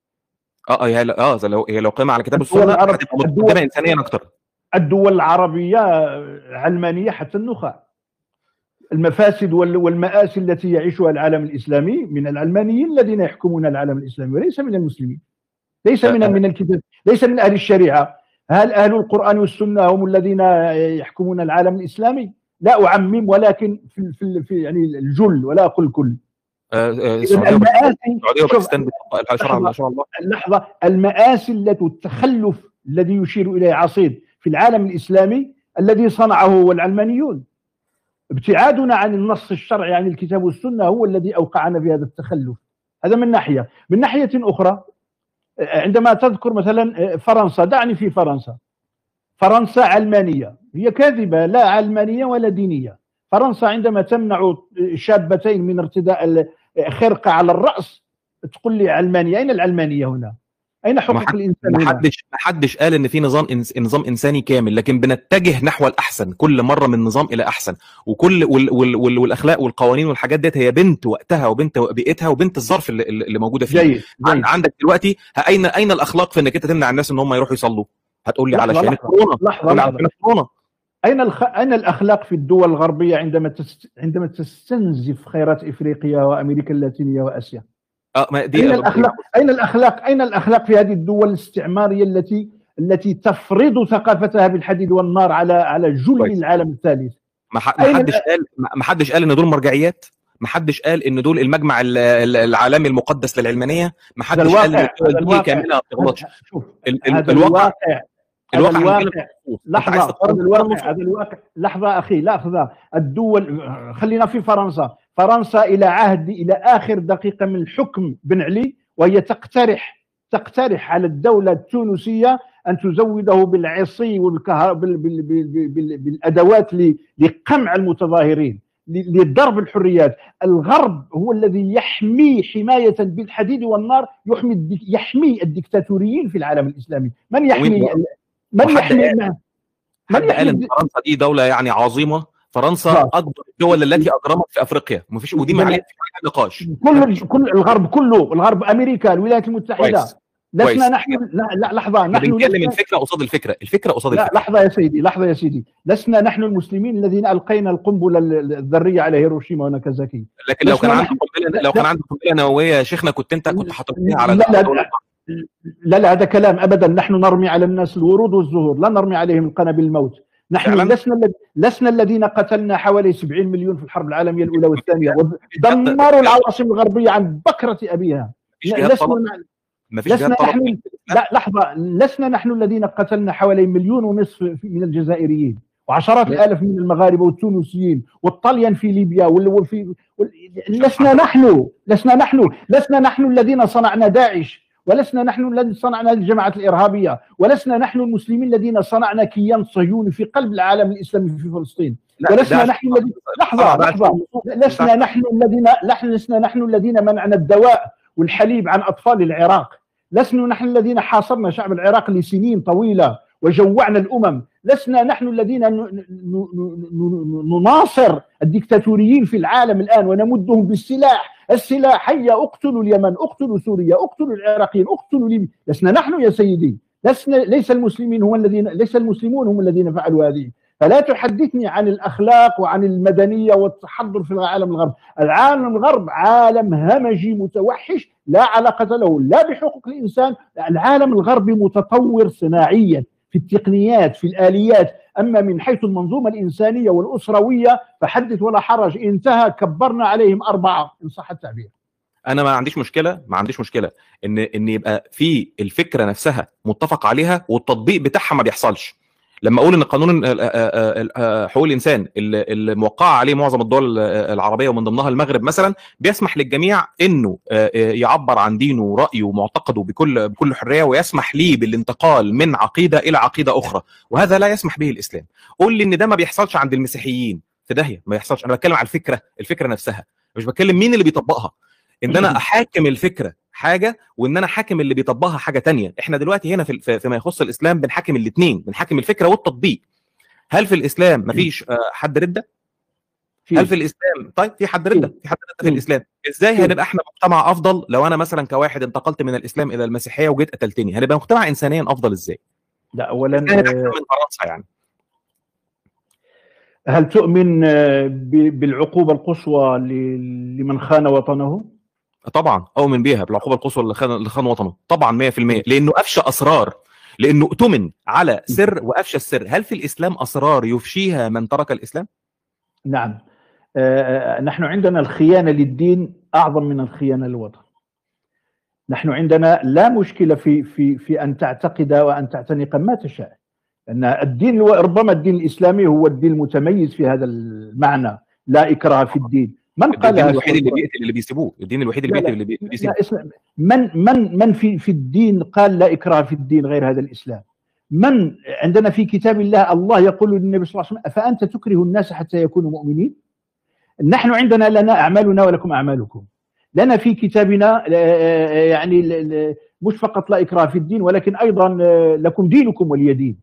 هي لو قائمه على الكتاب والسنه هتبقى متقدمه انسانيا اكتر. الدول العربيه علمانيه حتى النخاع. المفاسد والمآسي التي يعيشها العالم الاسلامي من العلمانيين الذين يحكمون العالم الاسلامي، وليس من المسلمين، ليس من الكتاب، ليس من اهل الشريعه. هل اهل القران والسنه هم الذين يحكمون العالم الاسلامي؟ لا اعمم، ولكن في يعني الجل، ولا اقول كل. السعوديه وباكستان شرع الله. اللحظه، المآسي والتخلف الذي يشير اليه عصيب في العالم الاسلامي الذي صنعه هو العلمانيون. ابتعادنا عن النص الشرعي عن الكتاب والسنه هو الذي اوقعنا في هذا التخلف. هذا من ناحيه. من ناحيه اخرى، عندما تذكر مثلا فرنسا، دعني في فرنسا علمانيه، هي كاذبه، لا علمانيه ولا دينيه. فرنسا عندما تمنع شابتين من ارتداء خرقه على الراس تقول لي علمانيه، اين العلمانيه هنا؟ اين حقوق الانسان هنا؟ ما حدش قال ان في نظام انساني كامل، لكن بنتجه نحو الاحسن كل مره من نظام الى احسن. وكل والاخلاق والقوانين والحاجات ديت هي بنت وقتها وبنت بيئتها وبنت الظرف اللي موجوده فيه. جيد. عندك دلوقتي اين الاخلاق في انك انت تمنع الناس ان هم يروحوا يصلوا؟ هتقول لي علشان الكورونا. لحظه. أين الأخلاق في الدول الغربية عندما تستنزف خيرات إفريقيا وأمريكا اللاتينية وآسيا؟ أين الأخلاق في هذه الدول الاستعمارية التي تفرض ثقافتها بالحديد والنار على جل العالم الثالث؟ ما حدش قال ان دول مرجعيات، ما حدش قال ان دول المجمع العالمي المقدس للعلمانية، ما حدش قال ان دول كاملة ما بتغلطش. الواقع لحظة أخي، لحظة. الدول، خلينا في فرنسا إلى آخر دقيقة من الحكم بن علي وهي تقترح على الدولة التونسية أن تزوده بالعصي بالأدوات لقمع المتظاهرين، لضرب الحريات. الغرب هو الذي يحمي حماية بالحديد والنار، يحمي الدكتاتوريين في العالم الإسلامي. من يحمي قال ان فرنسا دي دوله يعني عظيمه؟ فرنسا اكبر الدول التي اجرمت في افريقيا، مفيش ودي ما عليها نقاش. كل الغرب كله، الغرب، امريكا، الولايات المتحده. لسنا نحن لحظه، نحن بنتكلم الفكره قصاد الفكره قصاد الفكره. لحظه يا سيدي، لسنا نحن المسلمين الذين القينا القنبله الذريه على هيروشيما وناكازاكي. لكن لو كان عندك قنبله نوويه يا شيخنا كنت حاططها على لا هذا كلام ابدا. نحن نرمي على الناس الورود والزهور، لا نرمي عليهم القنابل الموت. نحن لسنا الذين قتلنا حوالي 70 مليون في الحرب العالميه الاولى والثانيه ودمروا العواصم الغربيه عن بكره ابيها. لسنا نحن الذين قتلنا حوالي 1.5 مليون من الجزائريين وعشرات الالاف من المغاربه والتونسيين والطليان في ليبيا لسنا نحن الذين صنعنا داعش، ولسنا نحن الذين صنعنا الجماعات الإرهابية، ولسنا نحن المسلمين الذين صنعنا كيان صهيوني في قلب العالم الإسلامي في فلسطين. ولسنا نحن الذين لسنا نحن الذين منعنا الدواء والحليب عن أطفال العراق. لسنا نحن الذين حاصرنا شعب العراق لسنين طويلة وجوعنا الأمم. لسنا نحن الذين نناصر الدكتاتوريين في العالم الآن ونمدهم بالسلاح. السلاح، هيا اقتلوا اليمن، اقتلوا سوريا، اقتلوا العراقيين، اقتلوا ليبيا. لسنا نحن يا سيدي، ليس المسلمون هم الذين فعلوا هذه. فلا تحدثني عن الأخلاق وعن المدنية والتحضر في العالم الغرب. العالم الغرب عالم همجي متوحش لا علاقة له لا بحقوق الإنسان. العالم الغربي متطور صناعيا في التقنيات، في الآليات. أما من حيث المنظومة الإنسانية والأسروية فحدث ولا حرج، انتهى، كبرنا عليهم 4 إن صح التعبير. أنا ما عنديش مشكلة إن يبقى في الفكرة نفسها متفق عليها والتطبيق بتاعها ما بيحصلش. لما اقول ان قانون حقوق الانسان اللي موقعه عليه معظم الدول العربيه ومن ضمنها المغرب مثلا بيسمح للجميع انه يعبر عن دينه ورايه ومعتقده بكل حريه، ويسمح ليه بالانتقال من عقيده الى عقيده اخرى، وهذا لا يسمح به الاسلام. قول لي ان ده ما بيحصلش عند المسيحيين، في داهيه ما يحصلش. انا بتكلم على الفكره نفسها، مش بتكلم مين اللي بيطبقها. ان انا احاكم الفكره حاجه وان انا حاكم اللي بيطبقها حاجه تانية. احنا دلوقتي هنا فيما يخص الاسلام بنحاكم الاثنين، بنحاكم الفكره والتطبيق. هل في الاسلام مفيش حد رده؟ هل في الاسلام طيب في حد رده؟ في الاسلام. ازاي هنبقى احنا مجتمع افضل لو انا مثلا كواحد انتقلت من الاسلام الى المسيحيه وجيت قتلتني؟ هنبقى مجتمع انسانيا افضل ازاي؟ لا اولا من فرنسا يعني. هل تؤمن بالعقوبه القصوى لمن خان وطنه؟ طبعا اؤمن بيها، بالعقوبه القصوى اللي خان وطنه طبعا 100%، لانه افشى اسرار، لانه اؤتمن على سر وافشى السر. هل في الاسلام اسرار يفشيها من ترك الاسلام؟ نعم. نحن عندنا الخيانه للدين اعظم من الخيانه للوطن. نحن عندنا لا مشكله في ان تعتقد وان تعتنق ما تشاء، لان الدين ربما الدين الاسلامي هو الدين المتميز في هذا المعنى، لا اكراه في الدين. من قال الدين الوحيد اللي بيقتل اللي بيسيبوه، الدين الوحيد اللي بيسيبوه. من في الدين قال لا اكراه في الدين غير هذا الاسلام؟ من عندنا في كتاب الله يقول للنبي صلى الله عليه وسلم: افانت تكره الناس حتى يكونوا مؤمنين؟ نحن عندنا لنا اعمالنا ولكم اعمالكم. لنا في كتابنا يعني مش فقط لا إكراه في الدين ولكن أيضا لكم دينكم ولي دين.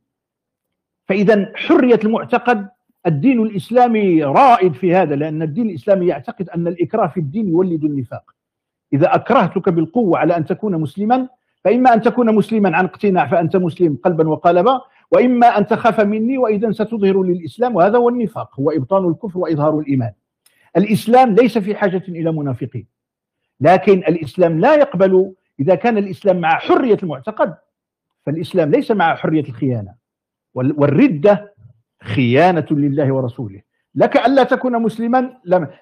فإذا حرية المعتقد، الدين الإسلامي رائد في هذا، لأن الدين الإسلامي يعتقد أن الإكراه في الدين يولد النفاق. إذا أكرهتك بالقوة على أن تكون مسلما، فإما أن تكون مسلما عن اقتناع فأنت مسلم قلبا وقالبا، وإما أن تخاف مني وإذا ستظهر للإسلام، وهذا هو النفاق، هو إبطان الكفر وإظهار الإيمان. الإسلام ليس في حاجة إلى منافقين، لكن الإسلام لا يقبل، إذا كان الإسلام مع حرية المعتقد فالإسلام ليس مع حرية الخيانة، والردة خيانة لله ورسوله. لك ألا تكون مسلما.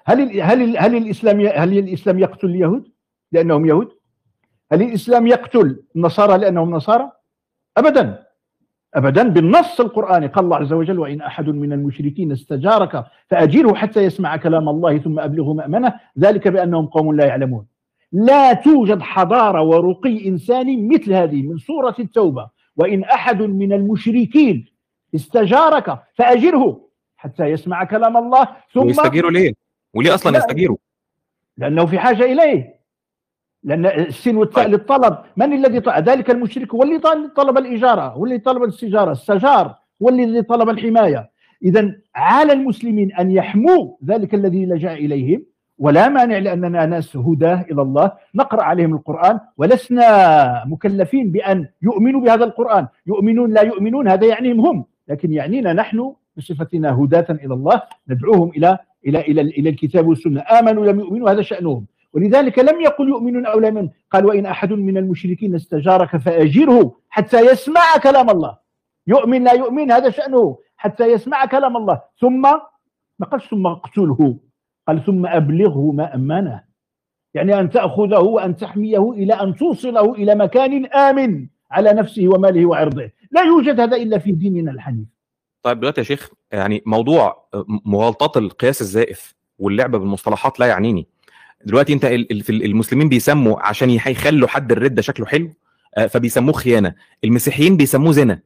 هل الإسلام يقتل اليهود لأنهم يهود؟ هل الإسلام يقتل النصارى لأنهم نصارى؟ أبدا أبدا. بالنص القرآني قال الله عز وجل: وإن أحد من المشركين استجارك فأجره حتى يسمع كلام الله ثم أبلغه مأمنه ذلك بأنهم قوم لا يعلمون. لا توجد حضارة ورقي إنساني مثل هذه من سورة التوبة: وإن أحد من المشركين استجارك فأجره حتى يسمع كلام الله ثم. يستجيروا ليه؟ وليه أصلا يستجيروا؟ لأنه في حاجة إليه، لأن السين والتاء للطلب. من الذي طلب؟ ذلك المشرك هو اللي طلب الإجارة، هو اللي طلب الاستجارة. السجار هو الذي طلب الحماية. إذا على المسلمين أن يحموا ذلك الذي لجأ إليهم، ولا مانع لأننا ناس هداه إلى الله نقرأ عليهم القرآن، ولسنا مكلفين بأن يؤمنوا بهذا القرآن. يؤمنون لا يؤمنون هذا يعنيهم هم، لكن يعنينا نحن بصفتنا هداة إلى الله ندعوهم إلى الكتاب والسنة. آمنوا لم يؤمنوا هذا شأنهم. ولذلك لم يقل يؤمنون أو لا يؤمنون، قال: وإن أحد من المشركين استجارك فأجره حتى يسمع كلام الله. يؤمن لا يؤمن هذا شأنه، حتى يسمع كلام الله. ثم ما قالش ثم اقتله، قال ثم أبلغه مأمنه، يعني أن تأخذه وأن تحميه إلى أن توصله إلى مكان آمن على نفسه وماله وعرضه. لا يوجد هذا إلا في ديننا الحنيف. طيب دلوقتي يا شيخ، يعني موضوع مغالطات القياس الزائف واللعب بالمصطلحات لا يعنيني. دلوقتي انت المسلمين بيسموا عشان يخلوا حد الردة شكله حلو فبيسموه خيانة. المسيحيين بيسموه زنا.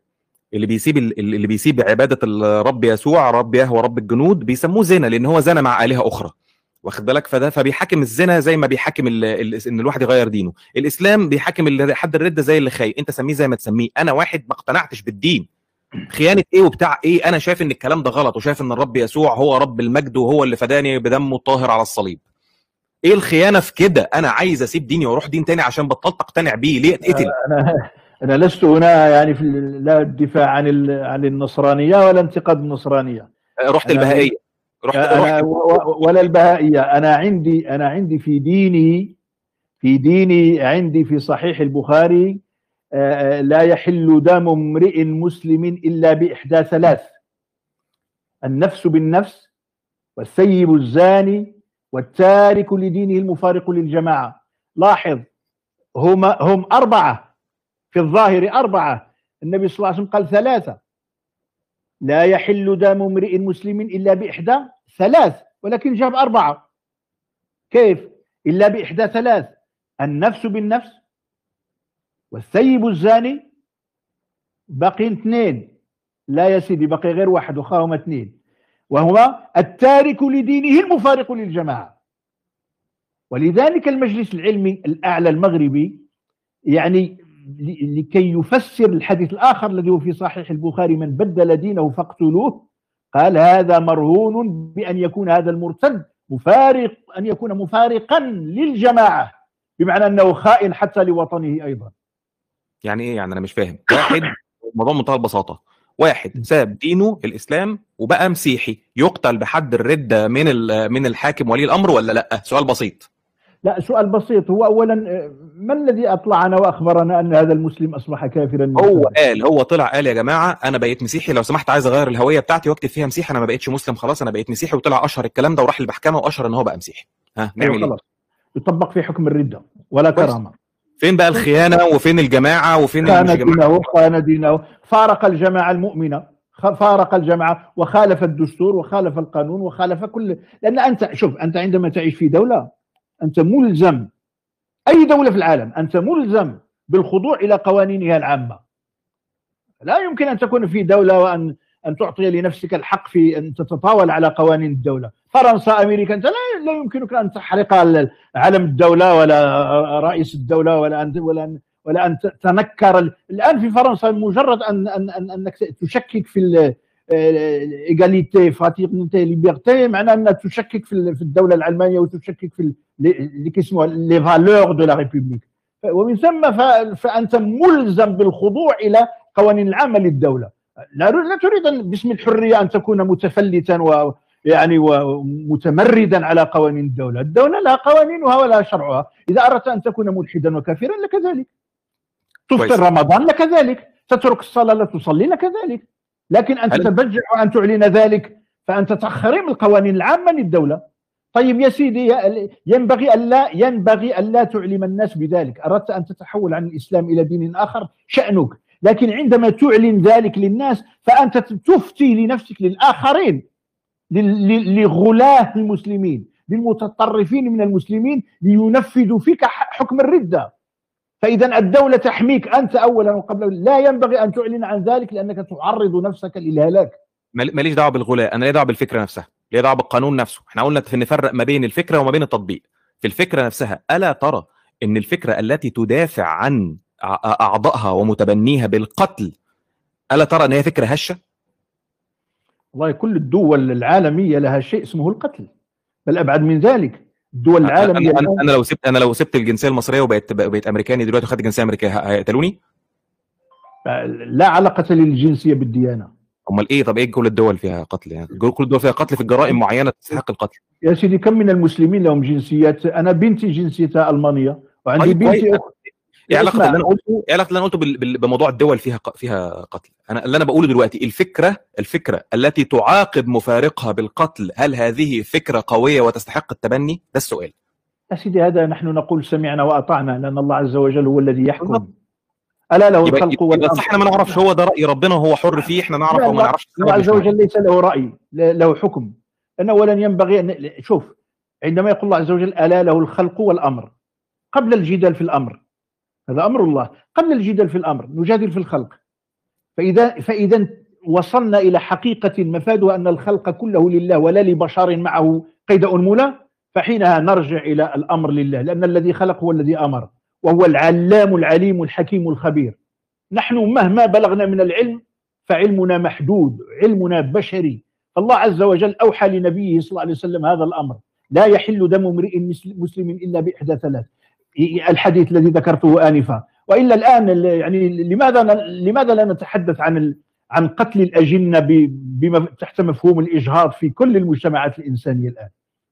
اللي بيسيب عبادة الرب يسوع رب يهوه رب الجنود بيسموه زنا، لان هو زنا مع آلهة أخرى، واخد بالك؟ فبيحاكم الزنا زي ما بيحاكم ان الواحد يغير دينه. الإسلام بيحاكم حد الردة زي اللي خاين. انت سميه زي ما تسميه، انا واحد ما اقتنعتش بالدين، خيانة ايه وبتاع ايه، انا شايف ان الكلام ده غلط، وشايف ان الرب يسوع هو رب المجد وهو اللي فداني بدمه الطاهر على الصليب. ايه الخيانه في كده؟ انا عايز اسيب ديني واروح دين تاني عشان بطلت اقتنع بيه، ليه اتقتل؟ انا لست هنا يعني في لا الدفاع عن النصرانيه ولا انتقاد النصرانيه. رحت البهائيه، رحت ولا البهائيه. انا عندي في ديني عندي في صحيح البخاري: لا يحل دم امرئ مسلم الا باحدى ثلاث: النفس بالنفس، والثيب الزاني، والتارك لدينه المفارق للجماعة. لاحظ، هم أربعة في الظاهر، أربعة. النبي صلى الله عليه وسلم قال ثلاثة: لا يحل دم امرئ مسلم إلا بإحدى ثلاث، ولكن جاب أربعة. كيف؟ إلا بإحدى ثلاث: النفس بالنفس، والثيب الزاني، باقي اثنين. لا يا سيدي، بقي غير واحد وخاهم اثنين، وهو التارك لدينه المفارق للجماعة. ولذلك المجلس العلمي الأعلى المغربي يعني لكي يفسر الحديث الآخر الذي هو في صحيح البخاري: من بدل دينه فاقتلوه، قال: هذا مرهون بأن يكون هذا المرتد أن يكون مفارقا للجماعة، بمعنى أنه خائن حتى لوطنه أيضا. يعني إيه؟ يعني أنا مش فاهم. واحد، الموضوع منتهى البساطة، واحد ساب دينه الإسلام وبقى مسيحي، يقتل بحد الردة من الحاكم ولي الأمر ولا لأ؟ سؤال بسيط. لا، سؤال بسيط. هو أولا ما الذي أطلعنا وأخبرنا أن هذا المسلم أصبح كافرا؟ هو طلع قال: يا جماعة أنا بقيت مسيحي، لو سمحت عايز أغير الهوية بتاعتي وأكتب فيها مسيحي، أنا ما بقيتش مسلم خلاص، أنا بقيت مسيحي. وطلع أشهر الكلام ده وراح المحكمة وأشهر إن هو بقى مسيحي. نعمل إيه؟ يطبق في حكم الردة ولا كرامة. فين بقى الخيانة وفين الجماعة وفين خان دينه، فارق الجماعة المؤمنة، فارق الجماعة وخالف الدستور وخالف القانون وخالف كل. لأن أنت شوف، أنت عندما تعيش في دولة أنت ملزم، أي دولة في العالم أنت ملزم بالخضوع إلى قوانينها العامة. لا يمكن أن تكون في دولة وأن تعطي لنفسك الحق في أن تتطاول على قوانين الدولة. فرنسا، أمريكا، أنت لا يمكنك أن تحرق علم الدولة ولا رئيس الدولة ولا ولا ان تنكر. الان في فرنسا مجرد انك تشكك في الايغاليتي فاتيرنيتي ليبرتي، معناه ان تشكك في الدوله العلمانيه وتشكك في اللي كيسموها لي فالور دو لا ريبوبليك، ومن ثم فانت ملزم بالخضوع الى قوانين العامه للدوله. لا تريد أن باسم الحريه ان تكون متفلتا يعني ومتمردا على قوانين الدوله. الدوله لها قوانينها ولها شرعها. اذا اردت ان تكون ملحدا وكافرا لكذلك، تفطر رمضان لكذلك، تترك الصلاه لا تصلي لكذلك. لكن ان تتبجح وان تعلن ذلك فانت تحرم القوانين العامه للدوله. طيب يا سيدي، ينبغي الا تعلم الناس بذلك. اردت ان تتحول عن الاسلام الى دين اخر شانك، لكن عندما تعلن ذلك للناس فانت تفتي لنفسك للاخرين، لغلاه المسلمين، للمتطرفين من المسلمين، لينفذوا فيك حكم الردة. فإذا الدولة تحميك أنت أولا وقبل، لا ينبغي أن تعلن عن ذلك لأنك تعرض نفسك للهلاك. ماليش دعوة بالغلاة، أنا ليه دعوة بالفكرة نفسها، ليه دعوة بالقانون نفسه. احنا قلنا نفرق ما بين الفكرة وما بين التطبيق. في الفكرة نفسها، ألا ترى أن الفكرة التي تدافع عن أعضائها ومتبنيها بالقتل، ألا ترى أن هي فكرة هشة؟ والله كل الدول العالمية لها شيء اسمه القتل، بل أبعد من ذلك. الدول العالمية أنا لو سبت الجنسية المصرية وبقيت أمريكاني دلوقتي وخدت الجنسية الأمريكية، هيقتلوني؟ لا علاقة للجنسية بالديانة. امال ايه؟ طب ايه كل الدول فيها قتل؟ يعني كل الدول فيها قتل في الجرائم معينه تستحق القتل. يا سيدي كم من المسلمين لهم جنسيات؟ انا بنتي جنسيتها المانيه، وعندي بنتي ايه علاقه اللي انا قلته بموضوع الدول فيها قتل؟ اللي انا بقوله دلوقتي الفكره التي تعاقب مفارقها بالقتل، هل هذه فكره قويه وتستحق التبني؟ ده السؤال يا سيدي. هذا نحن نقول سمعنا واطعنا، لان الله عز وجل هو الذي يحكم. ألا له الخلق والأمر. احنا ما نعرفش، هو ده رأي ربنا وهو حر فيه، احنا نعرف او ما نعرفش. الله عز وجل ليس له رأي، له حكم. أنه ولا ينبغي أن شوف، عندما يقول الله عز وجل ألا له الخلق والأمر، قبل الجدال في الأمر، هذا أمر الله، قبل الجدال في الأمر نجادل في الخلق. فإذا وصلنا إلى حقيقة مفادها أن الخلق كله لله ولا لبشر معه قيد أنملة، فحينها نرجع إلى الأمر لله، لأن الذي خلق هو الذي أمر، وهو العلام العليم الحكيم الخبير. نحن مهما بلغنا من العلم فعلمنا محدود، علمنا بشري. فالله عز وجل أوحى لنبيه صلى الله عليه وسلم هذا الأمر: لا يحل دم امرئ مسلم إلا بإحدى ثلاث، الحديث الذي ذكرته آنفا. وإلا الآن يعني لماذا لا نتحدث عن قتل الأجنة بما تحت مفهوم الإجهاض في كل المجتمعات الإنسانية الآن؟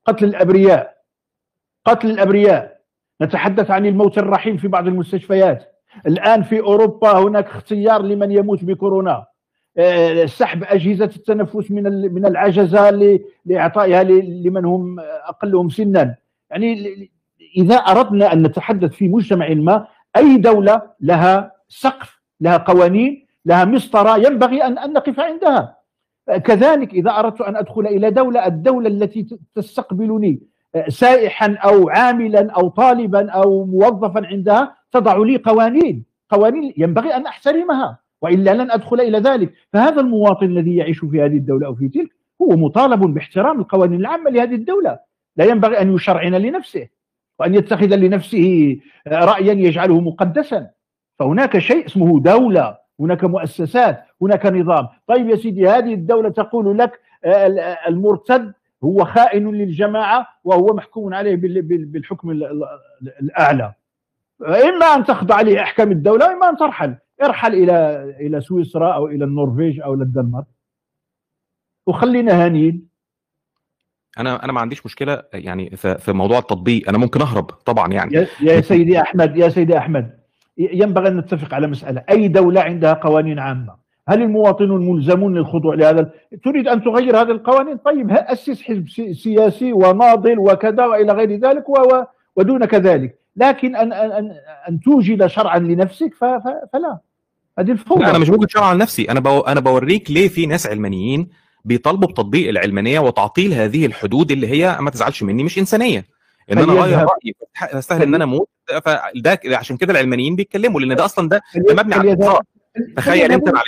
قتل الأبرياء. نتحدث عن الموت الرحيم في بعض المستشفيات. الآن في أوروبا هناك اختيار لمن يموت بكورونا، سحب أجهزة التنفس من العجزة لإعطائها لمن هم أقلهم سنا. يعني إذا أردنا أن نتحدث في مجتمع ما، أي دولة لها سقف، لها قوانين، لها مسطرة ينبغي أن نقف عندها. كذلك إذا أردت أن أدخل إلى الدولة التي تستقبلني سائحا أو عاملا أو طالبا أو موظفا عندها تضع لي قوانين ينبغي أن أحترمها، وإلا لن أدخل إلى ذلك. فهذا المواطن الذي يعيش في هذه الدولة أو في تلك هو مطالب باحترام القوانين العامة لهذه الدولة. لا ينبغي أن يشرعن لنفسه وأن يتخذ لنفسه رأيا يجعله مقدسا. فهناك شيء اسمه دولة، هناك مؤسسات، هناك نظام. طيب يا سيدي، هذه الدولة تقول لك المرتد هو خائن للجماعة وهو محكوم عليه بالحكم الأعلى، إما أن تخضع عليه أحكام الدولة وإما أن ارحل إلى سويسرا أو إلى النرويج أو إلى الدنمارك وخلينا هانيين. أنا ما عنديش مشكلة يعني في موضوع التطبيق، أنا ممكن أهرب طبعا يعني. يا سيدي أحمد ينبغي أن نتفق على مسألة: أي دولة عندها قوانين عامة، هل المواطنون ملزمون للخضوع لهذا؟ تريد أن تغير هذه القوانين؟ طيب أسس حزب سياسي وناضل وكذا وإلى غير ذلك ودون كذلك، لكن أن توجد شرعا لنفسك فلا، هذه الفوضى. أنا مش بوجد شرعا لنفسي، أنا بوريك ليه في ناس علمانيين بيطالبوا بتطبيق العلمانية وتعطيل هذه الحدود اللي هي، ما تزعلش مني، مش إنسانية، إن أنا أغير رأيي أستاهل إن أنا أموت. فده عشان كده العلمانيين بيتكلموا، لأن ده أصلا ده مبني على الاقتصاد. تخيل أنت، معلش،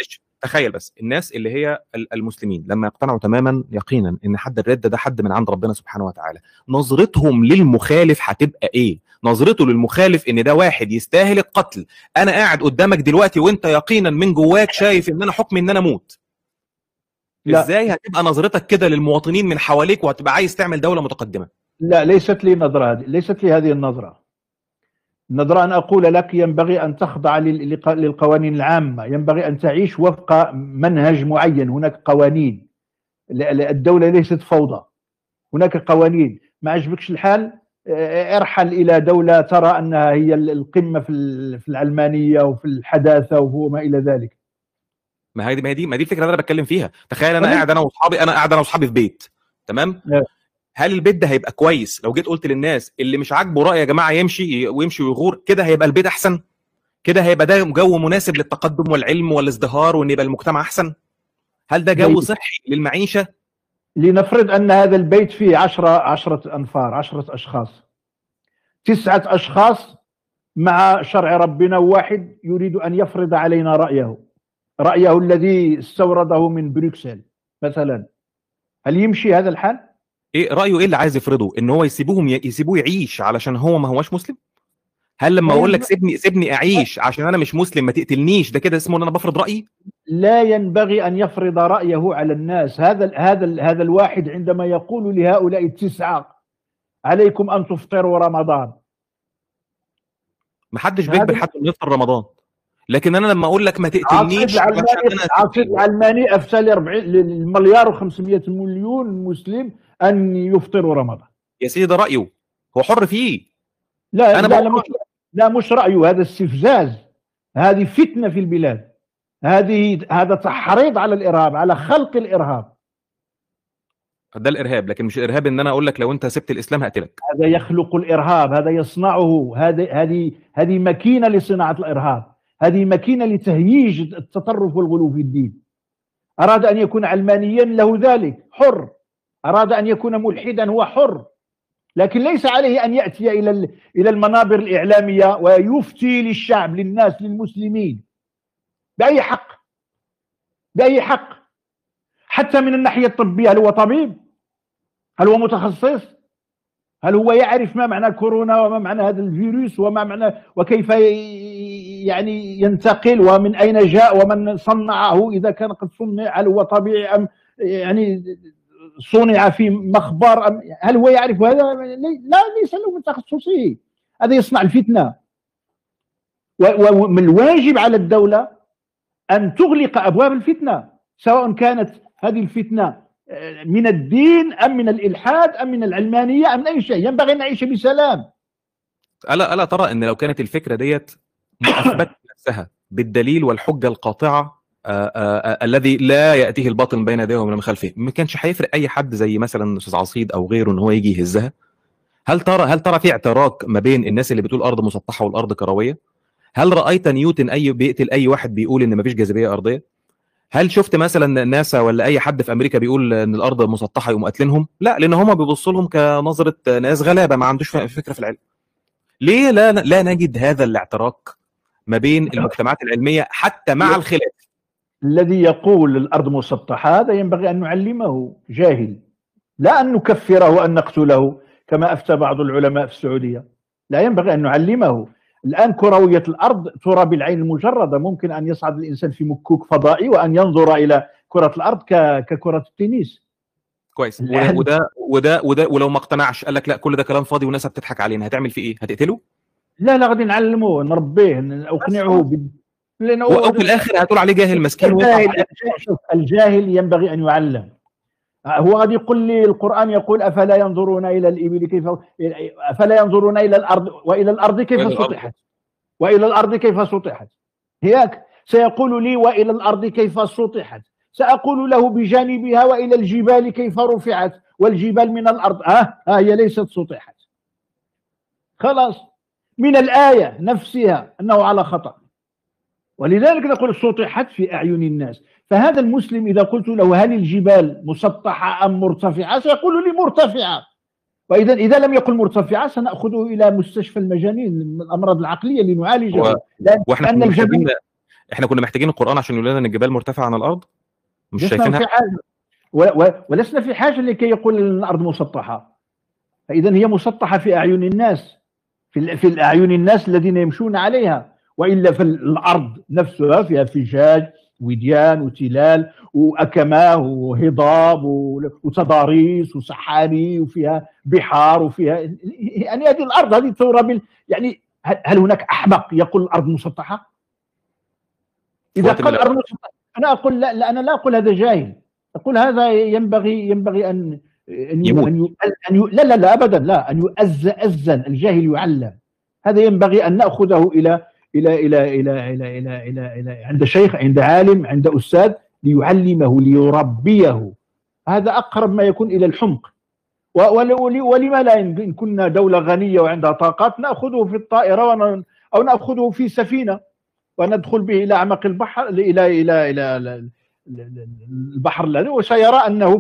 تخيل بس الناس اللي هي المسلمين لما يقتنعوا تماما يقينا ان حد الردة ده حد من عند ربنا سبحانه وتعالى، نظرتهم للمخالف هتبقى ايه؟ نظرته للمخالف ان ده واحد يستاهل القتل. انا قاعد قدامك دلوقتي وانت يقينا من جواك شايف ان انا حكمي ان انا اموت. ازاي هتبقى نظرتك كده للمواطنين من حواليك وهتبقى عايز تعمل دولة متقدمة؟ لا، ليست لي نظرة، ليست لي هذه النظرة. النظرة أن أقول لك ينبغي أن تخضع للقوانين العامة، ينبغي أن تعيش وفق منهج معين. هناك قوانين، الدولة ليست فوضى، هناك قوانين. ما عجبكش الحال ارحل إلى دولة ترى أنها هي القمة في العلمانية وفي الحداثة وما إلى ذلك. ما دي الفكرة اللي أنا بتكلم فيها. تخيل أنا قاعد أنا وأصحابي في بيت، تمام؟ هل البيت ده هيبقى كويس لو جيت قلت للناس اللي مش عاجبه رأي يا جماعة يمشي ويغور؟ كده هيبقى البيت أحسن؟ كده هيبقى ده جو مناسب للتقدم والعلم والازدهار وإن يبقى المجتمع أحسن؟ هل ده جو صحي للمعيشة؟ لنفرض أن هذا البيت فيه 10 أنفار، 10 أشخاص، 9 أشخاص مع شرع ربنا، وواحد يريد أن يفرض علينا رأيه الذي استورده من بروكسل مثلا. هل يمشي هذا الحال؟ ايه رأيه؟ ايه اللي عايز يفرضه؟ ان هو يسيبوه يعيش علشان هو ما هوش مسلم؟ هل لما اقول لك سيبني اعيش عشان انا مش مسلم ما تقتلنيش، ده كده اسمه ان انا بفرض رأيي؟ لا ينبغي ان يفرض رأيه على الناس. هذا الواحد عندما يقول لهؤلاء 9 عليكم ان تفطروا رمضان، محدش بيجبر حد انه يفطر رمضان، لكن انا لما اقول لك ما تقتلنيش العاصفة العلماني افتى للمليار و500 مليون مسلم ان يفطروا رمضان. يا سيدي ده رأيه، هو حر فيه. لا أنا لا مش رأيه، هذا استفزاز، هذه فتنة في البلاد، هذا تحريض على الإرهاب، على خلق الإرهاب. ده الإرهاب، لكن مش الإرهاب ان انا اقول لك لو انت سبت الإسلام هقتلك. هذا يخلق الإرهاب، هذا يصنعه، هذه ماكينة لصناعة الإرهاب، هذه ماكينة لتهييج التطرف والغلو في الدين. أراد أن يكون علمانيا له ذلك، حر. أراد أن يكون ملحدا هو حر، لكن ليس عليه أن يأتي إلى المنابر الإعلامية ويفتي للشعب، للناس، للمسلمين بأي حق، بأي حق. حتى من الناحية الطبية، هل هو طبيب؟ هل هو متخصص؟ هل هو يعرف ما معنى كورونا وما معنى هذا الفيروس وما معنى وكيف يعني ينتقل ومن أين جاء ومن صنعه؟ إذا كان قد صنع هل هو طبيعي أم يعني صنع في مخبر أم هل هو يعرف هذا؟ لا، ليس له من تخصصه، هذا يصنع الفتنة. ومن الواجب على الدولة أن تغلق أبواب الفتنة، سواء كانت هذه الفتنة من الدين أم من الإلحاد أم من العلمانية أم من أي شيء. ينبغي أن نعيش بسلام. ألا ترى أن لو كانت الفكرة ديت أثبتت نفسها بالدليل والحجة القاطعة الذي لا يأتيه الباطل من بين يديه ومن خلفه، ما كانش هيفرق أي حد زي مثلا أستاذ عصيد أو غيره إن هو يجي يهزها؟ هل ترى في اعتراك ما بين الناس اللي بتقول أرض مسطحة والأرض كروية؟ هل رأيت نيوتن بيقتل أي واحد بيقول إن مفيش جاذبية أرضية؟ هل شفت مثلا ناسا ولا أي حد في أمريكا بيقول إن الأرض مسطحة يقوموا قاتلينهم؟ لا، لأن هم بيبصوا لهم كنظرة ناس غلابة ما عندوش فكرة في العلم. ليه لا نجد هذا الاعتراك ما بين المجتمعات العلمية حتى مع الخلاف؟ الذي يقول الأرض مسطحة هذا ينبغي أن نعلمه، جاهل، لا أن نكفره وأن نقتله كما أفتى بعض العلماء في السعودية. لا، ينبغي أن نعلمه. الآن كروية الأرض ترى بالعين المجردة، ممكن أن يصعد الإنسان في مكوك فضائي وأن ينظر إلى كرة الأرض ككرة التنس. كويس. وده ولو ما اقتنعش قال لك لا كل ده كلام فاضي وناس بتضحك علينا، هتعمل فيه ايه؟ هتقتله؟ لا غادي نعلمه، نربيه، اقنعه وفي الاخر هتقول عليه جاهل مسكين. الجاهل ينبغي ان يعلم. هو غادي يقول لي القرآن يقول افلا ينظرون الى الابل كيف، افلا ينظرون الى الارض والى الارض كيف سطحت، والى الارض كيف سطحت. هيك سيقول لي والى الارض كيف سطحت، سأقول له بجانبها والى الجبال كيف رفعت، والجبال من الارض هي ليست سطحت. خلاص، من الآية نفسها أنه على خطأ، ولذلك نقول سطحت في أعين الناس. فهذا المسلم إذا قلت له هل الجبال مسطحة أم مرتفعة سيقول لي مرتفعة، وإذا لم يقل مرتفعة سنأخذه إلى مستشفى المجانين، الأمراض العقلية لنعالجه. واحنا احنا كنا محتاجين القرآن عشان يقول لنا ان الجبال مرتفعة عن الارض، مش لسنا شايفينها. في حاجة ولسنا في حاجة لكي يقول أن الأرض مسطحة. فإذا هي مسطحة في أعين الناس، في أعين الناس الذين يمشون عليها، وإلا في الأرض نفسها فيها فجاج وديان وتلال وأكماه وهضاب وتضاريس وسحاري وفيها بحار وفيها، يعني هذه الأرض هذه تصور يعني هل هناك أحمق يقول الأرض مسطحة؟ إذا قال الأرض مسطحة أنا أقول لا، أنا لا أقول هذا جاهل، أقول هذا ينبغي أن لا أبدا، لا، أن يؤز أزا، الجاهل يعلم. هذا ينبغي أن نأخذه إلى عند شيخ، عند عالم، عند أستاذ، ليعلمه ليربيه. هذا أقرب ما يكون إلى الحمق. ولما لا، إن كنا دولة غنية وعندها طاقات نأخذه في الطائرة أو نأخذه في سفينة وندخل به إلى أعماق البحر، إلى البحر الذي، وسيرى أنه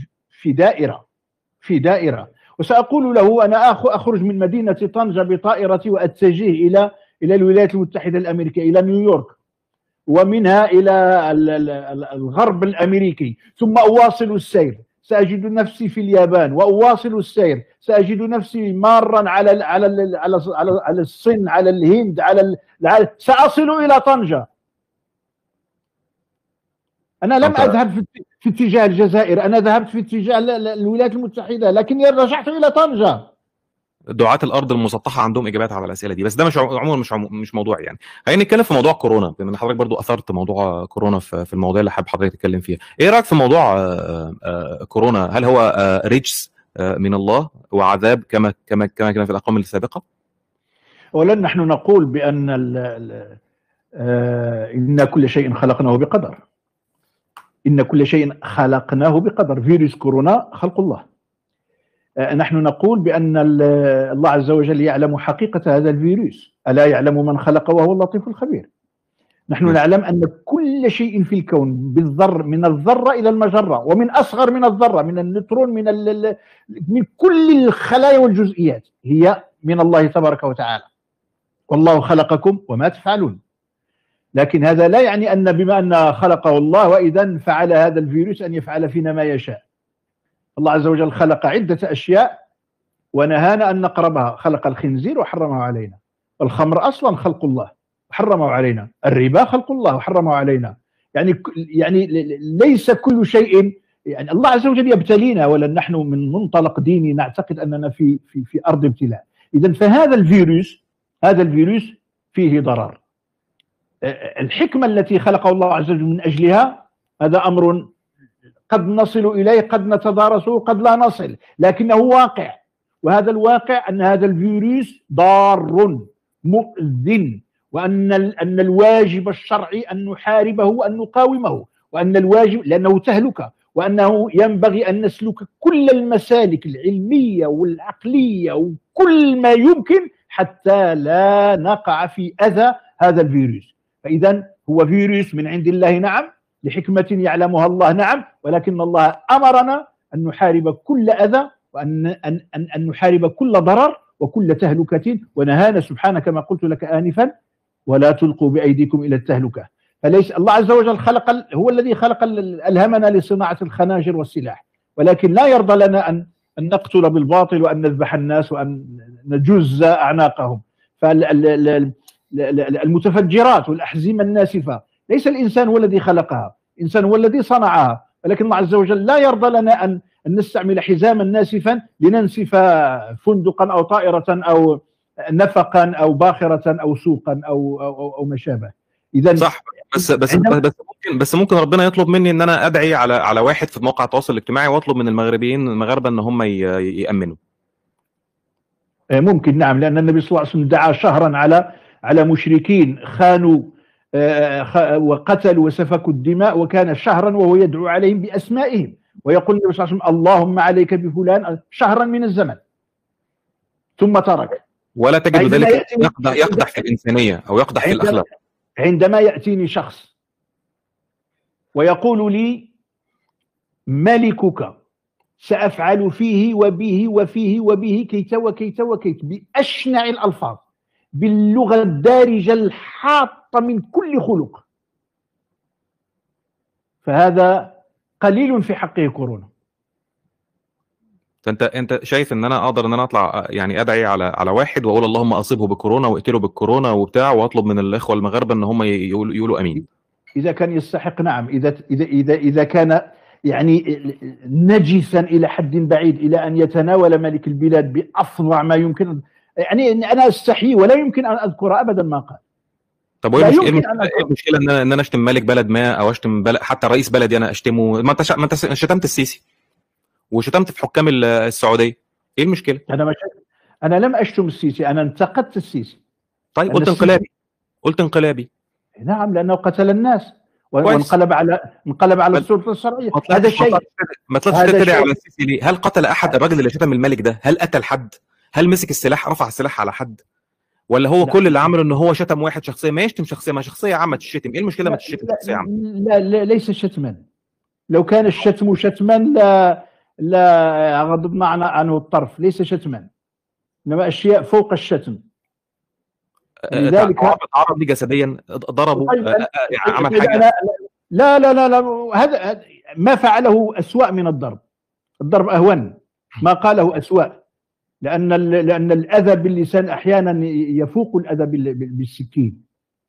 في دائرة. وسأقول له أنا أخرج من مدينة طنجة بطائرتي وأتجه إلى الولايات المتحدة الأمريكية، إلى نيويورك، ومنها إلى الغرب الأمريكي، ثم أواصل السير سأجد نفسي في اليابان، وأواصل السير سأجد نفسي مارا على الصين، على الهند، سأصل إلى طنجة. أنا لم أذهب في اتجاه الجزائر، أنا ذهبت في اتجاه الولايات المتحدة، لكني رجعت إلى طنجة. دعاة الارض المسطحه عندهم اجابات على الاسئله دي، بس ده مش موضوعي يعني. خلينا نتكلم في موضوع كورونا، بما ان حضرتك برضو اثرت موضوع كورونا في المواضيع اللي حابب حضرتك تتكلم فيها. ايه رايك في موضوع كورونا؟ هل هو رجس من الله وعذاب كما كان في الاقوام السابقه؟ اولا نحن نقول بان ان كل شيء خلقناه بقدر. ان كل شيء خلقناه بقدر. فيروس كورونا خلق الله. نحن نقول بأن الله عز وجل يعلم حقيقة هذا الفيروس. ألا يعلم من خلق وهو اللطيف الخبير. نحن نعلم أن كل شيء في الكون بالذر، من الذرة إلى المجرة، ومن أصغر من الذرة، من النيوترون، من كل الخلايا والجزئيات، هي من الله تبارك وتعالى. والله خلقكم وما تفعلون. لكن هذا لا يعني أن بما أن خلقه الله وإذا فعل هذا الفيروس أن يفعل فينا ما يشاء. الله عز وجل خلق عدة أشياء ونهانا أن نقربها. خلق الخنزير وحرمه علينا، الخمر أصلا خلق الله وحرمه علينا، الربا خلق الله وحرمه علينا. يعني ليس كل شيء، يعني الله عز وجل يبتلينا، ولن نحن من منطلق ديني نعتقد أننا في أرض ابتلاء. إذن فهذا الفيروس فيه ضرر. الحكمة التي خلقه الله عز وجل من أجلها هذا أمر قد نصل إليه، قد نتدارسه، قد لا نصل، لكنه واقع. وهذا الواقع أن هذا الفيروس ضار مؤذن، وأن الواجب الشرعي أن نحاربه وأن نقاومه، وأن الواجب لأنه تهلكة، وأنه ينبغي أن نسلك كل المسالك العلمية والعقلية وكل ما يمكن حتى لا نقع في أذى هذا الفيروس. فإذا هو فيروس من عند الله، نعم، لحكمة يعلمها الله، نعم، ولكن الله أمرنا أن نحارب كل أذى، وأن أن نحارب كل ضرر وكل تهلكة، ونهانا سبحانه كما قلت لك آنفا ولا تلقوا بأيديكم إلى التهلكة. فليس الله عز وجل هو الذي ألهمنا لصناعة الخناجر والسلاح، ولكن لا يرضى لنا أن نقتل بالباطل وأن نذبح الناس وأن نجز أعناقهم. فالمتفجرات والأحزمة الناسفة ليس الإنسان هو الذي خلقها، الإنسان هو الذي صنعها، ولكن الله عز وجل لا يرضى لنا أن نستعمل حزاما ناسفا لننسف فندقا أو طائرة أو نفقا أو باخرة أو سوقا أو ما شابه. إذا صح، بس ممكن ربنا يطلب مني ان انا ادعي على واحد في موقع التواصل الاجتماعي واطلب من المغاربه ان هم يامنوا. ممكن، نعم، لأن النبي صلى الله عليه وسلم دعا شهرا على مشركين خانوا وقتلوا وسفكوا الدماء، وكان شهرا وهو يدعو عليهم بأسمائهم، ويقول النبي صلى الله عليه وسلم اللهم عليك بفلان، شهرا من الزمن، ثم ترك. ولا تجد ذلك يقدح في الإنسانية أو يقدح في الأخلاق. عندما يأتيني شخص ويقول لي ملكك سأفعل فيه وبه وفيه وبه كيت وكيت وكيت، بأشنع الألفاظ، باللغة الدارجة الحاطة من كل خلق، فهذا قليل في حقه كورونا. فانت شايف ان انا اقدر ان انا اطلع يعني ادعي على واحد واقول اللهم اصبه بكورونا واقتله بالكورونا وبتاع، واطلب من الاخوه المغاربه ان هم يقولوا امين؟ اذا كان يستحق نعم. اذا كان يعني نجسا الى حد بعيد الى ان يتناول ملك البلاد بافظع ما يمكن، يعني انا استحي ولا يمكن ان اذكر ابدا ما قال. طب لا ايه يمكن ان أذكر. المشكله ان انا اشتم ملك بلد ما، او اشتم بلد حتى رئيس بلدي انا اشتمه؟ ما انت شتمت السيسي وشتمت في حكام السعوديه، ايه المشكله؟ انا لم اشتم السيسي، انا انتقدت السيسي. طيب قلت انقلابي، قلت انقلابي. نعم، لانه قتل الناس كويس. انقلب على السلطه الشرعيه. هذا شيء. ما طلعتش تدعي على السيسي ليه؟ هل قتل احد؟ الراجل اللي شتم الملك ده هل قتل حد؟ هل مسك السلاح رفع السلاح على حد؟ ولا هو لا. كل اللي عمله ان هو شتم واحد شخصيه؟ ما يشتم شخصيه، ما شخصيه عامه تشتم، ايه المشكله ما تشتم شخصيه عامه؟ لا ليس شتما. لو كان الشتم شتما لا غضبنا عنه الطرف، ليس شتما، انما اشياء فوق الشتم. لذلك تعرض لي جسديا، ضربه، طيب عمل حاجه؟ لا هذا ما فعله أسوأ من الضرب. الضرب أهون، ما قاله أسوأ، لأن الأذى باللسان أحيانا يفوق الأذى بالسكين.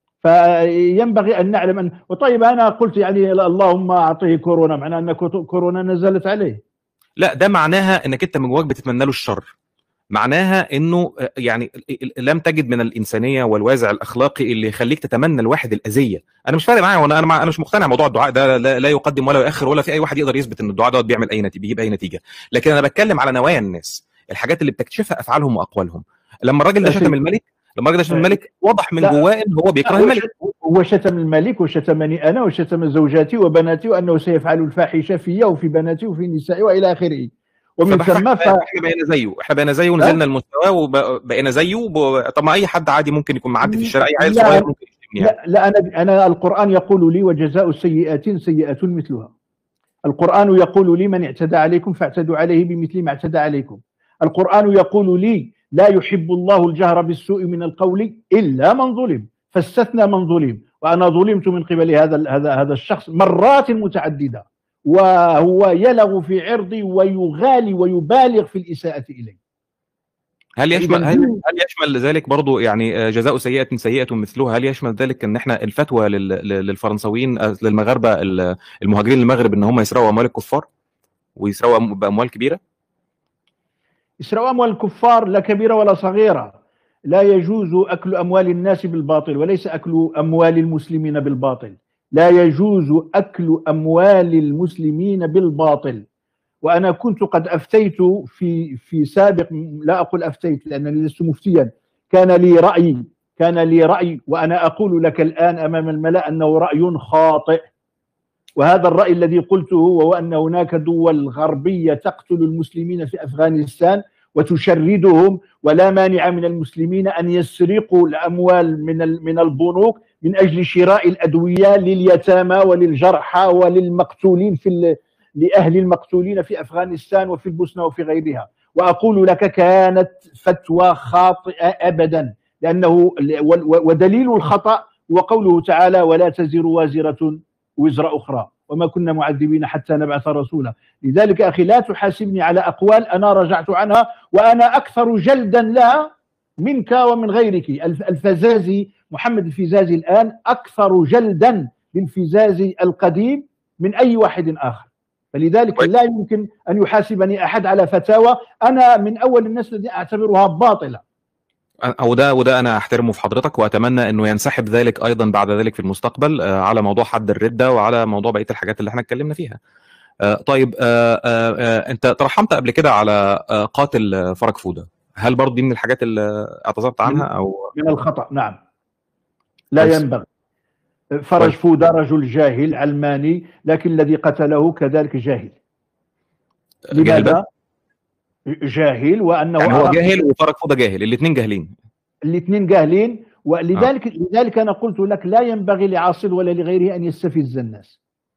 فينبغي أن نعلم أن وطيب أنا قلت يعني اللهم أعطيه كورونا، معناه أن كورونا نزلت عليه. لا، ده معناها أنك أنت من جواك بتتمنى له الشر، معناها انه يعني لم تجد من الانسانيه والوازع الاخلاقي اللي يخليك تتمنى الواحد الاذيه. انا مش فارق معايا، وانا انا مش مقتنع موضوع الدعاء ده، لا يقدم ولا يؤخر، ولا في اي واحد يقدر يثبت ان الدعاء ده بيعمل اي نتيجه، بيجيب اي نتيجه. لكن انا بتكلم على نوايا الناس، الحاجات اللي بتكتشفها افعالهم واقوالهم. لما الراجل ده شتم الملك، واضح من جواه ان هو بيكره الملك. هو شتم الملك وشتمني انا وشتم زوجاتي وبناتي، وانه سيفعل الفاحشه في وفي بناتي وفي نسائي والى اخره. ومن ثم احنا بقينا زيه ونزلنا المستوى وبقينا زيه. طب ما اي حد عادي ممكن يكون معدي في الشارع، اي عيل صغير ممكن يشتمني يعني. لا انا القرآن يقول لي وجزاء السيئات سيئة مثلها. القرآن يقول لي من اعتدى عليكم فاعتدوا عليه بمثل ما اعتدى عليكم. القرآن يقول لي لا يحب الله الجهر بالسوء من القول إلا من ظلم، فاستثنى من ظلم، وأنا ظلمت من قبل هذا الشخص مرات متعددة، وهو يلغ في عرضي ويغالي ويبالغ في الإساءة إلي. هل يشمل ذلك برضو يعني جزاء سيئة سيئة مثلها؟ هل يشمل ذلك ان احنا الفتوى للفرنسويين للمغاربة المهاجرين للمغرب ان هم يسرقوا اموال الكفار ويسرقوا باموال كبيرة؟ يسرقوا اموال الكفار لا كبيرة ولا صغيرة. لا يجوز اكل اموال الناس بالباطل، وليس اكل اموال المسلمين بالباطل. لا يجوز اكل اموال المسلمين بالباطل. وأنا كنت قد أفتيت في سابق، لا أقول أفتيت لأنني لست مفتيا، كان لي رأي وأنا أقول لك الآن أمام الملأ أنه رأي خاطئ. وهذا الرأي الذي قلته هو أن هناك دول غربية تقتل المسلمين في أفغانستان وتشردهم، ولا مانع من المسلمين أن يسرقوا الأموال من البنوك من أجل شراء الأدوية لليتامى وللجرحى وللمقتولين لأهل المقتولين في أفغانستان وفي البوسنة وفي غيرها. وأقول لك كانت فتوى خاطئة أبدا، لأنه ودليل الخطأ وقوله تعالى ولا تزر وازرة وزر أخرى وما كنا معذبين حتى نبعث رسولا. لذلك أخي لا تحاسبني على أقوال أنا رجعت عنها، وأنا أكثر جلدا لها منك ومن غيرك. الفزازي محمد الفزازي الآن أكثر جلدا للفزازي القديم من أي واحد آخر. فلذلك لا يمكن أن يحاسبني أحد على فتاوى أنا من أول الناس الذين أعتبرها باطلة. وده أنا أحترمه في حضرتك، وأتمنى أنه ينسحب ذلك أيضا بعد ذلك في المستقبل على موضوع حد الردة وعلى موضوع بقية الحاجات اللي احنا اتكلمنا فيها. طيب أنت ترحمت قبل كده على قاتل فرج فودة، هل برضه دي من الحاجات اللي اعتذرت عنها أو من الخطأ؟ نعم، لا ينبغي. فرج فودة رجل جاهل علماني، لكن الذي قتله كذلك جاهل. لماذا؟ جاهل، وأنه يعني هو جاهل وفرج فودة جاهل، الاثنين جاهلين. لذلك أنا قلت لك لا ينبغي لعاصل ولا لغيره أن يستفز الناس.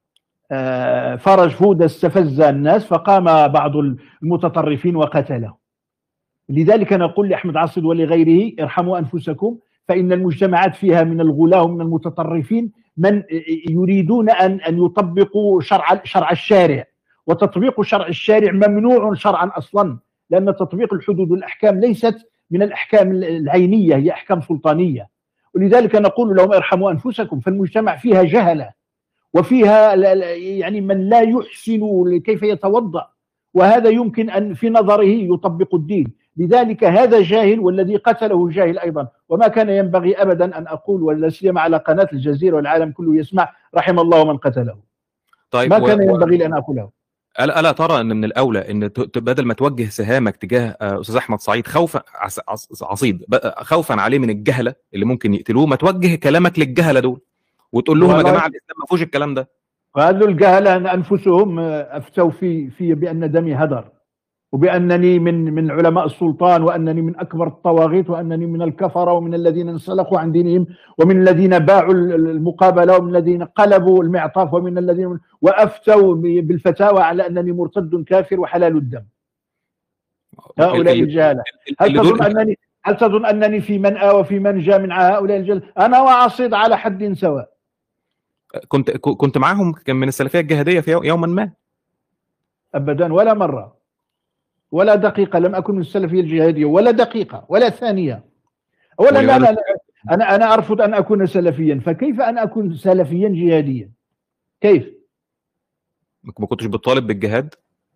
فرج فودة استفز الناس فقام بعض المتطرفين وقتله. لذلك أنا أقول لأحمد عاصل ولغيره ارحموا أنفسكم، فإن المجتمعات فيها من الغلاة ومن المتطرفين من يريدون أن يطبقوا شرع الشارع، وتطبيق شرع الشارع ممنوع شرعا أصلا، لأن تطبيق الحدود والأحكام ليست من الأحكام العينية، هي أحكام سلطانية. ولذلك نقول لهم ارحموا أنفسكم، فالمجتمع فيها جهلة، وفيها يعني من لا يحسن كيف يتوضأ، وهذا يمكن أن في نظره يطبق الدين. لذلك هذا جاهل، والذي قتله جاهل أيضا. وما كان ينبغي أبدا أن أقول، ولا سيما على قناة الجزيرة والعالم كله يسمع، رحم الله من قتله. طيب ما كان ينبغي لأن أقوله. ألا ترى أن من الأولى أن بدل ما توجه سهامك تجاه أستاذ أحمد سعيد خوفا خوفا عليه من الجهلة اللي ممكن يقتلوه، ما توجه كلامك للجهلة دول وتقول لهم يا جماعة الإسلام ما فيهوش الكلام ده؟ وهذول الجهلة أنفسهم أفتوا في بأن دمي هدر، وبأنني من علماء السلطان، وأنني من أكبر الطواغيت، وأنني من الكفرة، ومن الذين انسلخوا عن دينهم، ومن الذين باعوا المقابلة، ومن الذين قلبوا المعطاف، ومن الذين وأفتوا بالفتاوى على أنني مرتد كافر وحلال الدم. هؤلاء الجهلة. هل تظن أنني في من وفي من جاء من هؤلاء الجهلة؟ أنا وعصيد على حد سواء. كنت معاهم، كان من السلفية الجهادية في يوما ما؟ أبدا، ولا مرة ولا دقيقة لم أكن من السلفية الجهادية، ولا دقيقة ولا ثانية. أولا لا أنا أرفض أن أكون سلفيا، فكيف أن أكون سلفيا جهاديا؟ كيف؟ ما كنتش بتطالب بالجهاد؟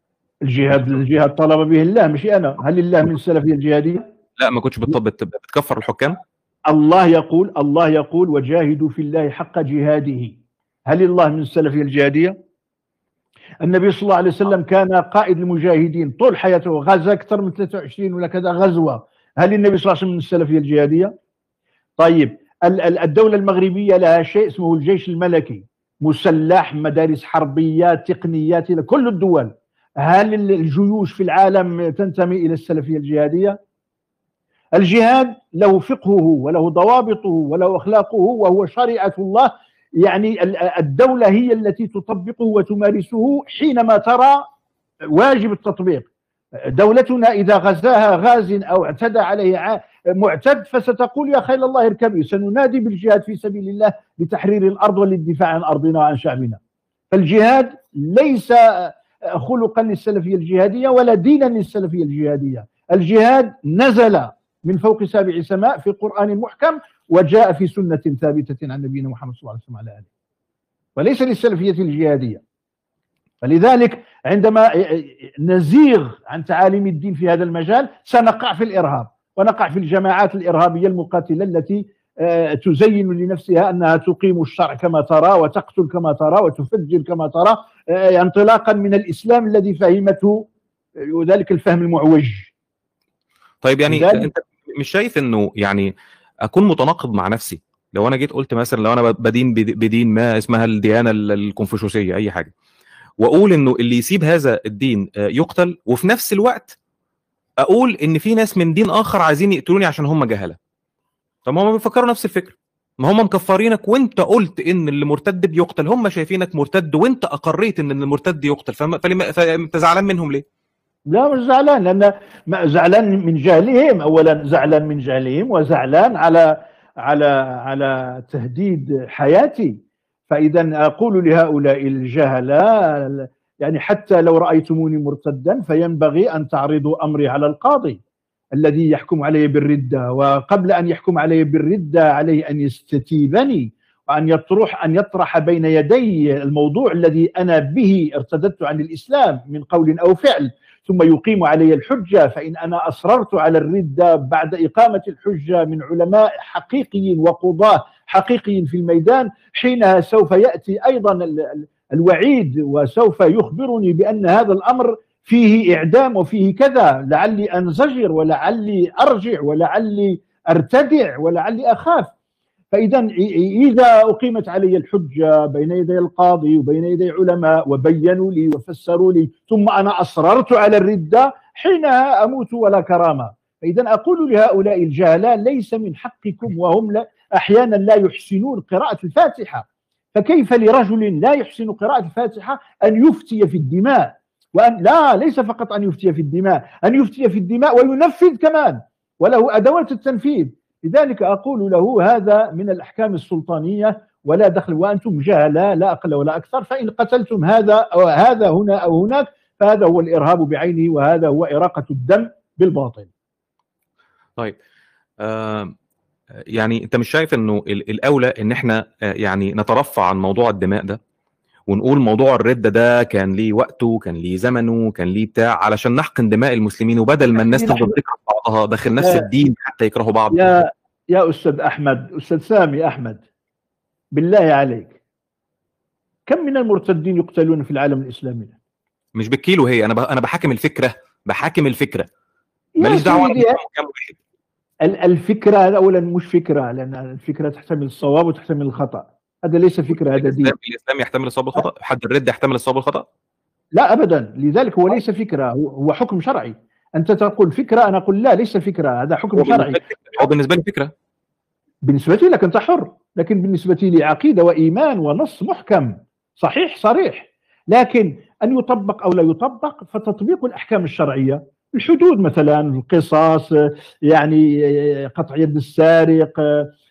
الجهاد طلب به الله مش أنا. هل الله من السلفية الجهادية؟ لا، ما كنتش بتكفر الحكام؟ الله يقول وجاهدوا في الله حق جهاده. هل الله من السلفية الجهادية؟ النبي صلى الله عليه وسلم كان قائد المجاهدين طول حياته، غزا أكثر من 23 ولا كذا غزوة. هل النبي صلى الله عليه وسلم من السلفية الجهادية؟ طيب، الدولة المغربية لها شيء اسمه الجيش الملكي، مسلح، مدارس حربية، تقنيات، إلى كل الدول. هل الجيوش في العالم تنتمي إلى السلفية الجهادية؟ الجهاد له فقهه وله ضوابطه وله أخلاقه، وهو شريعة الله. يعني الدولة هي التي تطبقه وتمارسه حينما ترى واجب التطبيق. دولتنا إذا غزاها غاز أو اعتدى عليه معتد فستقول يا خيل الله اركبي، سننادي بالجهاد في سبيل الله لتحرير الأرض وللدفاع عن أرضنا وعن شعبنا. فالجهاد ليس خلقا للسلفية الجهادية ولا دينا للسلفية الجهادية. الجهاد نزل من فوق 7 سماء في قرآن محكم، وجاء في سنة ثابتة عن نبينا محمد صلى الله عليه وسلم على آله، وليس للسلفية الجهادية. فلذلك عندما نزيغ عن تعاليم الدين في هذا المجال سنقع في الإرهاب، ونقع في الجماعات الإرهابية المقاتلة التي تزين لنفسها أنها تقيم الشرع كما ترى، وتقتل كما ترى، وتفجر كما ترى، انطلاقا من الإسلام الذي فهمته وذلك الفهم المعوج. طيب يعني أنت مش شايف أنه يعني أكون متناقض مع نفسي لو أنا جيت قلت مثلا لو أنا بدين بدين ما اسمها الديانة الكونفوشيوسية أي حاجة، وأقول إنه اللي يسيب هذا الدين يقتل، وفي نفس الوقت أقول إن في ناس من دين آخر عايزين يقتلوني عشان هم جهلة؟ طب ما هم بيفكروا نفس الفكرة، ما هم مكفرينك وأنت قلت إن اللي مرتد بيقتل، هم شايفينك مرتد وأنت أقريت إن المرتد يقتل، فأنت زعلان منهم ليه؟ لا مش زعلان، لأن زعلان من جهلهم. أولا زعلان من جهلهم، وزعلان على تهديد حياتي. فإذا أقول لهؤلاء الجهلة يعني حتى لو رأيتموني مرتدا فينبغي أن تعرضوا أمري على القاضي الذي يحكم علي بالردة، وقبل أن يحكم علي بالردة عليه أن يستتيبني، وأن يطرح بين يدي الموضوع الذي أنا به ارتددت عن الإسلام من قول أو فعل، ثم يقيم علي الحجة. فإن أنا أصررت على الردة بعد إقامة الحجة من علماء حقيقيين وقضاة حقيقيين في الميدان، حينها سوف يأتي أيضا الوعيد، وسوف يخبرني بأن هذا الأمر فيه إعدام وفيه كذا، لعلي أنزجر ولعلي أرجع ولعلي أرتدع ولعلي أخاف. فإذا إذا أقيمت علي الحجة بين يدي القاضي وبين يدي علماء وبينوا لي وفسروا لي، ثم أنا أصررت على الردة، حينها أموت ولا كرامة. فإذا أقول لهؤلاء الجهلة ليس من حقكم، وهم أحيانا لا يحسنون قراءة الفاتحة. فكيف لرجل لا يحسن قراءة الفاتحة أن يفتي في الدماء؟ لا، ليس فقط أن يفتي في الدماء، أن يفتي في الدماء وينفذ كمان، وله أدوات التنفيذ. لذلك أقول له هذا من الأحكام السلطانية ولا دخل، وأنتم جهلاء لا أقل ولا أكثر، فإن قتلتم هذا أو هذا هنا أو هناك فهذا هو الإرهاب بعينه، وهذا هو إراقة الدم بالباطل. طيب يعني انت مش شايف انه الاولى ان احنا يعني نترفع عن موضوع الدماء ده، ونقول موضوع الردة ده كان ليه وقته، كان ليه زمنه، كان ليه بتاع، علشان نحقن دماء المسلمين، وبدل ما الناس تفضل تكره بعضها داخل نفس الدين حتى يكرهوا بعض؟ يا أستاذ أحمد، أستاذ سامي أحمد، بالله عليك كم من المرتدين يقتلون في العالم الإسلامي؟ مش بالكيلو، هي أنا بحاكم الفكرة، بحاكم الفكرة، ماليش دعوة كم واحد. الفكرة أولا مش فكرة، لأن الفكرة تحتمل الصواب وتحتمل الخطأ، هذا ليس فكرة، هذا دين. الإسلام يحتمل الصواب والخطأ؟ حد الرد يحتمل الصواب والخطأ؟ لا أبدا، لذلك هو ليس فكرة، هو حكم شرعي. أنت تقول فكرة، أنا أقول لا ليس فكرة، هذا حكم شرعي. هو بالنسبة لي فكرة، بالنسبة لك أنت حر، لكن بالنسبة لي عقيدة وإيمان ونص محكم صحيح صريح. لكن أن يطبق أو لا يطبق، فتطبيق الأحكام الشرعية، الحدود مثلا، القصاص، يعني قطع يد السارق،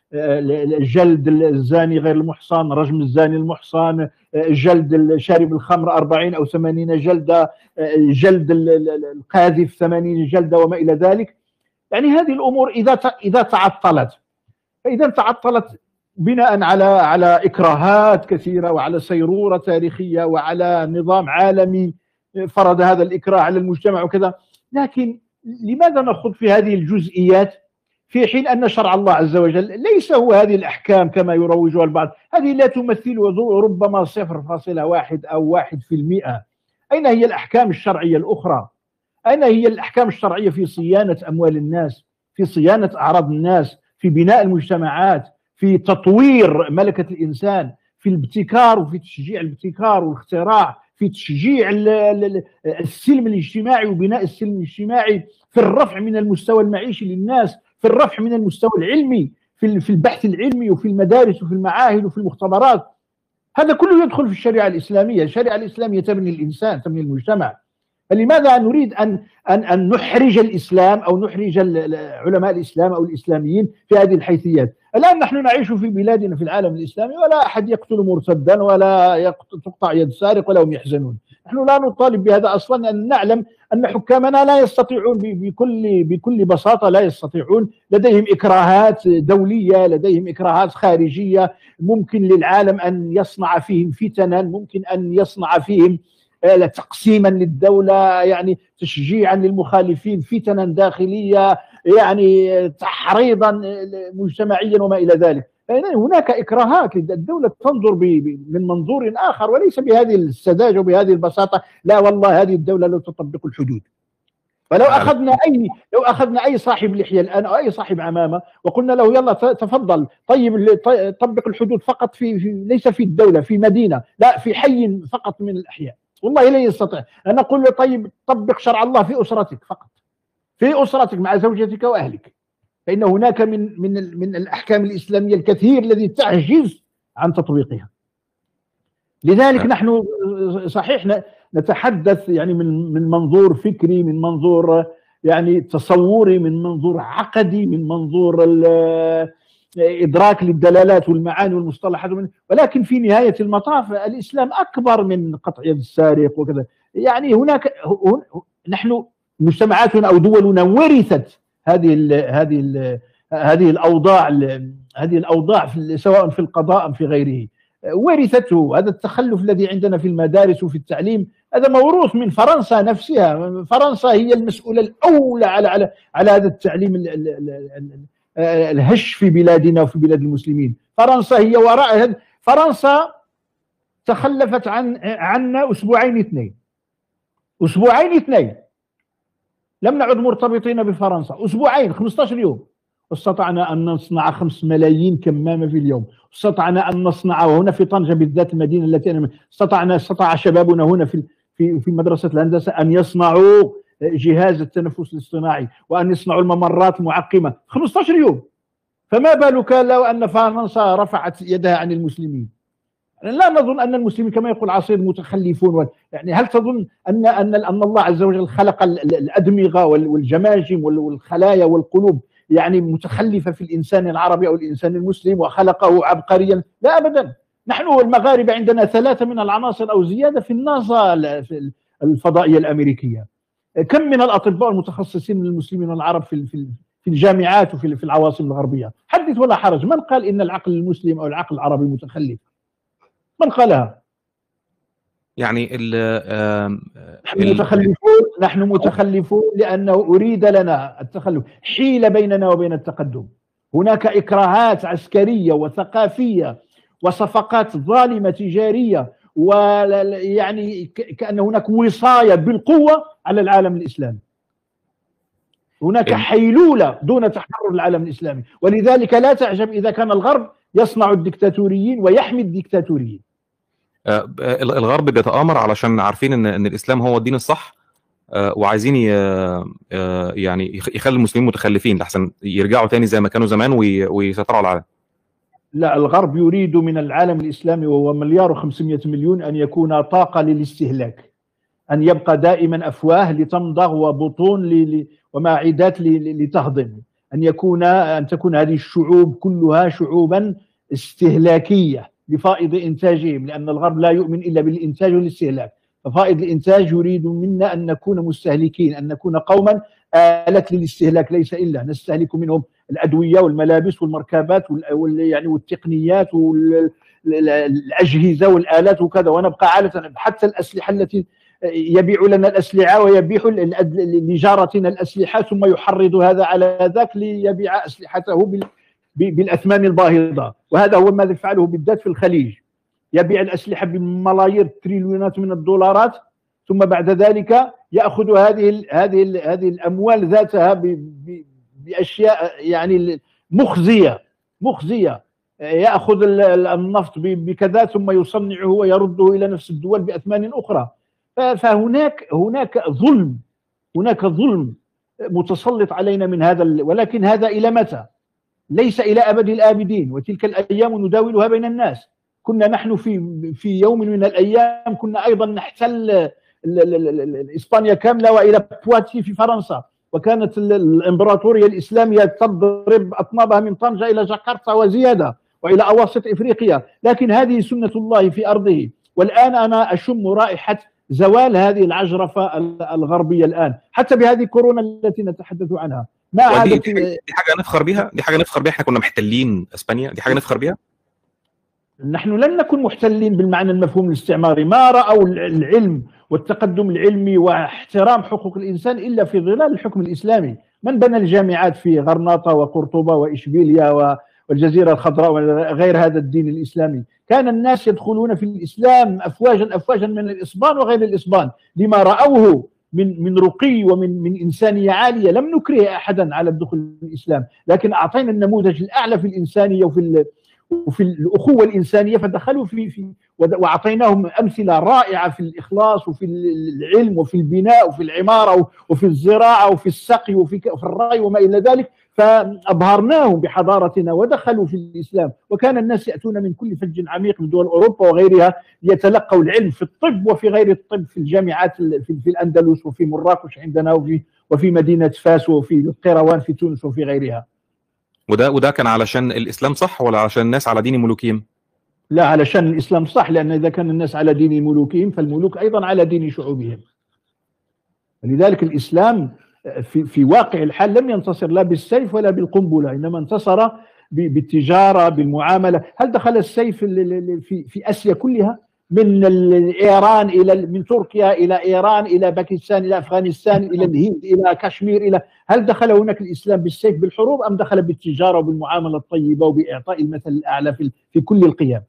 جلد الزاني غير المحصن، رجم الزاني المحصن، جلد شارب الخمر 40 أو 80 جلدة، جلد القاذف 80 جلدة وما إلى ذلك. يعني هذه الأمور إذا تعطلت، فإذا تعطلت بناء على إكراهات كثيرة وعلى سيرورة تاريخية وعلى نظام عالمي فرض هذا الإكراه على المجتمع وكذا، لكن لماذا نخوض في هذه الجزئيات في حين أن شرع الله عز وجل ليس هو هذه الأحكام كما يروجها البعض؟ هذه لا تمثل ربما 0.1 أو 1%. أين هي الأحكام الشرعية الأخرى؟ أين هي الأحكام الشرعية في صيانة أموال الناس، في صيانة أعراض الناس، في بناء المجتمعات، في تطوير ملكة الإنسان، في الابتكار وفي تشجيع الابتكار والاختراع، في تشجيع السلم الاجتماعي وبناء السلم الاجتماعي، في الرفع من المستوى المعيشي للناس، في الرفع من المستوى العلمي، في البحث العلمي وفي المدارس وفي المعاهد وفي المختبرات. هذا كله يدخل في الشريعة الإسلامية. الشريعة الإسلامية تبني الإنسان، تبني المجتمع. فلماذا نريد أن نحرج الإسلام أو نحرج علماء الإسلام أو الإسلاميين في هذه الحيثيات؟ الآن نحن نعيش في بلادنا في العالم الإسلامي ولا أحد يقتل مرتدا ولا تقطع يد سارق ولا هم يحزنون. نحن لا نطالب بهذا أصلا، أن نعلم أن حكامنا لا يستطيعون بكل بساطة، لا يستطيعون، لديهم إكراهات دولية، لديهم إكراهات خارجية، ممكن للعالم أن يصنع فيهم فتنا، ممكن أن يصنع فيهم تقسيما للدولة، يعني تشجيعا للمخالفين، فتنا داخلية، يعني تحريضا مجتمعيا وما إلى ذلك. هناك إكراهات، الدولة تنظر من منظور آخر وليس بهذه السذاجة وبهذه البساطة. لا والله هذه الدولة لا تطبق الحدود. فلو أخذنا أي صاحب لحية الآن أو أي صاحب عمامة وقلنا له يلا تفضل طبق الحدود فقط ليس في الدولة، في مدينة، لا في حي فقط من الأحياء، والله لا يستطيع. أنا أقول له طيب طبق شرع الله في أسرتك فقط، في أسرتك مع زوجتك وأهلك، فإن هناك من الأحكام الإسلامية الكثير الذي تعجز عن تطبيقها. لذلك نحن صحيح نتحدث يعني من منظور فكري، من منظور يعني تصوري، من منظور عقدي، من منظور إدراك للدلالات والمعاني والمصطلحات، ولكن في نهاية المطاف الإسلام أكبر من قطع يد السارق وكذا. يعني نحن مجتمعاتنا أو دولنا ورثت هذه الأوضاع سواء في القضاء أم في غيره، ورثته. هذا التخلف الذي عندنا في المدارس وفي التعليم هذا موروث من فرنسا نفسها. فرنسا هي المسؤولة الأولى على هذا التعليم الهش في بلادنا وفي بلاد المسلمين. فرنسا هي وراء فرنسا تخلفت عنا أسبوعين اثنين لم نعد مرتبطين بفرنسا. أسبوعين 15 يوم واستطعنا أن نصنع 5 ملايين كمامة في اليوم. استطعنا أن نصنع، وهنا في طنجة بالذات المدينة التي أنا استطاع شبابنا هنا في مدرسة الهندسة أن يصنعوا جهاز التنفس الاصطناعي وأن يصنعوا الممرات معقمة 15 يوم. فما بالك لو أن فرنسا رفعت يدها عن المسلمين؟ لا نظن أن المسلمين كما يقول عصير متخلفون. يعني هل تظن أن الله عز وجل خلق الأدمغة والجماجم والخلايا والقلوب يعني متخلفة في الإنسان العربي أو الإنسان المسلم وخلقه عبقريا، لا أبدا. نحن المغاربة عندنا 3 من العناصر أو زيادة في الناسا الفضائية الأمريكية. كم من الأطباء المتخصصين من المسلمين والعرب في الجامعات وفي العواصم الغربية؟ حدث ولا حرج. من قال إن العقل المسلم أو العقل العربي متخلف؟ من قالها؟ يعني نحن متخلفون لأنه أريد لنا التخلف، حيل بيننا وبين التقدم. هناك إكراهات عسكرية وثقافية وصفقات ظالمة تجارية، ويعني كأن هناك وصاية بالقوة على العالم الإسلامي. هناك حيلولة دون تحرر العالم الإسلامي، ولذلك لا تعجب إذا كان الغرب يصنع الدكتاتوريين ويحمي الدكتاتوريين. الغرب بيتآمر علشان عارفين ان الاسلام هو الدين الصح، وعايزين يعني يخلي المسلمين متخلفين لحسن يرجعوا تاني زي ما كانوا زمان ويسيطروا على العالم. لا، الغرب يريد من العالم الإسلامي وهو 1,500,000,000 أن يكون طاقة للاستهلاك، أن يبقى دائما أفواه لتمضغ وبطون ومعدات لتهضم، أن تكون هذه الشعوب كلها شعوبا استهلاكية لفائض إنتاجهم، لأن الغرب لا يؤمن إلا بالإنتاج والاستهلاك. ففائض الإنتاج يريد منا أن نكون مستهلكين، أن نكون قوما آلة للاستهلاك، ليس إلا نستهلك منهم الأدوية والملابس والمركبات يعني والتقنيات والأجهزة والآلات وكذا، ونبقى عالة. حتى الأسلحة التي يبيع لنا الأسلحة ويبيع لجارتنا الأسلحة، ثم يحرض هذا على ذاك ليبيع أسلحته بالأثمان الباهظة. وهذا هو ما يفعله بالذات في الخليج، يبيع الأسلحة بملايير تريليونات من الدولارات، ثم بعد ذلك يأخذ هذه الأموال ذاتها بأشياء يعني مخزية. يأخذ النفط بكذا ثم يصنعه ويرده إلى نفس الدول بأثمان أخرى. فهناك ظلم متسلط علينا من هذا، ولكن هذا إلى متى؟ ليس إلى أبد الآبدين، وتلك الأيام نداولها بين الناس. كنا نحن في يوم من الأيام كنا أيضا نحتل إسبانيا كاملة وإلى بواتي في فرنسا، وكانت الإمبراطورية الإسلامية تضرب أطنابها من طنجة إلى جاكرتا وزيادة وإلى أواسط إفريقيا. لكن هذه سنة الله في أرضه، والآن أنا أشم رائحة زوال هذه العجرفة الغربية الآن، حتى بهذه كورونا التي نتحدث عنها. ما عادت دي حاجة نفخر بها، احنا كنا محتلين اسبانيا، دي حاجة نفخر بها. نحن لم نكن محتلين بالمعنى المفهوم الاستعماري، ما رأوا العلم والتقدم العلمي واحترام حقوق الإنسان إلا في ظلال الحكم الإسلامي. من بنى الجامعات في غرناطة وقرطبة وإشبيليا والجزيرة الخضراء وغير هذا الدين الإسلامي؟ كان الناس يدخلون في الإسلام أفواجا من الإسبان وغير الإسبان، لما رأوه من رقي ومن إنسانية عالية. لم نكره أحدا على الدخول في الإسلام، لكن أعطينا النموذج الأعلى في الإنسانية وفي الأخوة الإنسانية، فدخلوا وأعطيناهم أمثلة رائعة في الإخلاص وفي العلم وفي البناء وفي العمارة وفي الزراعة وفي السقي وفي الري وما إلى ذلك، فأبهرناهم بحضارتنا ودخلوا في الإسلام. وكان الناس يأتون من كل فج عميق من دول أوروبا وغيرها ليتلقوا العلم في الطب وفي غير الطب، في الجامعات في الأندلس وفي مراكش عندنا وفي مدينة فاس وفي القيروان في تونس وفي غيرها. وده كان علشان الإسلام صح ولا علشان الناس على دين ملوكهم؟ لا، علشان الإسلام صح، لأن إذا كان الناس على دين ملوكهم فالملوك أيضا على دين شعوبهم. لذلك الإسلام في واقع الحال لم ينتصر لا بالسيف ولا بالقنبلة، إنما انتصر بالتجارة بالمعاملة. هل دخل السيف في آسيا كلها، من إيران من تركيا إلى إيران إلى باكستان إلى أفغانستان إلى الهند إلى كشمير هل دخل هناك الإسلام بالسيف بالحروب، أم دخل بالتجارة وبالمعاملة الطيبة وبإعطاء المثل الأعلى في كل القيام؟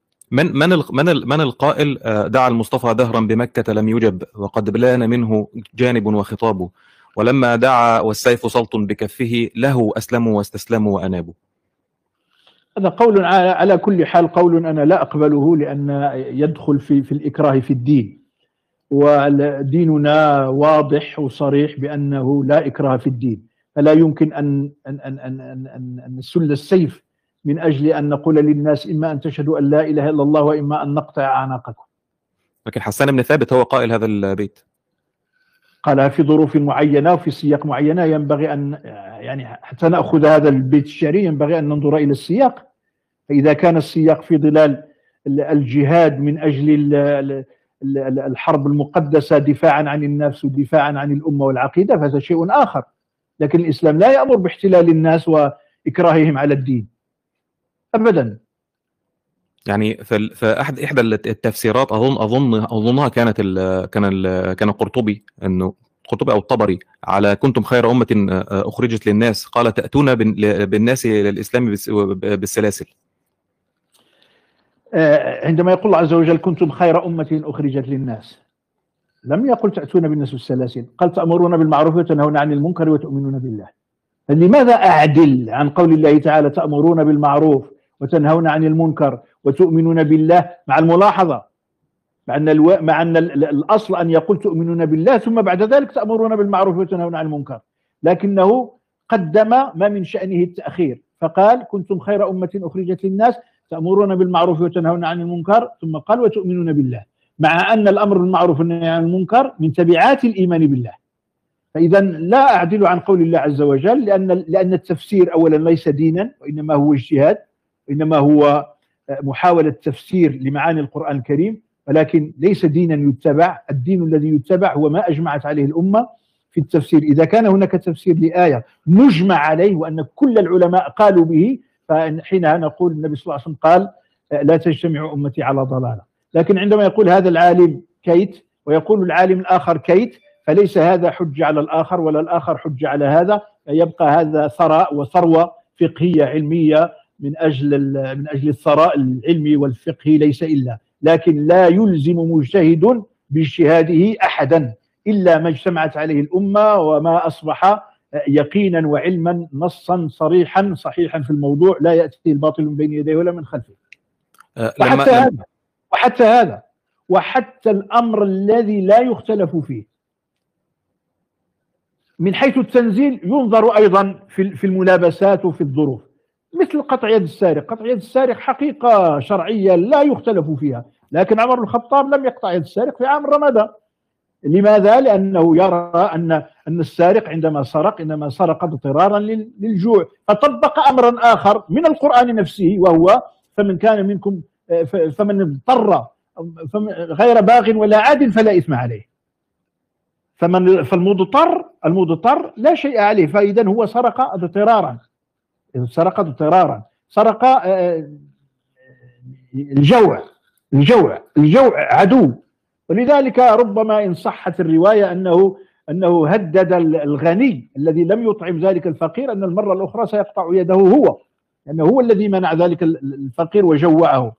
من القائل دعا المصطفى دهرا بمكة لم يجب، وقد بلان منه جانب وخطابه، ولما دعا والسيف سلط بكفه له أسلموا واستسلموا وأنابوا. هذا قول على كل حال قول أنا لا أقبله، لأن يدخل في الإكراه في الدين، وديننا واضح وصريح بأنه لا إكراه في الدين. فلا يمكن أن نسل السيف من أجل أن نقول للناس إما أن تشهدوا أن لا إله إلا الله وإما أن نقطع أعناقكم. لكن حسان بن ثابت هو قائل هذا البيت. قالها في ظروف معينة وفي سياق معينة. ينبغي أن يعني حتى نأخذ هذا البيت الشعري ينبغي أن ننظر إلى السياق. فإذا كان السياق في ظلال الجهاد من أجل الحرب المقدسة دفاعا عن النفس ودفاعا عن الأمة والعقيدة فهذا شيء آخر. لكن الإسلام لا يأمر باحتلال الناس وإكراههم على الدين أبدا. يعني في إحدى التفسيرات أظنها كان القرطبي، إنه القرطبي أو الطبري، على كنتم خير أمة أخرجت للناس، قال تأتون بالناس للإسلام بالسلاسل. عندما يقول الله عز وجل كنتم خير أمة أخرجت للناس، لم يقل تأتون بالناس بالسلاسل، قال تأمرون بالمعروف وتنهون عن المنكر وتؤمنون بالله. فلماذا أعدل عن قول الله تعالى تأمرون بالمعروف وتنهون عن المنكر وتؤمنون بالله، مع الملاحظة مع أن الأصل أن يقول تؤمنون بالله ثم بعد ذلك تأمرون بالمعروف وتنهون عن المنكر، لكنه قدم ما من شأنه التأخير فقال كنتم خير أمة أخرجت للناس تأمرون بالمعروف وتنهون عن المنكر، ثم قال وتؤمنون بالله، مع أن الأمر بالمعروف والنهي عن المنكر من تبعات الإيمان بالله. فإذا لا أعدل عن قول الله عز وجل، لأن التفسير أولا ليس دينا وإنما هو اجتهاد، وإنما هو محاولة تفسير لمعاني القرآن الكريم، ولكن ليس دينا يتبع. الدين الذي يتبع هو ما أجمعت عليه الأمة في التفسير. إذا كان هناك تفسير لآية مجمع عليه وأن كل العلماء قالوا به، فحينها نقول النبي صلى الله عليه وسلم قال لا تجتمع أمتي على ضلالة. لكن عندما يقول هذا العالم كيت ويقول العالم الآخر كيت، فليس هذا حجة على الآخر ولا الآخر حجة على هذا، يبقى هذا ثراء وثروة فقهية علمية من أجل الثراء العلمي والفقهي ليس إلا. لكن لا يلزم مجتهد باجتهاده أحدا إلا ما اجتمعت عليه الأمة وما أصبح يقينا وعلما نصا صريحا صحيحا في الموضوع، لا يأتي الباطل من بين يديه ولا من خلفه. وحتى الأمر الذي لا يختلف فيه من حيث التنزيل ينظر أيضا في الملابسات وفي الظروف، مثل قطع يد السارق. قطع يد السارق حقيقة شرعية لا يختلف فيها، لكن عمر بن الخطاب لم يقطع يد السارق في عام رمضان. لماذا؟ لأنه يرى أن السارق عندما سرق إنما سرق اضطرارا للجوع، فطبق أمرا آخر من القرآن نفسه، وهو فمن كان منكم فمن اضطر غير باغ ولا عاد فلا إثم عليه. فالمضطر لا شيء عليه، فإذا هو سرق اضطرارا، سرق الجوع عدو. ولذلك ربما إن صحت الرواية أنه هدد الغني الذي لم يطعم ذلك الفقير أن المرة الأخرى سيقطع يده هو، لأنه هو الذي منع ذلك الفقير وجوعه.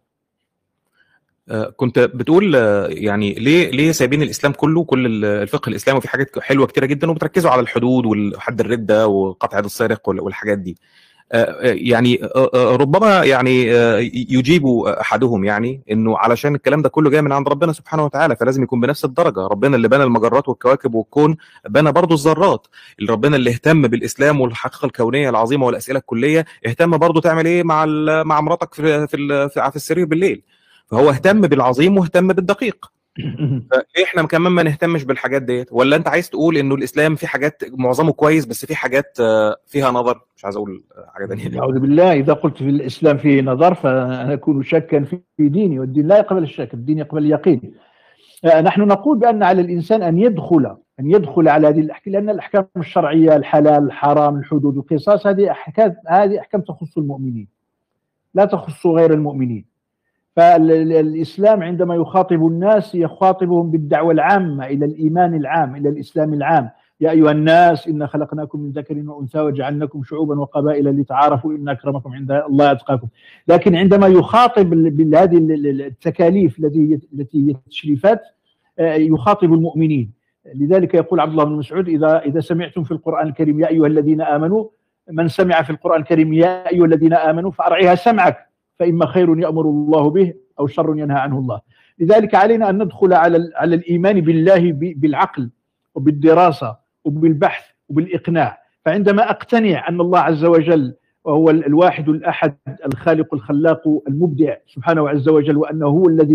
كنت بتقول يعني ليه سايبين الإسلام كله، كل الفقه الإسلامي، وفي حاجات حلوة كتيرة جدا وبتركزوا على الحدود وحد الردة وقطع يد السارق والحاجات دي. يعني ربما يعني يجيب احدهم يعني انه علشان الكلام ده كله جاي من عند ربنا سبحانه وتعالى، فلازم يكون بنفس الدرجه. ربنا اللي بنى المجرات والكواكب والكون بنى برضه الذرات. ربنا اللي اهتم بالاسلام والحقيقه الكونيه العظيمه والاسئله الكليه اهتم برضه تعمل ايه مع مراتك في السرير بالليل. فهو اهتم بالعظيم واهتم بالدقيق. فليه احنا كمان ما نهتمش بالحاجات ديت؟ ولا انت عايز تقول انه الاسلام في حاجات معظمه كويس بس في حاجات فيها نظر؟ مش عايز اقول حاجه ثانيه. اعوذ بالله، اذا قلت في الاسلام فيه نظر فانا اكون شاكا في ديني، والدين لا يقبل الشك، الدين يقبل اليقين. نحن نقول بان على الانسان ان يدخل على هذه الاحكام، لان الاحكام الشرعيه الحلال الحرام الحدود القصاص هذه احكام تخص المؤمنين لا تخص غير المؤمنين. فالإسلام عندما يخاطب الناس يخاطبهم بالدعوة العامة إلى الإيمان العام، إلى الإسلام العام. يا أيها الناس إنا خلقناكم من ذكر وأنثى وجعلناكم شعوبا وقبائل لتعارفوا إن أكرمكم عند الله أتقاكم. لكن عندما يخاطب بهذه التكاليف التي هي التشريفات يخاطب المؤمنين. لذلك يقول عبد الله بن مسعود إذا سمعتم في القرآن الكريم يا أيها الذين آمنوا، من سمع في القرآن الكريم يا أيها الذين آمنوا فأرعها سمعك، فإما خير يأمر الله به أو شر ينهى عنه الله. لذلك علينا أن ندخل على الإيمان بالله بالعقل وبالدراسة وبالبحث وبالإقناع. فعندما أقتنع أن الله عز وجل وهو الواحد الأحد الخالق الخلاق المبدع سبحانه عز وجل، وأنه هو الذي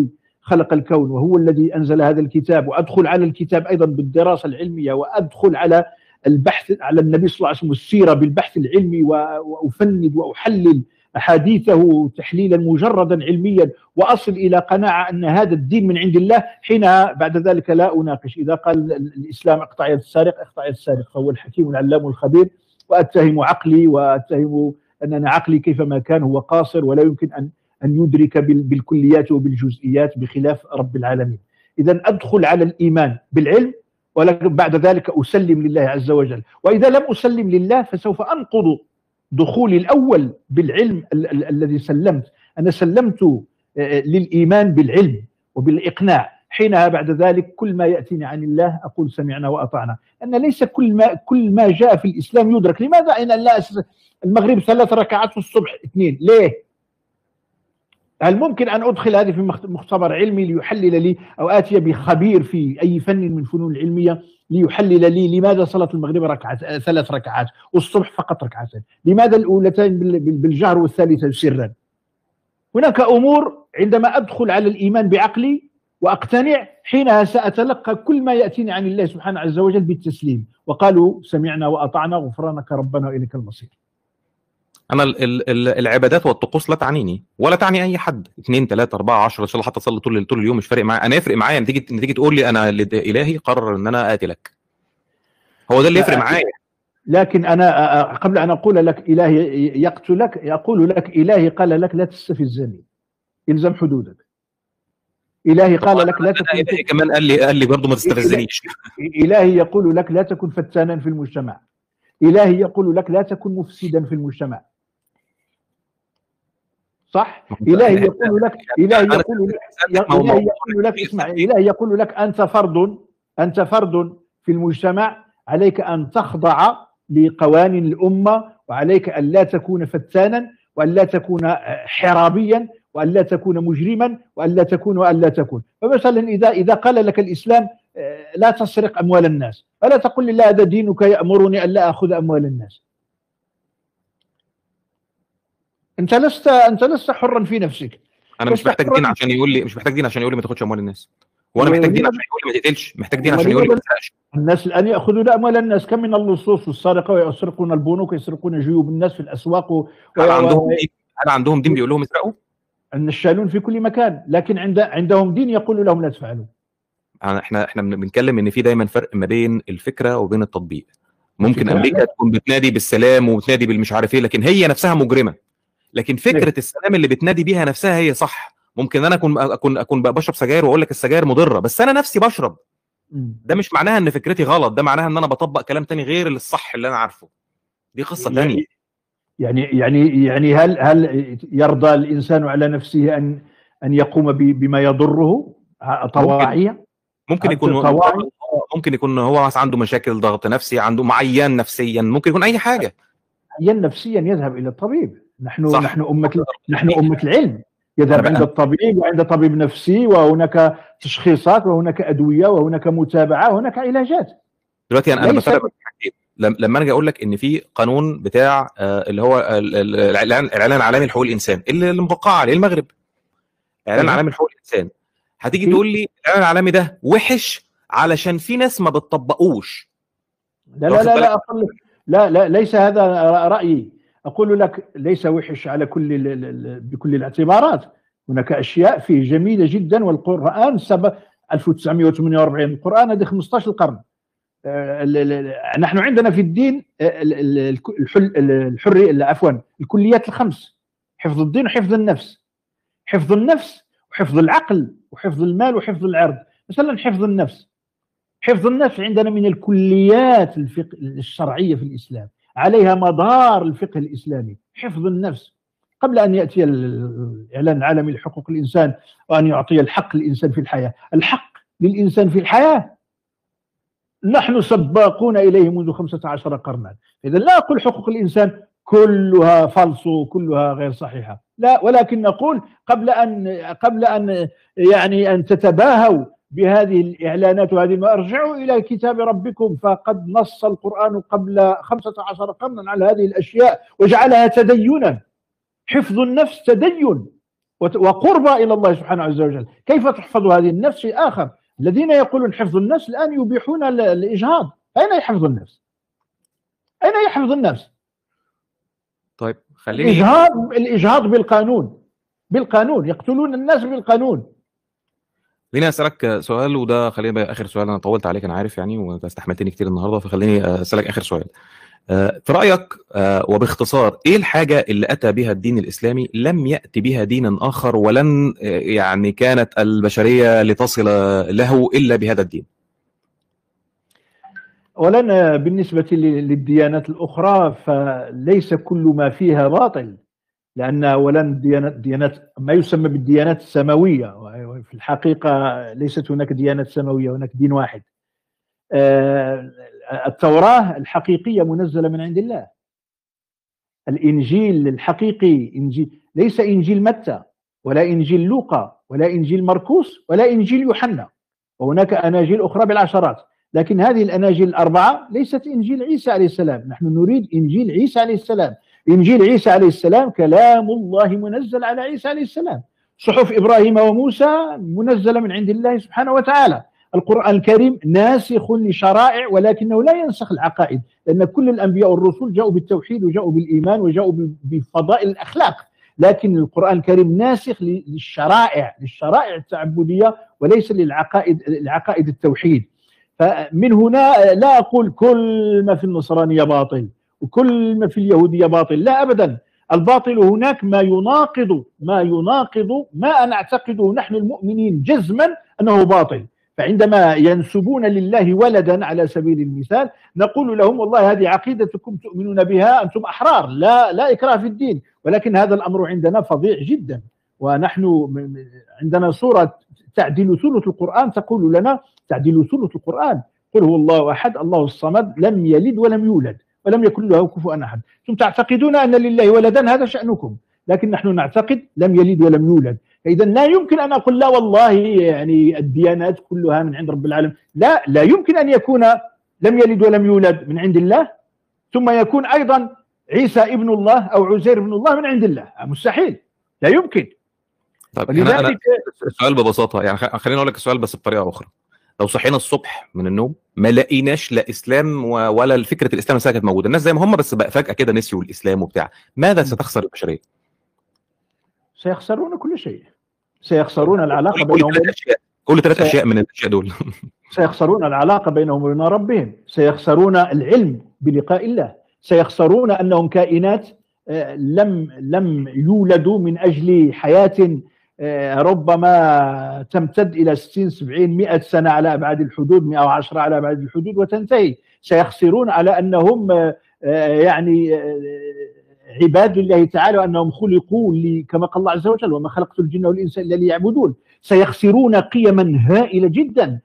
خلق الكون وهو الذي أنزل هذا الكتاب، وأدخل على الكتاب أيضا بالدراسة العلمية، وأدخل على البحث على النبي صلى الله عليه وسلم والسيرة بالبحث العلمي، وأفند وأحلل أحاديثه تحليلا مجردا علميا، وأصل إلى قناعة أن هذا الدين من عند الله، حينها بعد ذلك لا أناقش. إذا قال الإسلام اقطع يد السارق اقطع يد السارق، فهو الحكيم العلام الخبير، وأتهم عقلي وأتهم أن عقلي كيفما كان هو قاصر ولا يمكن أن يدرك بالكليات وبالجزئيات بخلاف رب العالمين. إذا أدخل على الإيمان بالعلم، ولكن بعد ذلك أسلم لله عز وجل. وإذا لم أسلم لله فسوف أنقض دخولي الأول بالعلم الذي سلمت. أنا سلمت للإيمان بالعلم وبالإقناع، حينها بعد ذلك كل ما يأتيني عن الله أقول سمعنا وأطعنا. أن ليس كل ما جاء في الإسلام يدرك. لماذا أن الله المغرب 3 ركعات والصبح 2؟ ليه؟ هل ممكن أن أدخل هذه في مختبر علمي ليحلل لي، أو آتي بخبير في أي فن من الفنون العلمية ليحلل لي لماذا صلاة المغرب 3 ركعات والصبح فقط 2 ركعات؟ لماذا الأولتين بالجهر والثالثة سرا؟ هناك أمور عندما أدخل على الإيمان بعقلي وأقتنع، حينها سأتلقى كل ما يأتيني عن الله سبحانه عز وجل بالتسليم، وقالوا سمعنا وأطعنا غفرانك ربنا وإليك المصير. انا العبادات والطقوس لا تعنيني ولا تعني اي حد، 2 3 4 10 ان شاء الله، حتى اصلي طول اليوم مش فارق معايا. انا يفرق معايا نتيجه تقول لي انا الهي قرر ان انا اقاتلك، هو ده اللي يفرق معايا. لكن انا قبل ان اقول لك الهي يقتلك، يقول لك الهي قال لك لا تستفزني، الزم حدودك. الهي قال لك لا تكن، الهي كمان قال لي برضه ما تستفزنيش. الهي يقول لك لا تكن فتانا في المجتمع. الهي يقول لك لا تكن مفسدا في المجتمع. صح؟ إلهي يقول لك اسمع، إلهي يقول لك أنت فرد في المجتمع، عليك أن تخضع لقوانين الأمة، وعليك أن لا تكون فتانا، وأن لا تكون حرابيا، وأن لا تكون مجرما، وأن لا تكون. فمثلا إذا قال لك الإسلام لا تسرق أموال الناس، فلا تقل لله هذا دينك يأمرني أن لا أخذ أموال الناس. انت لست حرا في نفسك. انا مش محتاج دين عشان يقول لي ما تاخدش اموال الناس، وانا محتاج دين عشان يقول لي ما تقتلش، محتاج دين عشان يقول لي ما تسرقش. الناس الان ياخذون اموال الناس، كم من اللصوص والسارقه، ويسرقون البنوك ويسرقون جيوب الناس في الاسواق هل عندهم دين بيقول لهم اسرقوا؟ النشالون في كل مكان، لكن عندهم دين يقول لهم لا تفعلوا. احنا بنتكلم ان في دايما فرق ما بين الفكره وبين التطبيق. ممكن امريكا تكون بتنادي بالسلام وبتنادي بالمش عارف ايه، لكن هي نفسها مجرمه. لكن فكره السلام اللي بتنادي بيها نفسها هي صح. ممكن انا اكون بشرب سجاير واقول لك السجاير مضره، بس انا نفسي بشرب. ده مش معناها ان فكرتي غلط، ده معناها ان انا بطبق كلام تاني غير الصح اللي انا عارفه. دي قصه ثانيه. يعني هل يرضى الانسان على نفسه ان يقوم بما يضره طواعية؟ ممكن يكون هو عنده مشاكل ضغط نفسي، عنده معين نفسيا، ممكن يكون اي حاجه. معين نفسيا يذهب الى الطبيب. نحن أمة العلم، يذهب عند الطبيب وعند طبيب نفسي، وهناك تشخيصات وهناك أدوية وهناك متابعة وهناك علاجات. دلوقتي أنا بفرق حاجتين. لما أنا أقول لك إن في قانون بتاع اللي هو الإعلان العالمي لحقوق الإنسان اللي موقع عليه المغرب، إعلان عالمي لحقوق الإنسان، هتيجي تقول لي الإعلان العالمي ده وحش علشان في ناس ما بتطبقوش. لا ليس هذا رأيي. أقول لك ليس وحش على بكل الاعتبارات. هناك أشياء فيه جميلة جدا، والقرآن 1948، القرآن هذه 15 القرن. نحن عندنا في الدين الكليات ال5: حفظ الدين وحفظ النفس. حفظ النفس وحفظ العقل وحفظ المال وحفظ العرض. مثلا حفظ النفس عندنا من الكليات الشرعية في الإسلام، عليها مدار الفقه الإسلامي. حفظ النفس قبل أن يأتي الإعلان العالمي لحقوق الإنسان وأن يعطي الحق للإنسان في الحياة. الحق للإنسان في الحياة نحن سباقون إليه منذ 15 قرنا. إذا لا أقول حقوق الإنسان كلها فلس وكلها غير صحيحة، لا، ولكن نقول قبل أن يعني أن تتباهوا بهذه الإعلانات وهذه ارجعوا إلى كتاب ربكم، فقد نص القرآن قبل 15 قرنا على هذه الأشياء وجعلها تدينا. حفظ النفس تدين، وقربى إلى الله سبحانه عز وجل. كيف تحفظ هذه النفس؟ شيء آخر. الذين يقولون حفظ النفس الآن يبيحون الإجهاض. أين يحفظ النفس؟ أين يحفظ النفس؟ طيب خليني الإجهاض بالقانون يقتلون الناس بالقانون. خليني اسالك سؤال، وده خلينا بقى اخر سؤال. انا طولت عليك انا عارف يعني، وانت استحملتني كتير النهارده، فخليني اسالك اخر سؤال. في رايك وباختصار، ايه الحاجه اللي اتى بها الدين الاسلامي لم ياتي بها دين اخر، ولن يعني كانت البشريه لتصل له الا بهذا الدين؟ أولا بالنسبة للديانات الأخرى فليس كل ما فيها باطل، لأن أولا ديانات ما يسمى بالديانات السماوية، في الحقيقة ليست هناك ديانات سماوية، هناك دين واحد. التوراة الحقيقية منزلة من عند الله. الإنجيل الحقيقي ليس إنجيل متى ولا إنجيل لوقا ولا إنجيل مرقس ولا إنجيل يوحنا، وهناك أناجيل أخرى بالعشرات، لكن هذه الأناجيل الأربعة ليست إنجيل عيسى عليه السلام. نحن نريد إنجيل عيسى عليه السلام. إنجيل عيسى عليه السلام كلام الله منزل على عيسى عليه السلام. صحف إبراهيم وموسى منزلة من عند الله سبحانه وتعالى. القرآن الكريم ناسخ لشرائع ولكنه لا ينسخ العقائد، لأن كل الأنبياء والرسل جاءوا بالتوحيد وجاءوا بالإيمان وجاءوا بفضائل الأخلاق، لكن القرآن الكريم ناسخ للشرائع التعبدية وليس للعقائد التوحيد. فمن هنا لا أقول كل ما في النصرانية باطل وكل ما في اليهودية باطل، لا أبدا. الباطل هناك ما يناقض ما نعتقده نحن المؤمنين جزما أنه باطل. فعندما ينسبون لله ولدا على سبيل المثال نقول لهم والله هذه عقيدتكم تؤمنون بها، أنتم أحرار، لا إكراه في الدين، ولكن هذا الأمر عندنا فظيع جدا. ونحن عندنا سورة تعديل ثلث القرآن تقول لنا تعديل ثلث القرآن قل هو الله أحد الله الصمد لم يلد ولم يولد ولم يكن له كفوا أحد. ثم تعتقدون أن لله ولدا، هذا شأنكم، لكن نحن نعتقد لم يلد ولم يولد. فإذا لا يمكن أن أقول لا والله يعني الديانات كلها من عند رب العالمين. لا يمكن أن يكون لم يلد ولم يولد من عند الله ثم يكون أيضا عيسى ابن الله أو عزير ابن الله من عند الله، مستحيل، لا يمكن. طيب أنا السؤال ببساطة يعني، خليني أقول لك السؤال بس بطريقة أخرى. لو صحينا الصبح من النوم ما لقيناش لا اسلام ولا فكره الاسلام نفسها كانت موجوده، الناس زي ما هم بس بقى فجاه كده نسيوا الاسلام وبتاع، ماذا ستخسر البشريه؟ سيخسرون كل شيء. سيخسرون العلاقه بينهم. قول 3 اشياء من الاشياء دول. سيخسرون العلاقه بينهم وبين ربهم، سيخسرون العلم بلقاء الله، سيخسرون انهم كائنات لم يولدوا من اجل حياه ربما تمتد إلى 60 70 100 سنة على أبعاد الحدود، 110 على أبعاد الحدود وتنتهي. سيخسرون على أنهم يعني عباد لله تعالى وأنهم خلقوا كما قال الله عز وجل وما خلقت الجن والإنس إلا ليعبدون. سيخسرون قيما هائلة جدا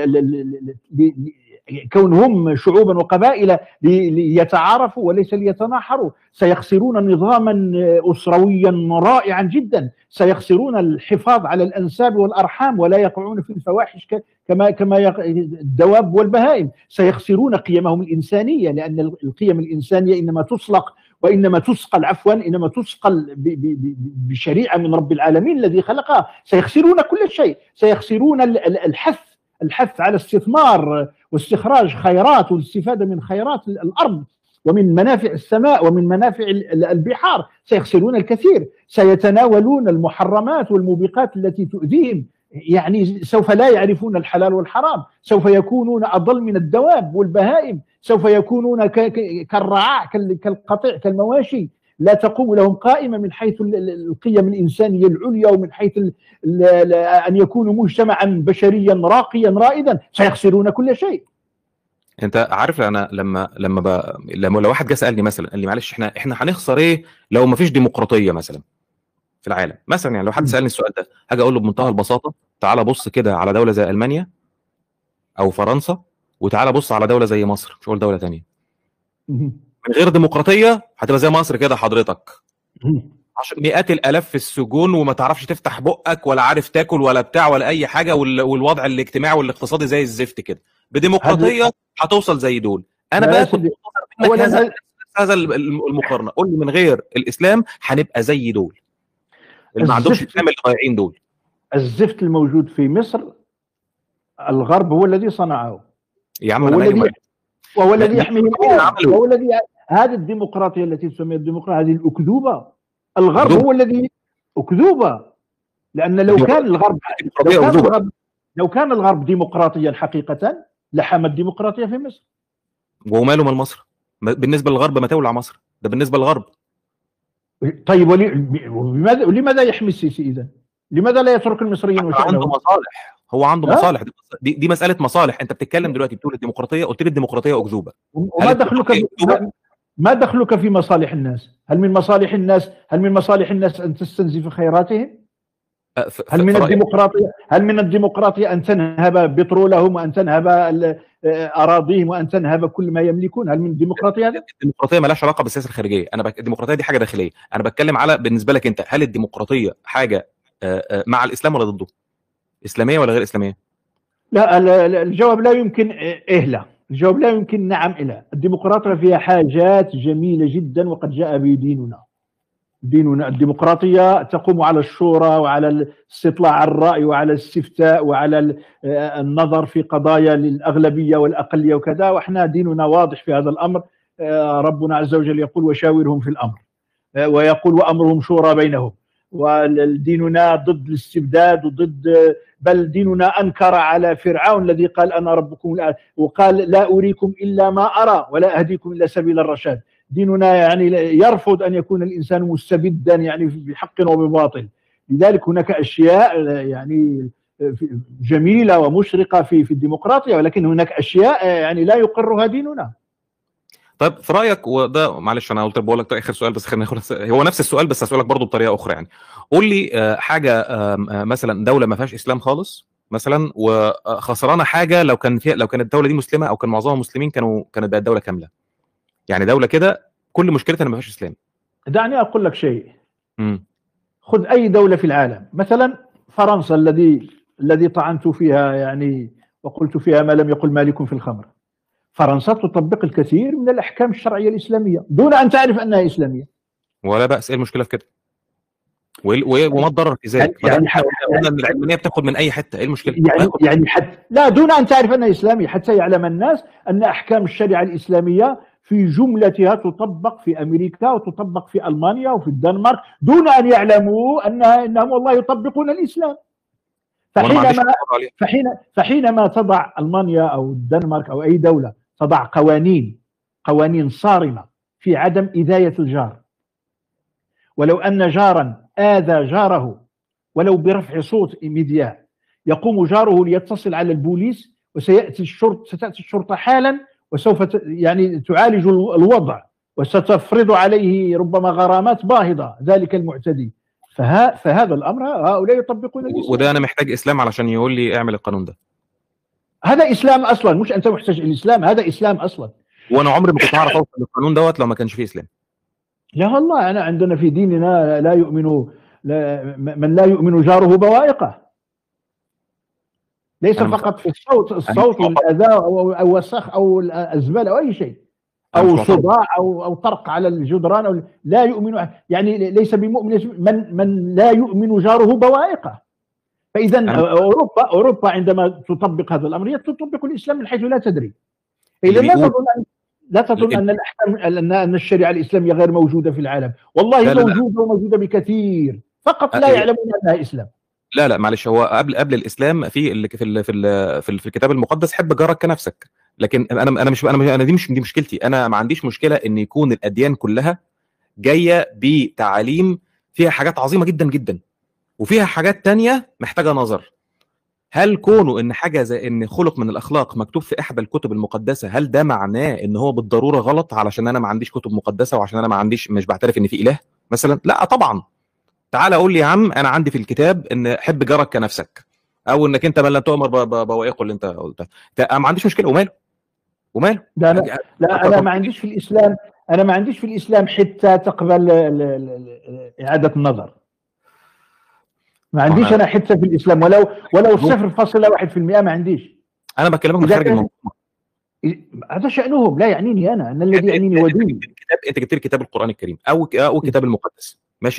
كونهم شعوبا وقبائل ليتعارفوا وليس ليتناحروا. سيخسرون نظاما أسرويا رائعا جدا. سيخسرون الحفاظ على الأنساب والأرحام ولا يقعون في الفواحش كما الدواب والبهائم. سيخسرون قيمهم الإنسانية، لأن القيم الإنسانية إنما تسلق وإنما تسقل إنما تسقل بشريعة من رب العالمين الذي خلقها. سيخسرون كل شيء. سيخسرون الحث على استثمار واستخراج خيرات والاستفادة من خيرات الأرض ومن منافع السماء ومن منافع البحار. سيخسرون الكثير. سيتناولون المحرمات والموبقات التي تؤذيهم، يعني سوف لا يعرفون الحلال والحرام، سوف يكونون أضل من الدواب والبهائم، سوف يكونون كالرعاع كالقطيع كالمواشي، لا تقوم لهم قائمة من حيث القيم الإنسانية العليا ومن حيث أن يكونوا مجتمعا بشريا راقيا رائدا. سيخسرون كل شيء. انت عارف انا لما لو واحد جه سالني مثلا قال لي معلش احنا هنخسر ايه لو ما فيش ديمقراطيه مثلا في العالم مثلا، يعني لو حد سالني السؤال ده هاجي اقول له بمنتهى البساطه تعالى بص كده على دوله زي المانيا او فرنسا، وتعالى بص على دوله زي مصر، مش هقول دوله ثانيه، من غير ديمقراطيه هتبقى زي مصر كده حضرتك، مئات الالاف في السجون وما تعرفش تفتح بقك ولا عارف تاكل ولا بتاع ولا اي حاجه، والوضع الاجتماعي والاقتصادي زي الزفت كده. بديمقراطيه هتوصل زي دول. انا بقى كنت هذا المقارنه، قول لي من غير الاسلام هنبقى زي دول. اللي ما عندهمش اسلام اللي ضايعين دول. الزفت الموجود في مصر الغرب هو الذي صنعه، يا عم انا وهو الذي يحميه الآن، وهو الذي هذه الديمقراطية التي تسمى الديمقراطية، هذه الأكذوبة، الغرب هو الذي أكذوبة. لأن لو كان الغرب ديمقراطيا حقيقة لحمى الديمقراطية في مصر. وماله من مصر؟ بالنسبة للغرب ما تولع مصر، ده بالنسبة للغرب. طيب ولماذا يحمي السيسي إذا؟ لماذا لا يترك المصريين وشأنهم؟ عنده مصالح، هو عنده مصالح. دي مسألة مصالح. أنت بتتكلم دلوقتي بتقول الديمقراطية، قلت لي الديمقراطية أكذوبة. ما دخلك في مصالح الناس؟ هل من مصالح الناس أن تستنزف خيراتهم؟ هل من الديمقراطية أن تنهب بترولهم وأن تنهب أراضيهم وأن تنهب كل ما يملكون؟ هل من الديمقراطية هذا؟ الديمقراطية ما لهاش علاقة بالسياسة الخارجية. الديمقراطية دي حاجة داخلية. أنا بتكلم على بالنسبة لك أنت، هل الديمقراطية حاجة مع الإسلام ولا ضده؟ إسلامية ولا غير إسلامية؟ لا، الجواب لا يمكن لا. الجواب لا يمكن نعم إلى. الديمقراطية فيها حاجات جميلة جدا وقد جاء به ديننا. الديمقراطية تقوم على الشورى وعلى استطلاع على الرأي وعلى الاستفتاء وعلى النظر في قضايا للأغلبية والأقلية وكذا، وإحنا ديننا واضح في هذا الأمر. ربنا عز وجل يقول وشاورهم في الأمر، ويقول وأمرهم شورى بينهم. وديننا ضد الاستبداد بل ديننا أنكر على فرعون الذي قال أنا ربكم الأعلى، وقال لا أريكم إلا ما أرى ولا أهديكم إلا سبيل الرشاد. ديننا يعني يرفض أن يكون الإنسان مستبدا يعني بحق وبباطل. لذلك هناك أشياء يعني جميلة ومشرقة في الديمقراطية، ولكن هناك أشياء يعني لا يقرها ديننا. طيب في رايك، وده معلش انا بقول لك اخر سؤال بس خلينا ناخد هو نفس السؤال بس هسألك برضه بطريقه اخرى. يعني قول لي حاجه مثلا دوله ما فيهاش اسلام خالص مثلا وخسرانه حاجه لو كانت الدوله دي مسلمه او كان معظمها مسلمين كانت بقت دوله كامله. يعني دوله كده كل مشكلتها ان ما فيهاش اسلام. دعني اقول لك شيء. خذ اي دوله في العالم، مثلا فرنسا الذي طعنت فيها يعني وقلت فيها ما لم يقل مالك في الخمر. فرنسا تطبق الكثير من الأحكام الشرعية الإسلامية دون أن تعرف أنها إسلامية. ولا بأس، إيه المشكلة في كده؟ وما الضرر في ذلك؟ يعني العلمانية بتاخد من أي حتة، إيه المشكلة؟ يعني حتى لا، دون أن تعرف أنها إسلامية، حتى يعلم الناس أن أحكام الشريعة الإسلامية في جملتها تطبق في أمريكا وتطبق في ألمانيا وفي الدنمارك دون أن يعلموا أنهم والله يطبقون الإسلام. فحينما تضع ألمانيا أو الدنمارك أو أي دولة تضع قوانين صارمة في عدم إذاية الجار، ولو أن جارا آذى جاره ولو برفع صوت مذياع يقوم جاره ليتصل على البوليس وستأتي الشرطة حالا وسوف يعني تعالج الوضع وستفرض عليه ربما غرامات باهظة ذلك المعتدي. فهذا الأمر هؤلاء يطبقون الإسلام. وده أنا محتاج إسلام علشان يقول لي اعمل القانون ده. هذا إسلام أصلا، مش أنت محتاج الإسلام، هذا إسلام أصلا. وأنا عمري ما كنت هعرف أوصل للقانون دوت لو ما كانش فيه إسلام. لا والله، أنا عندنا في ديننا من لا يؤمن جاره بوائقه. ليس فقط في الصوت والأذى أو الوسخ أو الزبالة أو أي شيء أو صداع أو طرق على الجدران أو لا يؤمن، يعني ليس بمؤمن من لا يؤمن جاره بوائقه. فإذا أوروبا عندما تطبق هذا الأمر تطبق الإسلام من حيث لا تدري. إذا لا تظن أن الأحكام أن الشريعة الإسلامية غير موجودة في العالم، والله موجودة وموجودة بكثير، فقط لا يعلمون أنها إسلام. لا معلش، هو قبل الإسلام في الكتاب المقدس حب جارك كنفسك. لكن أنا دي مشكلتي. أنا ما عنديش مشكلة إن يكون الأديان كلها جاية بتعاليم فيها حاجات عظيمة جدا جدا وفيها حاجات تانية محتاجة نظر. هل كونه ان حاجه زي ان خلق من الاخلاق مكتوب في احدى الكتب المقدسه، هل ده معناه ان هو بالضروره غلط علشان انا ما عنديش كتب مقدسه وعشان انا مش بعترف ان في اله مثلا؟ لا طبعا. تعال قول لي يا عم انا عندي في الكتاب ان حب جارك كنفسك، او انك انت من لن تؤمر بوائقه اللي انت قلتها. انا ما عنديش مشكله، وماله. لا انا ما عنديش في الاسلام، حتى تقبل اعاده النظر. ما عنديش انا حته في الاسلام ولو 0.1% ما عنديش. انا بكلمك من خارج الموضوع. هذا شأنهم، لا يعنيني انا الذي يعنيني هو ديني. انت جبت لي كتاب القرآن الكريم او الكتاب المقدس، ماشي،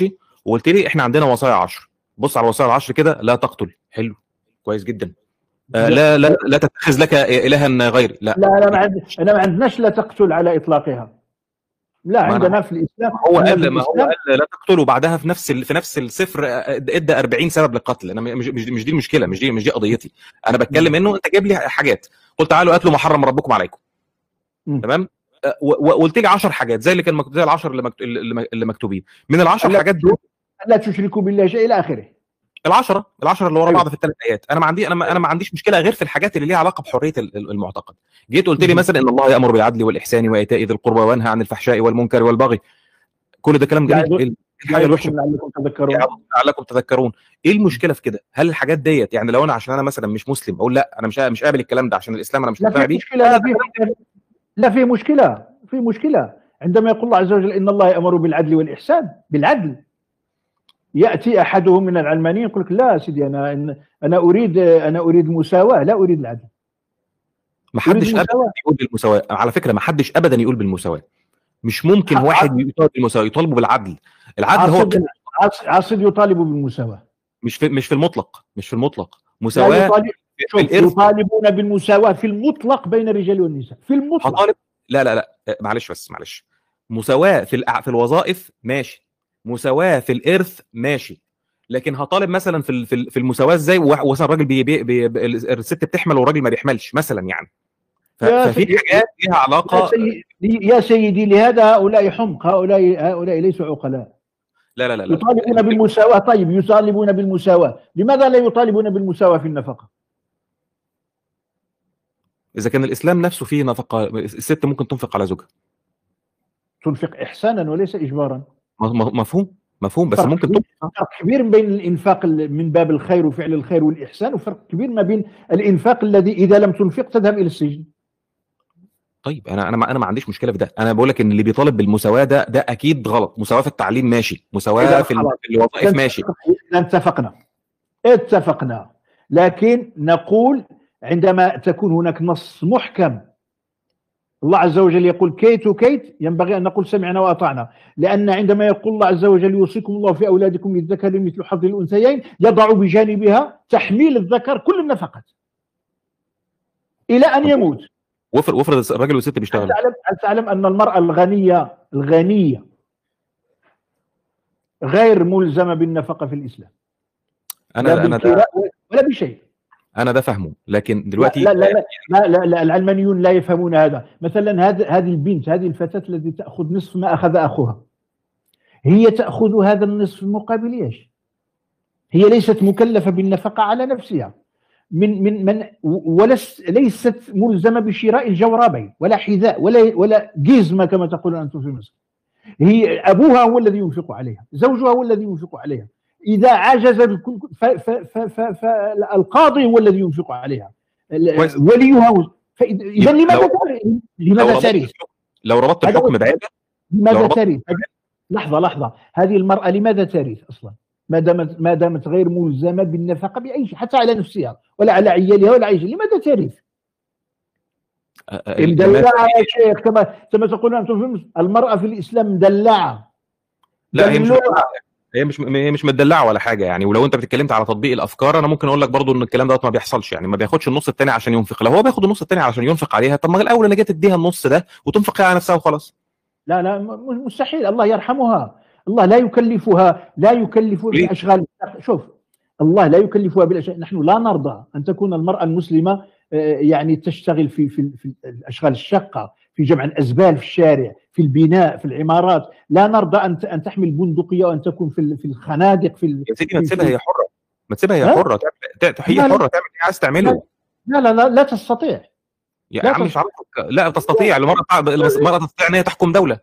وقلت لي احنا عندنا وصايا 10. بص على الوصايا ال10 كده: لا تقتل. حلو، كويس جدا. لا تتخذ لك الها غيري. لا انا ما عندناش لا تقتل على اطلاقها. لا، عندنا في الاسلام ما هو قال لا تقتل، وبعدها في نفس السفر ادى 40 سبب للقتل. انا مش دي المشكله، مش دي قضيتي. انا بتكلم انه انت جايب لي حاجات، قلت تعالوا قاتلوا ما حرم ربكم عليكم. تمام. وقلت لي 10 حاجات زي اللي كان مكتوب، زي ال10 اللي مكتوبين. من ال10 حاجات دول لا تشركوا بالله شيء الى اخره. ال10 اللي ورا بعض في الثلاث ايات. انا ما عنديش مشكله غير في الحاجات اللي ليها علاقه بحريه المعتقد. جيت قلت لي مثلا ان الله يأمر بالعدل والاحسان وايتاء ذي القربى وينهى عن الفحشاء والمنكر والبغي. كل ده كلام جميل. الحاجه الوحشه لعلكم تذكرون. ايه المشكله في كده؟ هل الحاجات ديت يعني لو انا عشان انا مثلا مش مسلم اقول لا انا مش قابل الكلام ده عشان الاسلام انا مش مقتنع بيه؟ لا، في مشكله عندما يقول الله عز وجل ان الله يأمر بالعدل والاحسان. بالعدل ياتي احدهم من العلمانيين يقول لك لا سيدي انا اريد المساواه، لا اريد العدل. ما حدش ابدا يقول بالمساواه على فكره، ما حدش ابدا يقول بالمساواه. مش ممكن واحد يطالب بالمساواه، يطالبوا بالعدل. العدل هو عاصد يطالب بالمساواه، مش في المطلق مساواه. يطالبون بالمساواه في المطلق بين الرجال والنساء، في المطلق. لا معلش مساواه في الوظائف ماشي، مساواه في الارث ماشي، لكن هطالب مثلا في المساواه ازاي ومثلا الراجل الست بتحمل والراجل ما بيحملش مثلا يعني. ففي حاجات ليها علاقه. يا سيدي لهذا هؤلاء حمق، هؤلاء ليسوا عقلاء. لا يطالبون بالمساواه. طيب يطالبون بالمساواه، لماذا لا يطالبون بالمساواه في النفقه؟ اذا كان الاسلام نفسه فيه نفقه، الست ممكن تنفق على زوجها. تنفق احسانا وليس اجبارا. مفهوم بس ممكن فرق كبير بين الانفاق من باب الخير وفعل الخير والاحسان، وفرق كبير ما بين الانفاق الذي اذا لم تنفق تذهب الى السجن. طيب انا ما عنديش مشكله في ده. انا بقول لك ان اللي بيطالب بالمساواه ده اكيد غلط. مساواه في التعليم ماشي، مساواه في الوظائف ماشي. اتفقنا، لكن نقول عندما تكون هناك نص محكم، الله عز وجل يقول كيت وكيت، ينبغي أن نقول سمعنا وأطعنا. لأن عندما يقول الله عز وجل يوصيكم الله في أولادكم للذكر مثل حظ الأنثيين، يضع بجانبها تحميل الذكر كل النفقات إلى أن يموت. وافرض الراجل والست بيشتغلوا. هل تعلم أن المرأة الغنية غير ملزمة بالنفقة في الإسلام؟ لا بالكراء ولا بشيء. انا ده فهمه، لكن دلوقتي لا العلمانيون لا يفهمون هذا. مثلا هذه البنت، هذه الفتاة التي تأخذ نصف ما أخذ أخوها، هي تأخذ هذا النصف مقابل ايش؟ هي ليست مكلفة بالنفقة على نفسها ليست ملزمة بشراء الجوربين ولا حذاء ولا جزمة كما تقولون أنتم في مصر. هي أبوها هو الذي ينفق عليها، زوجها هو الذي ينفق عليها، إذا عجز فالقاضي هو الذي ينفق عليها، وليها. إذا لماذا ترث؟ لو ربطت الحكم بعيد لماذا ترث؟ لحظة، هذه المرأة لماذا ترث أصلا ما دامت غير ملزمة بالنفقة بأي شيء، حتى على نفسها ولا على عيالها ولا عيشها؟ لماذا ترث؟ مدلعة يا شيخ، كما تقولون أنتم في مصر، المرأة في الإسلام مدلعة. لا هي مش مدلعه ولا حاجه يعني. ولو انت بتتكلمت على تطبيق الافكار، انا ممكن اقول لك برضو ان الكلام دوت ما بيحصلش يعني. ما بياخدش النص الثاني عشان ينفق، لو هو بياخد النص الثاني عشان ينفق عليها، طب ما الاول انا جيت اديها النص ده وتنفق على نفسها وخلاص. لا مستحيل. الله يرحمها، الله لا يكلفها باشغال. شوف، الله لا يكلفها بالاشياء. نحن لا نرضى ان تكون المراه المسلمه يعني تشتغل في الاشغال الشاقه، في جمع الازبال في الشارع، في البناء، في العمارات. لا نرضى ان تحمل بندقيه وان تكون في الخنادق يا سيدي ما تسيبها هي حره، هي حره تعمل اللي عايز تعمله. لا تستطيع يا عم مش عارفك. لا تستطيع. المرأة تستطيع ان هي تحكم دولة.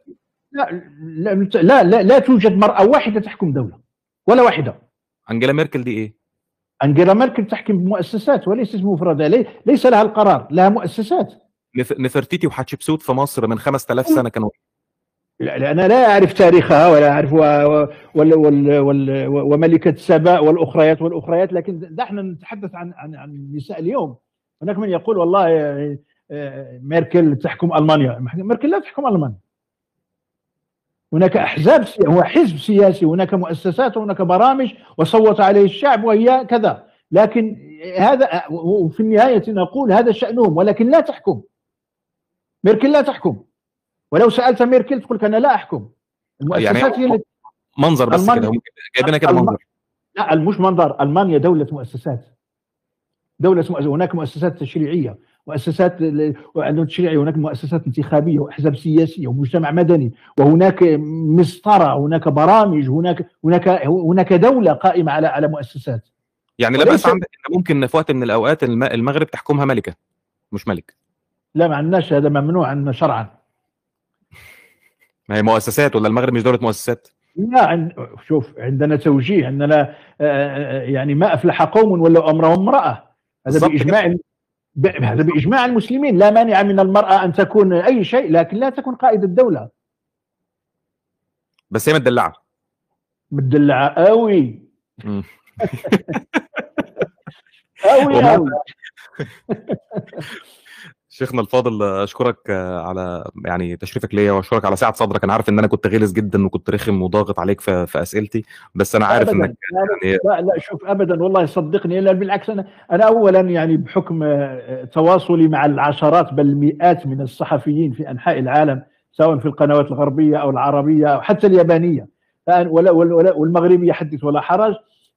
لا توجد مرأة واحدة تحكم دولة ولا واحدة. أنجيلا ميركل دي ايه؟ أنجيلا ميركل تحكم بمؤسسات وليست بمفردة، ليس لها القرار، لها مؤسسات. نفرتيتي وحتشبسوت في مصر من 5000 سنة كانوا. لا أنا لا أعرف تاريخها ولا أعرف وملكة سبا والأخريات، لكن نحن نتحدث عن النساء اليوم. هناك من يقول والله ميركل تحكم ألمانيا. ميركل لا تحكم ألمانيا. هناك أحزاب، هو حزب سياسي، هناك مؤسسات وهناك برامج وصوت عليه الشعب وهي كذا، لكن هذا وفي النهاية نقول هذا شأنهم، ولكن لا تحكم. ميركل لا تحكم، ولو سألت ميركل تقول لك أنا لا أحكم. يعني المؤسسات هي التي منظر بس كده، هم جايبينها كده منظر. لا، مش منظر. ألمانيا دولة مؤسسات، هناك مؤسسات تشريعية، مؤسسات عندهم تشريعية، هناك مؤسسات انتخابية وأحزاب سياسية ومجتمع مدني، وهناك مسطرة، هناك برامج، هناك دولة قائمة على مؤسسات. يعني لا بأس عندك ان ممكن في وقت من الأوقات المغرب تحكمها ملكة مش ملك. لا، ما عندناش، هذا ممنوع عندنا شرعا. ما هي مؤسسات، ولا المغرب مش دولة مؤسسات؟ لا، شوف، عندنا توجيه، عندنا يعني ما أفلح قوم ولو أمرهم امرأة. هذا بإجماع، هذا بإجماع المسلمين. لا مانع من المرأة أن تكون أي شيء، لكن لا تكون قائد الدولة. بس هي مدلعة. مدلعة قوي. قوي. شيخنا الفاضل، اشكرك على يعني تشريفك ليا، واشكرك على سعه صدرك. انا عارف ان انا كنت غلس جدا وكنت رخم وضاغط عليك في اسئلتي، بس انا عارف أبداً. انك يعني لا شوف، ابدا والله صدقني. لا بالعكس، انا اولا يعني بحكم تواصلي مع العشرات بل المئات من الصحفيين في انحاء العالم، سواء في القنوات الغربيه او العربيه او حتى اليابانيه والمغربيه حدث ولا حرج.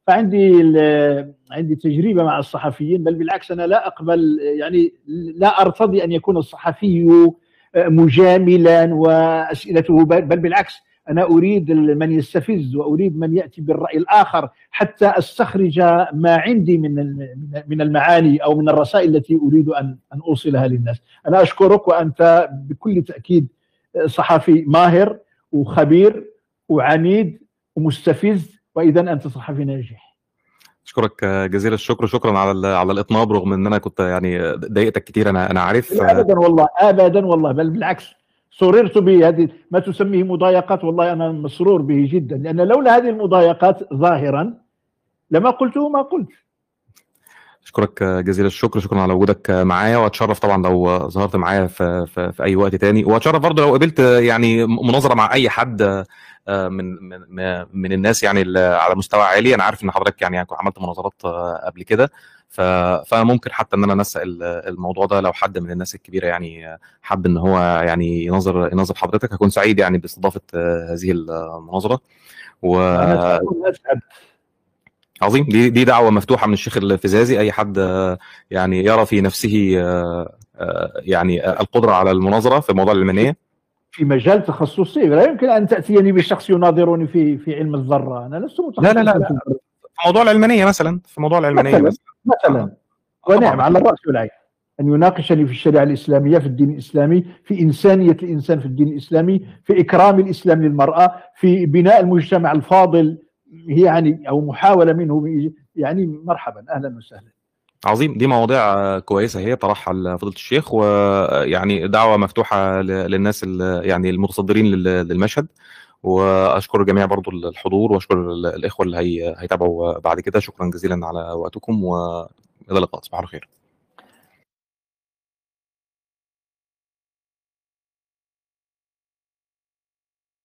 عندي تجربه مع الصحفيين، بل بالعكس انا لا اقبل، يعني لا ارتضي ان يكون الصحفي مجاملا واسئلته، بل بالعكس أنا أريد من يستفز، وأريد من يأتي بالرأي الآخر حتى أستخرج ما عندي من المعاني أو من الرسائل التي أريد أن أوصلها للناس. أنا أشكرك، وأنت بكل تأكيد صحفي ماهر وخبير وعنيد ومستفز، وإذا أنت صحفي ناجح. اشكرك جزيل الشكر، شكرا على الاطناب، رغم ان انا كنت يعني ضايقتك كتير. انا عارف. ابدا والله، ابدا والله، بل بالعكس سررت بهذه ما تسميه مضايقات. والله انا مسرور به جدا، لان لولا هذه المضايقات ظاهرا لما قلته ما قلت. اشكرك جزيل الشكر، شكرا على وجودك معايا، واتشرف طبعا لو ظهرت معايا في اي وقت تاني، واتشرف برضه لو قابلت يعني مناظره مع اي حد من الناس يعني على مستوى عالي. انا عارف ان حضرتك يعني عملت مناظرات قبل كده، فانا ممكن حتى ان انا انسق الموضوع ده لو حد من الناس الكبيره يعني حب ان هو يعني ينظر حضرتك. هكون سعيد يعني باستضافه هذه المناظره. انا سأكون اسعد. عظيم. دي دعوة مفتوحة من الشيخ الفزازي، أي حد يعني يرى في نفسه يعني القدرة على المناظرة في موضوع العلمانية في مجال تخصصي. لا يمكن أن تأتيني بشخص يناظرني في علم الذرة، أنا لست متخصصا. لا في موضوع العلمانية مثلا، مثلا. ونعم، على الرأس والعين أن يناقشني في الشريعة الإسلامية، في الدين الإسلامي، في إنسانية الإنسان في الدين الإسلامي، في إكرام الإسلام للمرأة، في بناء المجتمع الفاضل يعني، أو محاولة منه يعني. مرحبا، أهلا وسهلا. عظيم. دي مواضيع كويسة هي طرحها فضيلة الشيخ، ويعني دعوة مفتوحة للناس يعني المتصدرين للمشهد. واشكر الجميع برضو الحضور، واشكر الاخوه اللي هيتابعوا بعد كده. شكرا جزيلا على وقتكم، والى اللقاء. تصبحوا على خير.